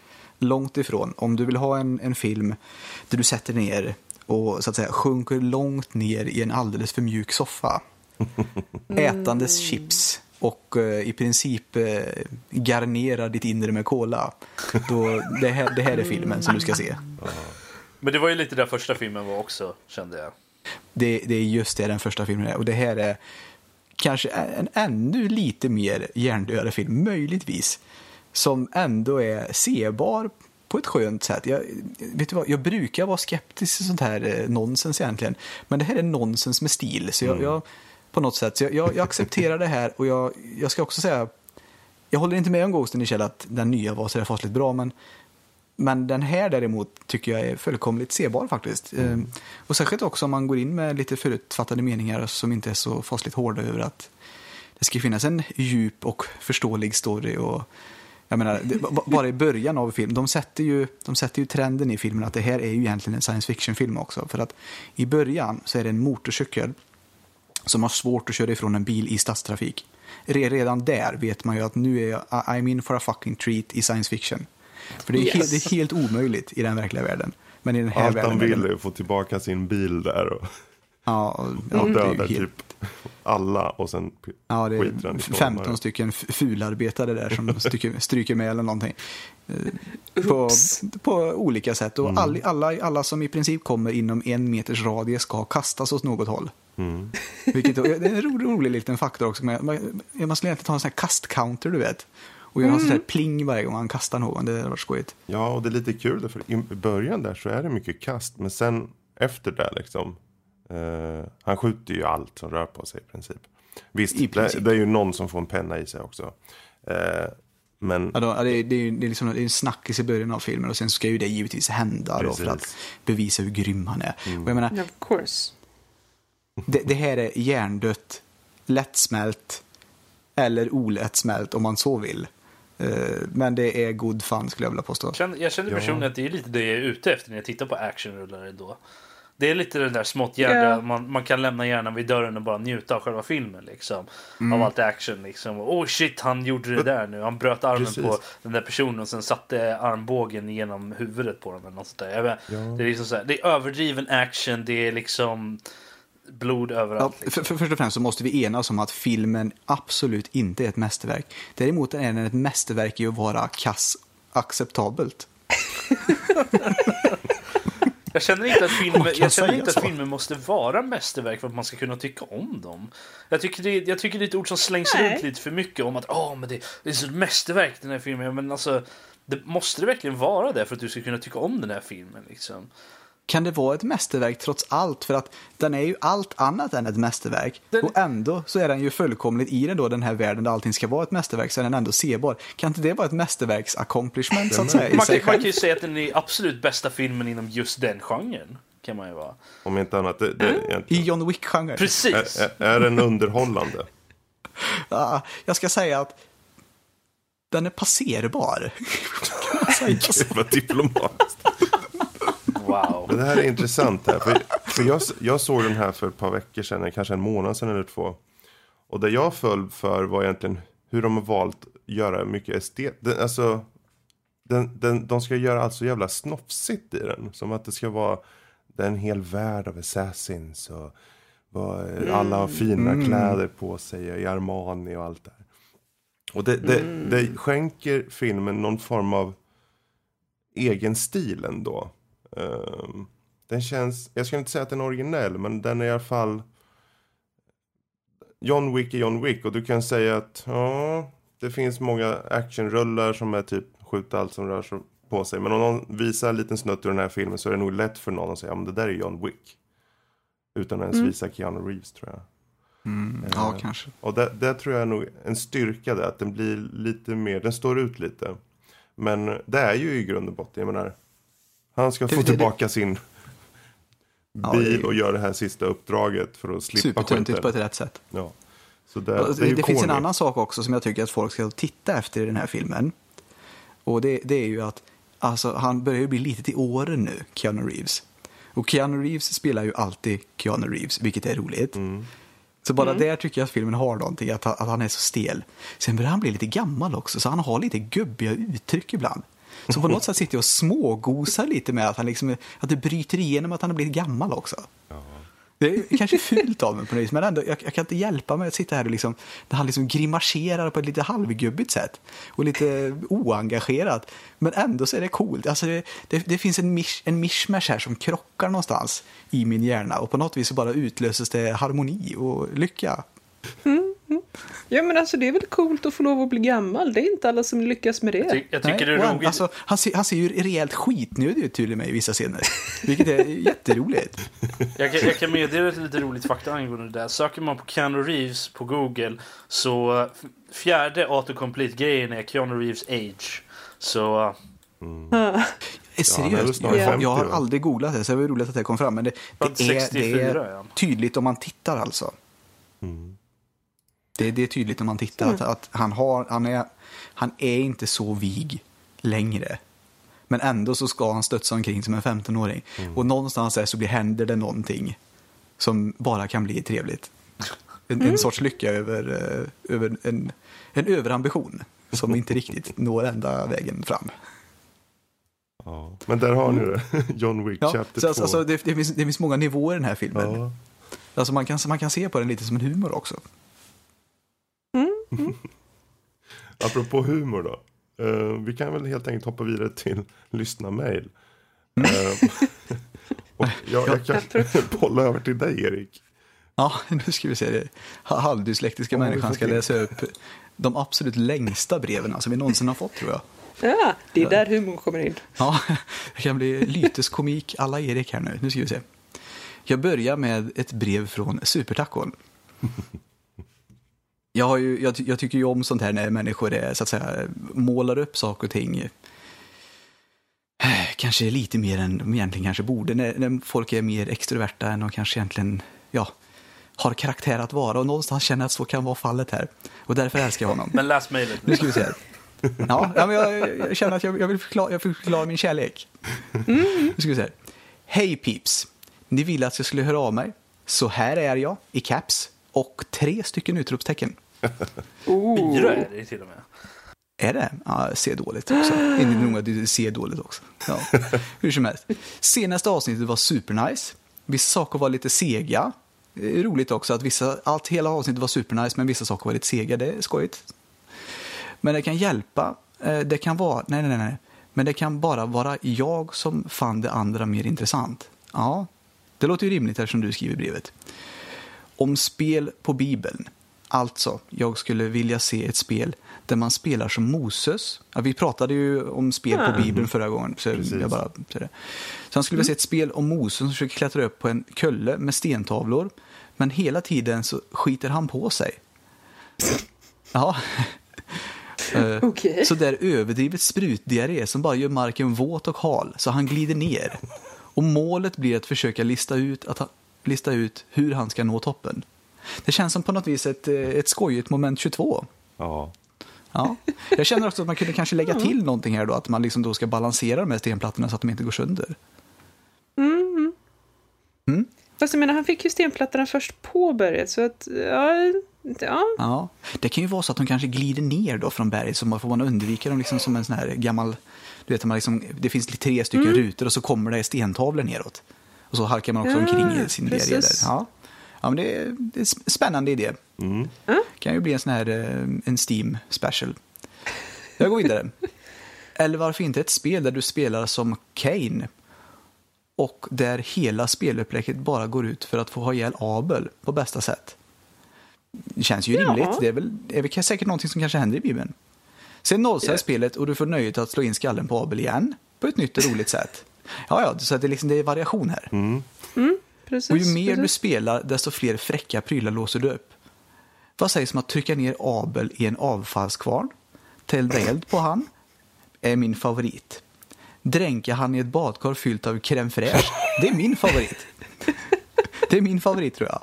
långt ifrån. Om du vill ha en, en film där du sätter ner och så att säga sjunker långt ner i en alldeles för mjuk soffa. Mm. Ätandes chips och uh, i princip uh, garnerar ditt inre med cola. Då, det, här, det här är filmen som du ska se. Men det var ju lite där första filmen var också, kände jag. Det, det är just det den första filmen är. Och det här är kanske en ännu lite mer hjärndöda film, möjligtvis. Som ändå är sebar på ett skönt sätt. Jag, vet du vad, jag brukar vara skeptisk till sånt här eh, nonsens egentligen. Men det här är nonsens med stil. Så jag, mm. jag på något sätt, så jag, jag, jag accepterar det här. Och jag, jag ska också säga, jag håller inte med om Ghost in the Shell att den nya var så där fasligt bra. Men, men den här däremot tycker jag är fullkomligt sebar faktiskt. Mm. Ehm, och särskilt också om man går in med lite förutfattade meningar som inte är så fasligt hårda över att det ska finnas en djup och förståelig story. Och jag menar, det, bara i början av filmen, de sätter ju, de sätter ju trenden i filmen att det här är ju egentligen en science fiction-film också. För att i början så är det en motorcykel som har svårt att köra ifrån en bil i stadstrafik. Redan där vet man ju att nu är jag, I'm in for a fucking treat i science fiction. För det är, yes. helt, det är helt omöjligt i den verkliga världen. Men i den här allt världen, han vill är att få tillbaka sin bil där och, ja, och, ja, och döda helt... typ alla och sen ja, det skiter den i femton stycken fularbetare där som stryker, stryker med eller någonting. På, på olika sätt. Och mm. all, alla, alla som i princip kommer inom en meters radie ska kastas åt något håll. Mm. Vilket det är en rolig, rolig liten faktor också. Man, man skulle egentligen ta en sån här kastcounter, du vet. Och göra mm. en sån här pling varje gång man kastar någon. Det var skojigt. Ja, och det är lite kul. För i början där så är det mycket kast. Men sen efter det liksom. Uh, han skjuter ju allt som rör på sig i princip. Visst, I princip. Det, det är ju någon som får en penna i sig också. Uh, men... Ja, då, det, är, det, är, det, är liksom, det är en snackis i början av filmen. Och sen ska ju det givetvis hända då, för att bevisa hur grym han är. Mm. Och jag menar, of course. Det, det här är hjärndött, lättsmält eller olättsmält om man så vill. Men det är god fan, skulle jag vilja påstå. Jag känner, jag känner personligen ja. att det är lite det jag är ute efter när jag tittar på actionrullare då. Det är lite den där smått hjärna, yeah. man, man kan lämna hjärnan vid dörren och bara njuta av själva filmen liksom. Mm. Av allt action liksom. Oh shit, han gjorde det där nu. Han bröt armen Precis. på den där personen och sen satte armbågen genom huvudet på dem eller något sånt där. Jag vet, ja. Det är liksom så här, det är överdriven action, det är liksom blod överallt. Ja, för, för, först och främst så måste vi enas om att filmen absolut inte är ett mästerverk. Däremot är den ett mästerverk i att vara kass acceptabelt. Jag känner inte att filmen, jag känner inte att filmen måste vara mästerverk för att man ska kunna tycka om dem. Jag tycker det, jag tycker det är ett ord som slängs Nej. runt lite för mycket om att oh, men det, det är så ett mästerverk den här filmen. Men alltså, det, måste det verkligen vara det för att du ska kunna tycka om den här filmen liksom? Kan det vara ett mästerverk trots allt? För att den är ju allt annat än ett mästerverk. Den... Och ändå så är den ju fullkomligt i den, då, den här världen där allting ska vara ett mästerverk, så är den ändå sebar. Kan inte det vara ett mästerverks accomplishment så att säga, i man, sig kan, man kan ju säga att den är absolut bästa filmen inom just den genren. Kan man ju vara. Om inte annat. Det, det, mm. I John Wick-genren. Precis. Är, är, är den underhållande? Ja, jag ska säga att den är passerbar. Kan man säga så? Det var diplomatiskt. Wow. Men det här är intressant här. För, för jag, jag såg den här för ett par veckor sedan, kanske en månad sedan eller två. Och det jag föll för var egentligen hur de har valt att göra mycket estet. Den, alltså, den, den, de ska göra allt så jävla snofsigt i den. Som att det ska vara det är en hel värld av assassins. Och, och mm. alla har fina mm. kläder på sig i Armani och allt det här. Och det, det, mm. det skänker filmen någon form av egen stil ändå. Um, den känns, jag ska inte säga att den är originell, men den är i alla fall John Wick är John Wick, och du kan säga att ja, det finns många actionrullar som är typ skjuta allt som rör sig på sig, men om någon visar en liten snutt ur den här filmen så är det nog lätt för någon att säga, ja men det där är John Wick, utan ens mm. visa Keanu Reeves, tror jag. Mm, uh, ja, kanske. Och det, det tror jag är nog en styrka där, att den blir lite mer, den står ut lite, men det är ju i grund och botten, jag menar, han ska få det, tillbaka det, sin bil ja, och göra det här sista uppdraget för att slippa supertöntigt på ett rätt sätt. Ja. Så det, det, det, det finns en annan sak också som jag tycker att folk ska titta efter i den här filmen. Och det, det är ju att alltså, han börjar ju bli lite till åren nu, Keanu Reeves. Och Keanu Reeves spelar ju alltid Keanu Reeves, vilket är roligt. Mm. Så bara mm. där tycker jag att filmen har någonting, att, att han är så stel. Sen börjar han bli lite gammal också, så han har lite gubbiga uttryck ibland. Så på något sätt sitter jag och smågosar lite med att han liksom, att det bryter igenom att han har blivit gammal också. Ja. Det är kanske fult av mig på något vis, men ändå, jag, jag kan inte hjälpa mig att sitta här och liksom, där han liksom grimaserar på ett lite halvgubbigt sätt och lite oengagerat, men ändå så är det coolt. Alltså det, det, det finns en, mish, en mishmash här som krockar någonstans i min hjärna och på något vis så bara utlöses det harmoni och lycka. Mm, mm. Ja, men alltså det är väl coolt att få lov att bli gammal. Det är inte alla som lyckas med det. Jag, ty- jag tycker Nej, det är han, roligt. alltså, han, ser, han ser ju rejält skitnödig ut tydligen med i vissa scener. Vilket är jätteroligt. Jag kan, jag kan meddela ett lite roligt fakta angående det där. Söker man på Keanu Reeves på Google så fjärde autocomplete-grejen är Keanu Reeves age. Så... Mm. Ah. Seriöst, Ja, jag, femtio, jag har va? aldrig googlat det, så det var roligt att det kom fram. Men det, det, är, det sextiofyra, ja. är tydligt om man tittar alltså. Mm. Det, det är tydligt om man tittar att, att han, har, han, är, han är inte så vig längre. Men ändå så ska han stötsa omkring som en femtonåring. Mm. Och någonstans där så blir, händer det någonting som bara kan bli trevligt. En, mm. en sorts lycka över, uh, över en, en överambition som inte riktigt når ända vägen fram. Ja. Men där har ni det. John Wick ja, chapter så två. alltså, det, det, finns, det finns många nivåer i den här filmen. Ja. Alltså man kan, man kan se på den lite som en humor också. Mm. Mm. Apropå humor då. Uh, vi kan väl helt enkelt hoppa vidare till lyssna-mail. Mm. Uh, och jag, jag kan bolla över till dig, Erik. Ja, nu ska vi se det. Halvdyslektiska Ja, människan ska till. läsa upp de absolut längsta breven som vi någonsin har fått, tror jag. Ja, det är där humorn kommer in. Ja, det kan bli lyteskomik alla Erik här nu. Nu ska vi se. Jag börjar med ett brev från Supertacon. Jag, har ju, jag, jag tycker ju om sånt här när människor är, så att säga, målar upp saker och ting. Kanske lite mer än de egentligen kanske borde. När, när folk är mer extroverta än de kanske egentligen ja, har karaktär att vara. Och någonstans känner att så kan vara fallet här. Och därför älskar jag honom. Men läs mejlet. Nu ska vi se här. Ja, ja men jag, jag känner att jag, jag, vill förklara, jag vill förklara min kärlek. Mm. Nu ska vi se här. Hej peeps. Ni ville att jag skulle höra av mig. Så här är jag i caps. Och tre stycken utropstecken. Oh. Fyra är det till och med. Är det? Ja, ser dåligt också. Inte nog att du ser dåligt också. Ja. Hur som helst. Senaste avsnittet var supernice. Vissa saker var lite sega. Det är roligt också att vissa, allt hela avsnittet var supernice, men vissa saker var lite sega. Det är skojigt. Men det kan hjälpa. Det kan vara, nej, nej, nej. Men det kan bara vara jag som fann det andra mer intressant. Ja, det låter ju rimligt eftersom du skriver brevet. Om spel på Bibeln. Alltså, jag skulle vilja se ett spel där man spelar som Moses. Ja, vi pratade ju om spel på Bibeln förra gången. Så jag bara, så det. Så han skulle vilja se ett spel om Moses som försöker klättra upp på en kölle med stentavlor. Men hela tiden så skiter han på sig. Ja. uh, okay. Så där överdrivet sprutdiarré som bara gör marken våt och hal. Så han glider ner. Och målet blir att försöka lista ut, att ha, lista ut hur han ska nå toppen. Det känns som på något vis ett, ett skojigt moment tjugotvå. Ja. Ja. Jag känner också att man kunde kanske lägga till någonting här då. Att man liksom då ska balansera de här stenplattorna så att de inte går sönder. Mm. Mm? Fast jag menar, han fick ju stenplattorna först på berget. Så att, ja, ja. Ja. Det kan ju vara så att de kanske glider ner då från berget. Så man får man undvika dem liksom som en sån här gammal... Du vet, man liksom, det finns tre stycken mm. rutor och så kommer det stentavlor neråt. Och så halkar man också ja, omkring i sin diarré där. Ja. Ja, men det är, det är en spännande idé. Mm. Det kan ju bli en sån här en Steam special. Jag går vidare. Eller varför inte ett spel där du spelar som Cain och där hela spelupplägget bara går ut för att få ha ihjäl Abel på bästa sätt. Det känns ju ja. rimligt. Det är väl, är väl säkert någonting som kanske händer i Bibeln. Sen nollsar yeah. spelet och du får nöjet att slå in skallen på Abel igen på ett nytt och roligt sätt. Ja, ja, så att det, liksom, det är variation här. Mm. Mm. Precis, och ju mer precis. du spelar, desto fler fräcka prylar låser du upp. Vad sägs om att trycka ner Abel i en avfallskvarn? Tända eld på han? Är min favorit. Dränka han i ett badkar fyllt av crème fraîche? Det är min favorit. Det är min favorit, tror jag.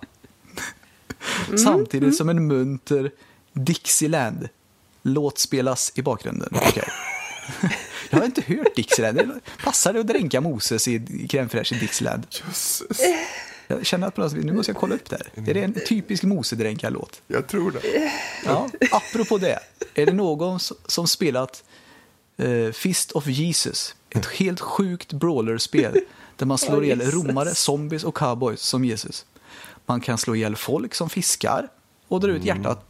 Mm, Samtidigt mm. som en munter Dixieland låt spelas i bakgrunden. Okay. Jag har inte hört Dixieland. Passar det att dränka Moses i crème fraîche i Dixieland? Jesus. Jag känner att på något vis, nu måste jag kolla upp det här. Är det en typisk Mose-dränkarlåt? Jag tror det. Ja, apropå det. Är det någon som spelat Uh, Fist of Jesus. Ett helt sjukt brawlerspel där man slår Oh, ihjäl Jesus. romare, zombies och cowboys som Jesus. Man kan slå ihjäl folk som fiskar och dra ut hjärtat.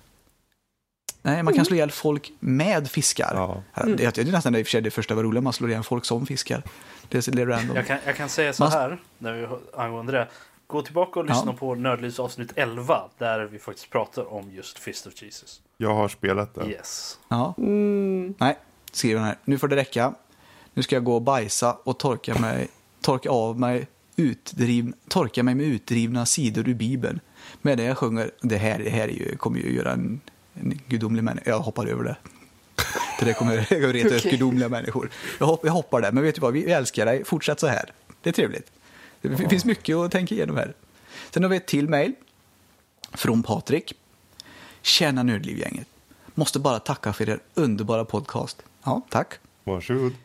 Nej, man kan slå ihjäl folk med fiskar. Ja. Det, det är nästan det i och för sig det första var roligt. Man slår ihjäl folk som fiskar. Det är lite random. Jag kan, jag kan säga så Man- här när vi, angående det. Gå tillbaka och lyssna Ja. på Nördlivs avsnitt elva där vi faktiskt pratar om just Fist of Jesus. Jag har spelat det. Yes. Ja. Mm. Nej, skriver den här. Nu får det räcka. Nu ska jag gå och bajsa och torka mig, torka av mig utdriv, torka mig med utdrivna sidor ur Bibeln. Med det jag sjunger, det här, det här är ju, kommer ju göra en, en gudomlig människa. Jag hoppar över det. Det där kommer jag att reta upp Okej. gudomliga människor. Jag, hopp, jag hoppar där, men vet du vad, vi älskar dig. Fortsätt så här. Det är trevligt. Det Ja. finns mycket att tänka igenom här. Sen har vi ett till mejl från Patrik. Tjäna Nördlivgänget. Måste bara tacka för er underbara podcast. Ja, tack. Varsågod.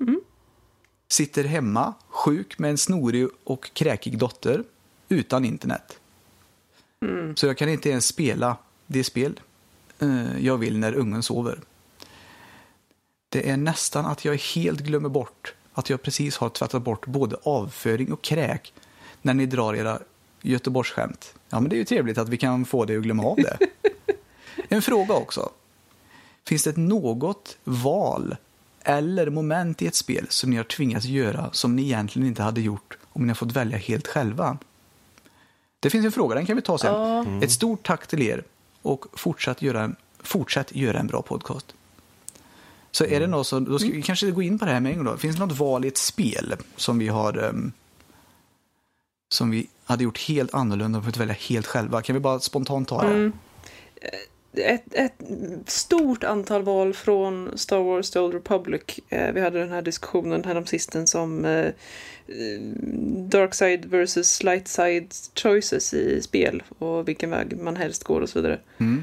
Sitter hemma, sjuk med en snorig och kräkig dotter, utan internet. Så jag kan inte ens spela det spel eh, jag vill när ungen sover. Det är nästan att jag helt glömmer bort att jag precis har tvättat bort både avföring och kräk när ni drar era Göteborgsskämt. Ja, men det är ju trevligt att vi kan få det att glömma av det. En fråga också. Finns det något val eller moment i ett spel som ni har tvingats göra som ni egentligen inte hade gjort om ni har fått välja helt själva? Det finns en fråga, den kan vi ta sen. Ja. Ett stort tack till er och fortsätt göra en, fortsätt göra en bra podcast. Så är det något så, då ska vi kanske gå in på det här med en gång då. Finns det något val i ett spel som vi har um, som vi hade gjort helt annorlunda och fått välja helt själva? Kan vi bara spontant ta det? Mm. Ett, ett stort antal val från Star Wars The Old Republic. Eh, vi hade den här diskussionen här om sistens om eh, dark side versus light side choices i spel och vilken väg man helst går och så vidare. Mm.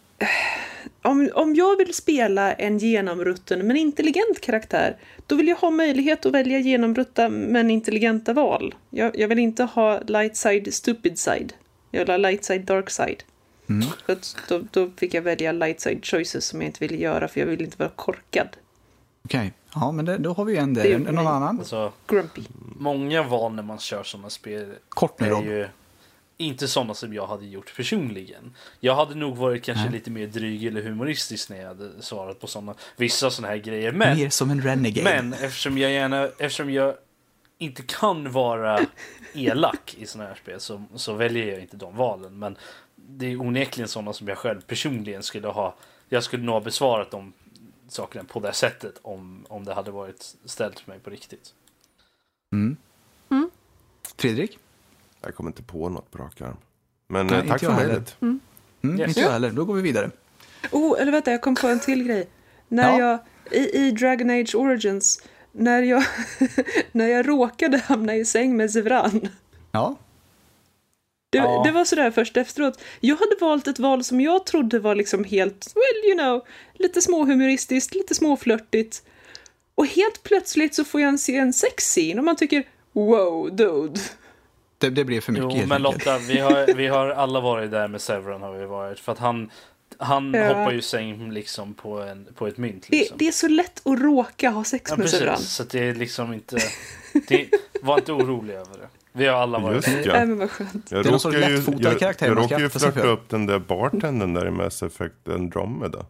Om, om jag vill spela en genomrutten men intelligent karaktär, då vill jag ha möjlighet att välja genomrutta men intelligenta val. Jag, jag vill inte ha light side stupid side. Jag vill ha light side dark side. Mm. Så att då, då fick jag välja light side choices som jag inte ville göra för jag ville inte vara korkad. Okej, okay. Ja men det, då har vi ju en där. Det är En, någon mig. annan? Alltså, Grumpy. många val när man kör sådana spel Kort nu är Rob. ju inte sådana som jag hade gjort personligen. Jag hade nog varit kanske Nej. lite mer dryg eller humoristisk när jag hade svarat på sådana, vissa sådana här grejer. Men, Mer som en renegade. men eftersom jag gärna, eftersom jag inte kan vara elak i sådana här spel så, så väljer jag inte de valen. Men det är onekligen sådana som jag själv personligen skulle ha. Jag skulle nog ha besvarat de sakerna på det sättet om, om det hade varit ställt för mig på riktigt. Mm. Mm. Fredrik? Jag kommer inte på något på rak arm. Men Nej, eh, tack inte för jag heller. mejlet. Mm, Yes. Inte jag heller. Då går vi vidare. Oh, eller vänta, jag kom på en till grej. När Ja. jag, i, i Dragon Age Origins, när jag, när jag råkade hamna i säng med Zevran. Ja. Det, Ja. det var sådär först efteråt. Jag hade valt ett val som jag trodde var liksom helt, well you know, lite småhumoristiskt, lite småflörtigt. Och helt plötsligt så får jag en, se en sexscene och man tycker, wow, dude. Det, det blev för mycket Jo, helt men enkelt. Lotta, vi har, vi har alla varit där med Severin har vi varit. För att han, han Ja. hoppar ju säng liksom på, en, på ett mynt. Det, Liksom. det är så lätt att råka ha sex ja, med Zevran. precis, så det är liksom inte... Det, var inte orolig över det. Vi har alla varit Just där. ja. Nej men vad skönt. Jag Det är någon sorts råkar ju, lättfotad jag, karaktär jag man råkar ju skrattar sig flörta för. upp den där bartendern där i Mass Effect Andromeda.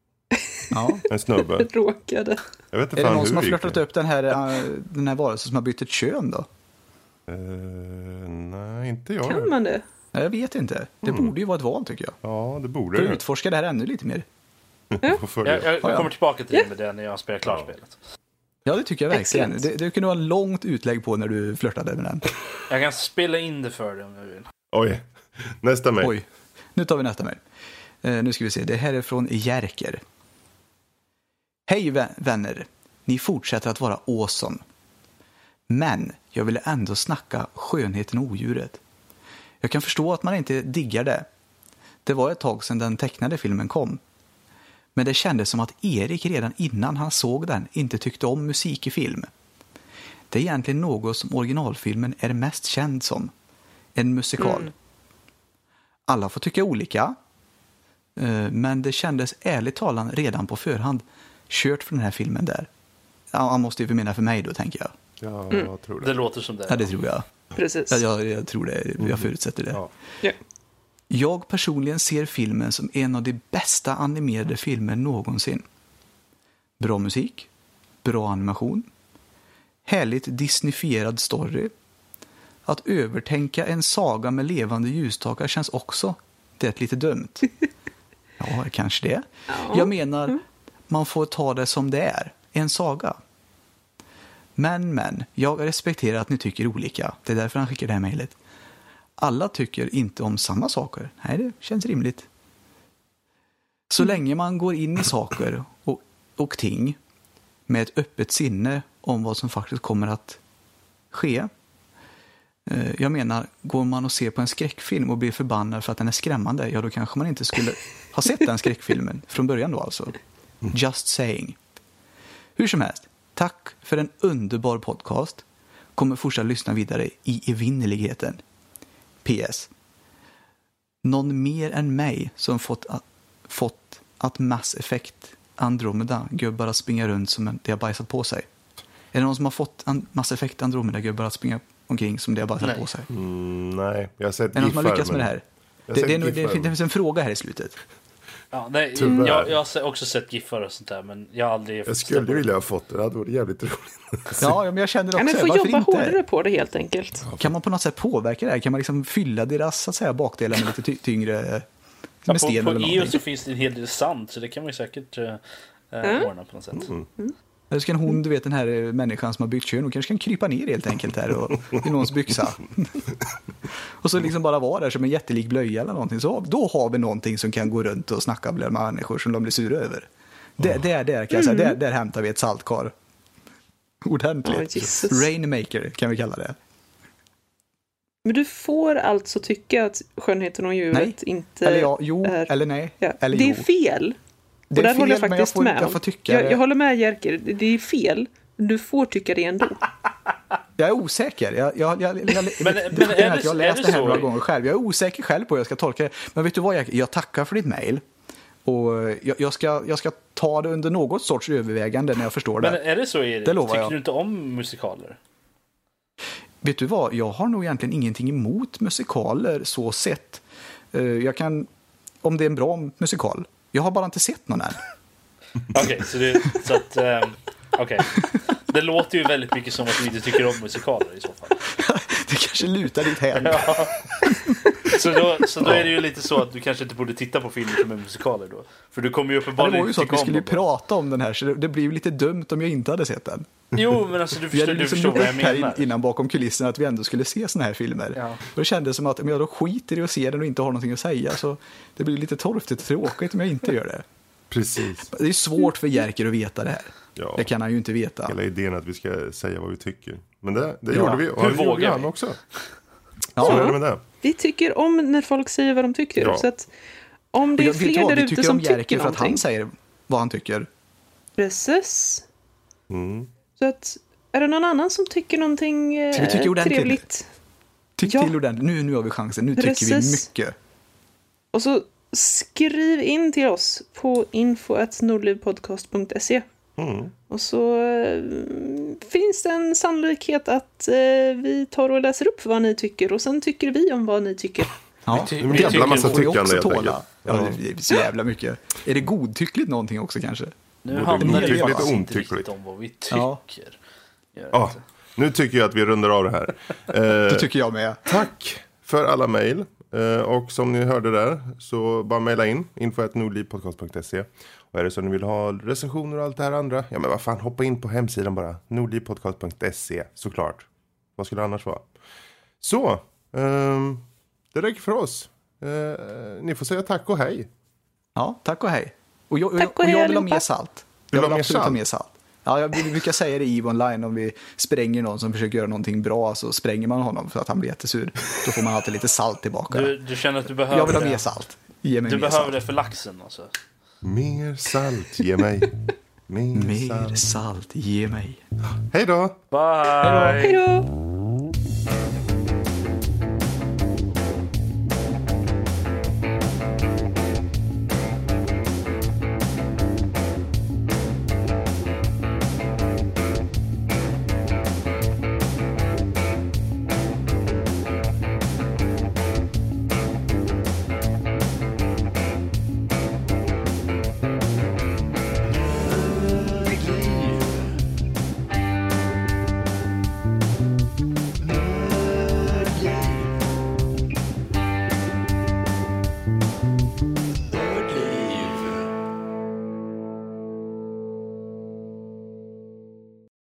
Ja. En snubbe. Råkade. Jag vet inte Är det fan någon hur som har det gick. flörtat upp den här, äh, den här varelsen som har bytt ett kön då? Eh, nej, inte jag. Kan man det? Nej, jag vet inte. Det Mm. borde ju vara ett val tycker jag. Ja, det borde För att det. utforska det här ännu lite mer. Får följa. Jag, jag, jag Ja, ja. kommer tillbaka till det med det när jag spelar klart Ja. spelet. Ja, det tycker jag verkligen. Excellent. Det, det kunde vara en långt utlägg på när du flörtade med den. Jag kan spela in det för dig om jag vill. Oj, nästa mejl. Oj, nu tar vi nästa mejl. Eh, nu ska vi se, det här är från Jerker. Hej vä- vänner, ni fortsätter att vara awesome. Men jag vill ändå snacka skönheten och odjuret. Jag kan förstå att man inte diggar det. Det var ett tag sedan den tecknade filmen kom. Men det kändes som att Erik redan innan han såg den inte tyckte om musik i film. Det är egentligen något som originalfilmen är mest känd som. En musikal. Mm. Alla får tycka olika. eh, Men det kändes ärligt talat redan på förhand kört för den här filmen där. Ja, han måste ju förmena för mig då, tänker jag. Ja, Mm. jag tror det. Det låter som det. Ja, det tror jag. Precis. Ja, jag, jag tror det. Jag förutsätter det. Ja. Ja. Jag personligen ser filmen som en av de bästa animerade filmer någonsin. Bra musik, bra animation, härligt disneyfierad story. Att övertänka en saga med levande ljusstakar känns också det lite dumt. Ja, kanske det. Ja. Jag menar, man får ta det som det är. En saga. Men, men, jag respekterar att ni tycker olika. Det är därför han skickar det här mejlet. Alla tycker inte om samma saker. Nej, det känns rimligt. Så länge man går in i saker och, och ting med ett öppet sinne om vad som faktiskt kommer att ske. Jag menar, går man och ser på en skräckfilm och blir förbannad för att den är skrämmande, ja då kanske man inte skulle ha sett den skräckfilmen från början då alltså. Just saying. Hur som helst, tack för en underbar podcast. Kommer fortsätta lyssna vidare i evinnerligheten. P S. Någon mer än mig som fått att, fått att Mass Effect Andromeda gubbar att springa runt som en, det har bajsat på sig. Är det någon som har fått an, Mass Effect Andromeda gubbar att springa omkring som det har bajsat Nej. på sig? Mm, nej, jag har sett Är det någon som har giffar, lyckats med men- det här? Jag har Det, sett det, är nog- giffar, det, det men- finns en fråga här i slutet. Ja, nej, Tyvärr. jag, jag har se- också sett giffar och sånt där, men jag har aldrig... Jag skulle vilja ha fått det, det hade varit jävligt roligt. Ja, men jag känner Ja, också, men får varför jobba inte? hårdare på det helt enkelt. Kan man på något sätt påverka det här? Kan man liksom fylla deras så att säga, bakdelar med lite ty- tyngre med Ja, sten på eller på E O någonting? så finns det en hel del sand, så det kan man ju säkert uh, Mm. ordna på något sätt. Eller så kan hon, du vet den här eh, människan som har byggt kön, hon kanske kan krypa ner helt enkelt här och, i någons byxa. Och så liksom bara vara där som en jättelik blöja eller någonting. Så då har vi någonting som kan gå runt och snacka med människor som de blir sura över. Det, där, där kan jag säga, där, där hämtar vi ett saltkar. Ordentligt. Ja, Jesus. Rainmaker kan vi kalla det. Men du får alltså tycka att skönheten och djuret Nej. inte Eller ja, jo, är... eller nej. Ja. Eller det är jo. fel. Det Och där är håller jag fel, men jag faktiskt får, med jag om. får tycka Jag, det. jag håller med Jerker, det det är fel. Du får tycka det ändå. Jag är osäker. Jag, jag, jag, jag, jag, Men- det, men det, är är det- att jag har är läst det det här så? några gånger själv. Jag är osäker själv på hur jag ska tolka det. Men vet du vad, jag, jag tackar för ditt mejl. Och jag, jag, ska, jag ska ta det under något sorts övervägande när jag förstår Men det. är det så, Erik? Det lovar Tycker jag. du inte om musikaler? Vet du vad, jag har nog egentligen ingenting emot musikaler så sett. Eh, Jag kan, om det är en bra musikal. Jag har bara inte sett någon än. Okej, så, det, så att... Um, Okej. Det låter ju väldigt mycket som att du inte tycker om musikaler i så fall. Det kanske lutar dit här. Ja. Så, då, så då är det ju lite så att du kanske inte borde titta på filmer som är musikaler då. För du kommer ju Ja, det uppenbarligen var ju inte så att vi tycka om skulle ju dem. prata om den här, så det, det blir ju lite dumt om jag inte hade sett den. Jo, men alltså du Vi förstår, hade du liksom förstår gjort vad jag upp här in, menar. innan bakom kulisserna att vi ändå skulle se såna här filmer. Ja. Och det kändes som att om jag då skiter i att se den och inte har någonting att säga, så det blir lite torftigt och tråkigt om jag inte gör det. Precis. Det är svårt för Jerker att veta det här. Ja. Det kan han ju inte veta. Hela idén att vi ska säga vad vi tycker. Men det, det Ja. gjorde vi. Och Hur det gjorde vågar han vi? också. Ja. Så är det med det. Vi tycker om när folk säger vad de tycker. Ja. Så att om det Och är jag vet fler vad, där vi ute tycker som om Jerker tycker för att han någonting. säger vad han tycker. Precis. Mm. Så att är det någon annan som tycker någonting eh, Så vi tycker ordentligt. trevligt? Tyck Ja. till ordentligt. Nu, nu har vi chansen. Nu tycker vi Precis. mycket. Och så skriv in till oss på info at nordlivpodcast punkt se. Mm. Och så eh, finns det en sannolikhet att eh, vi tar och läser upp vad ni tycker. Och sen tycker vi om vad ni tycker. Ja. ty- En vi jävla tycker- massa får vi tyckande också helt tåla. enkelt. Ja, det är så jävla mycket. Är det godtyckligt någonting också kanske? Nu Både handlar det ju godtyckligt faktiskt och inte otyckligt. riktigt om vad vi tycker. Ja. Gör det Ja, inte. nu tycker jag att vi rundar av det här. Det Eh, tycker jag med. tack för alla mejl. Eh, och som ni hörde där så bara mejla in info at nordlivpodcast punkt se. Och är det så att ni vill ha recensioner och allt det här andra, ja men vad fan, hoppa in på hemsidan bara. nordlivpodcast punkt se, såklart. Vad skulle det annars vara? Så, ehm, det räcker för oss. Eh, ni får säga tack och hej. Ja, tack och hej. Och jag, Tack och och hej jag vill ha allihopa. mer salt. Vill Jag du vill ha mer absolut ha salt? mer salt. Ja, jag vi brukar säga det i EVE Online om vi spränger någon som försöker göra någonting bra, så spränger man honom för att han blir jättesur. Då får man alltid lite salt tillbaka. Du, du känner att du behöver jag vill ha det. mer salt. Ge mig Du mer behöver salt. det för laxen alltså. Mer salt, ge mig. Mer, Mer salt. salt, ge mig. Hej då! Bye! Hej då!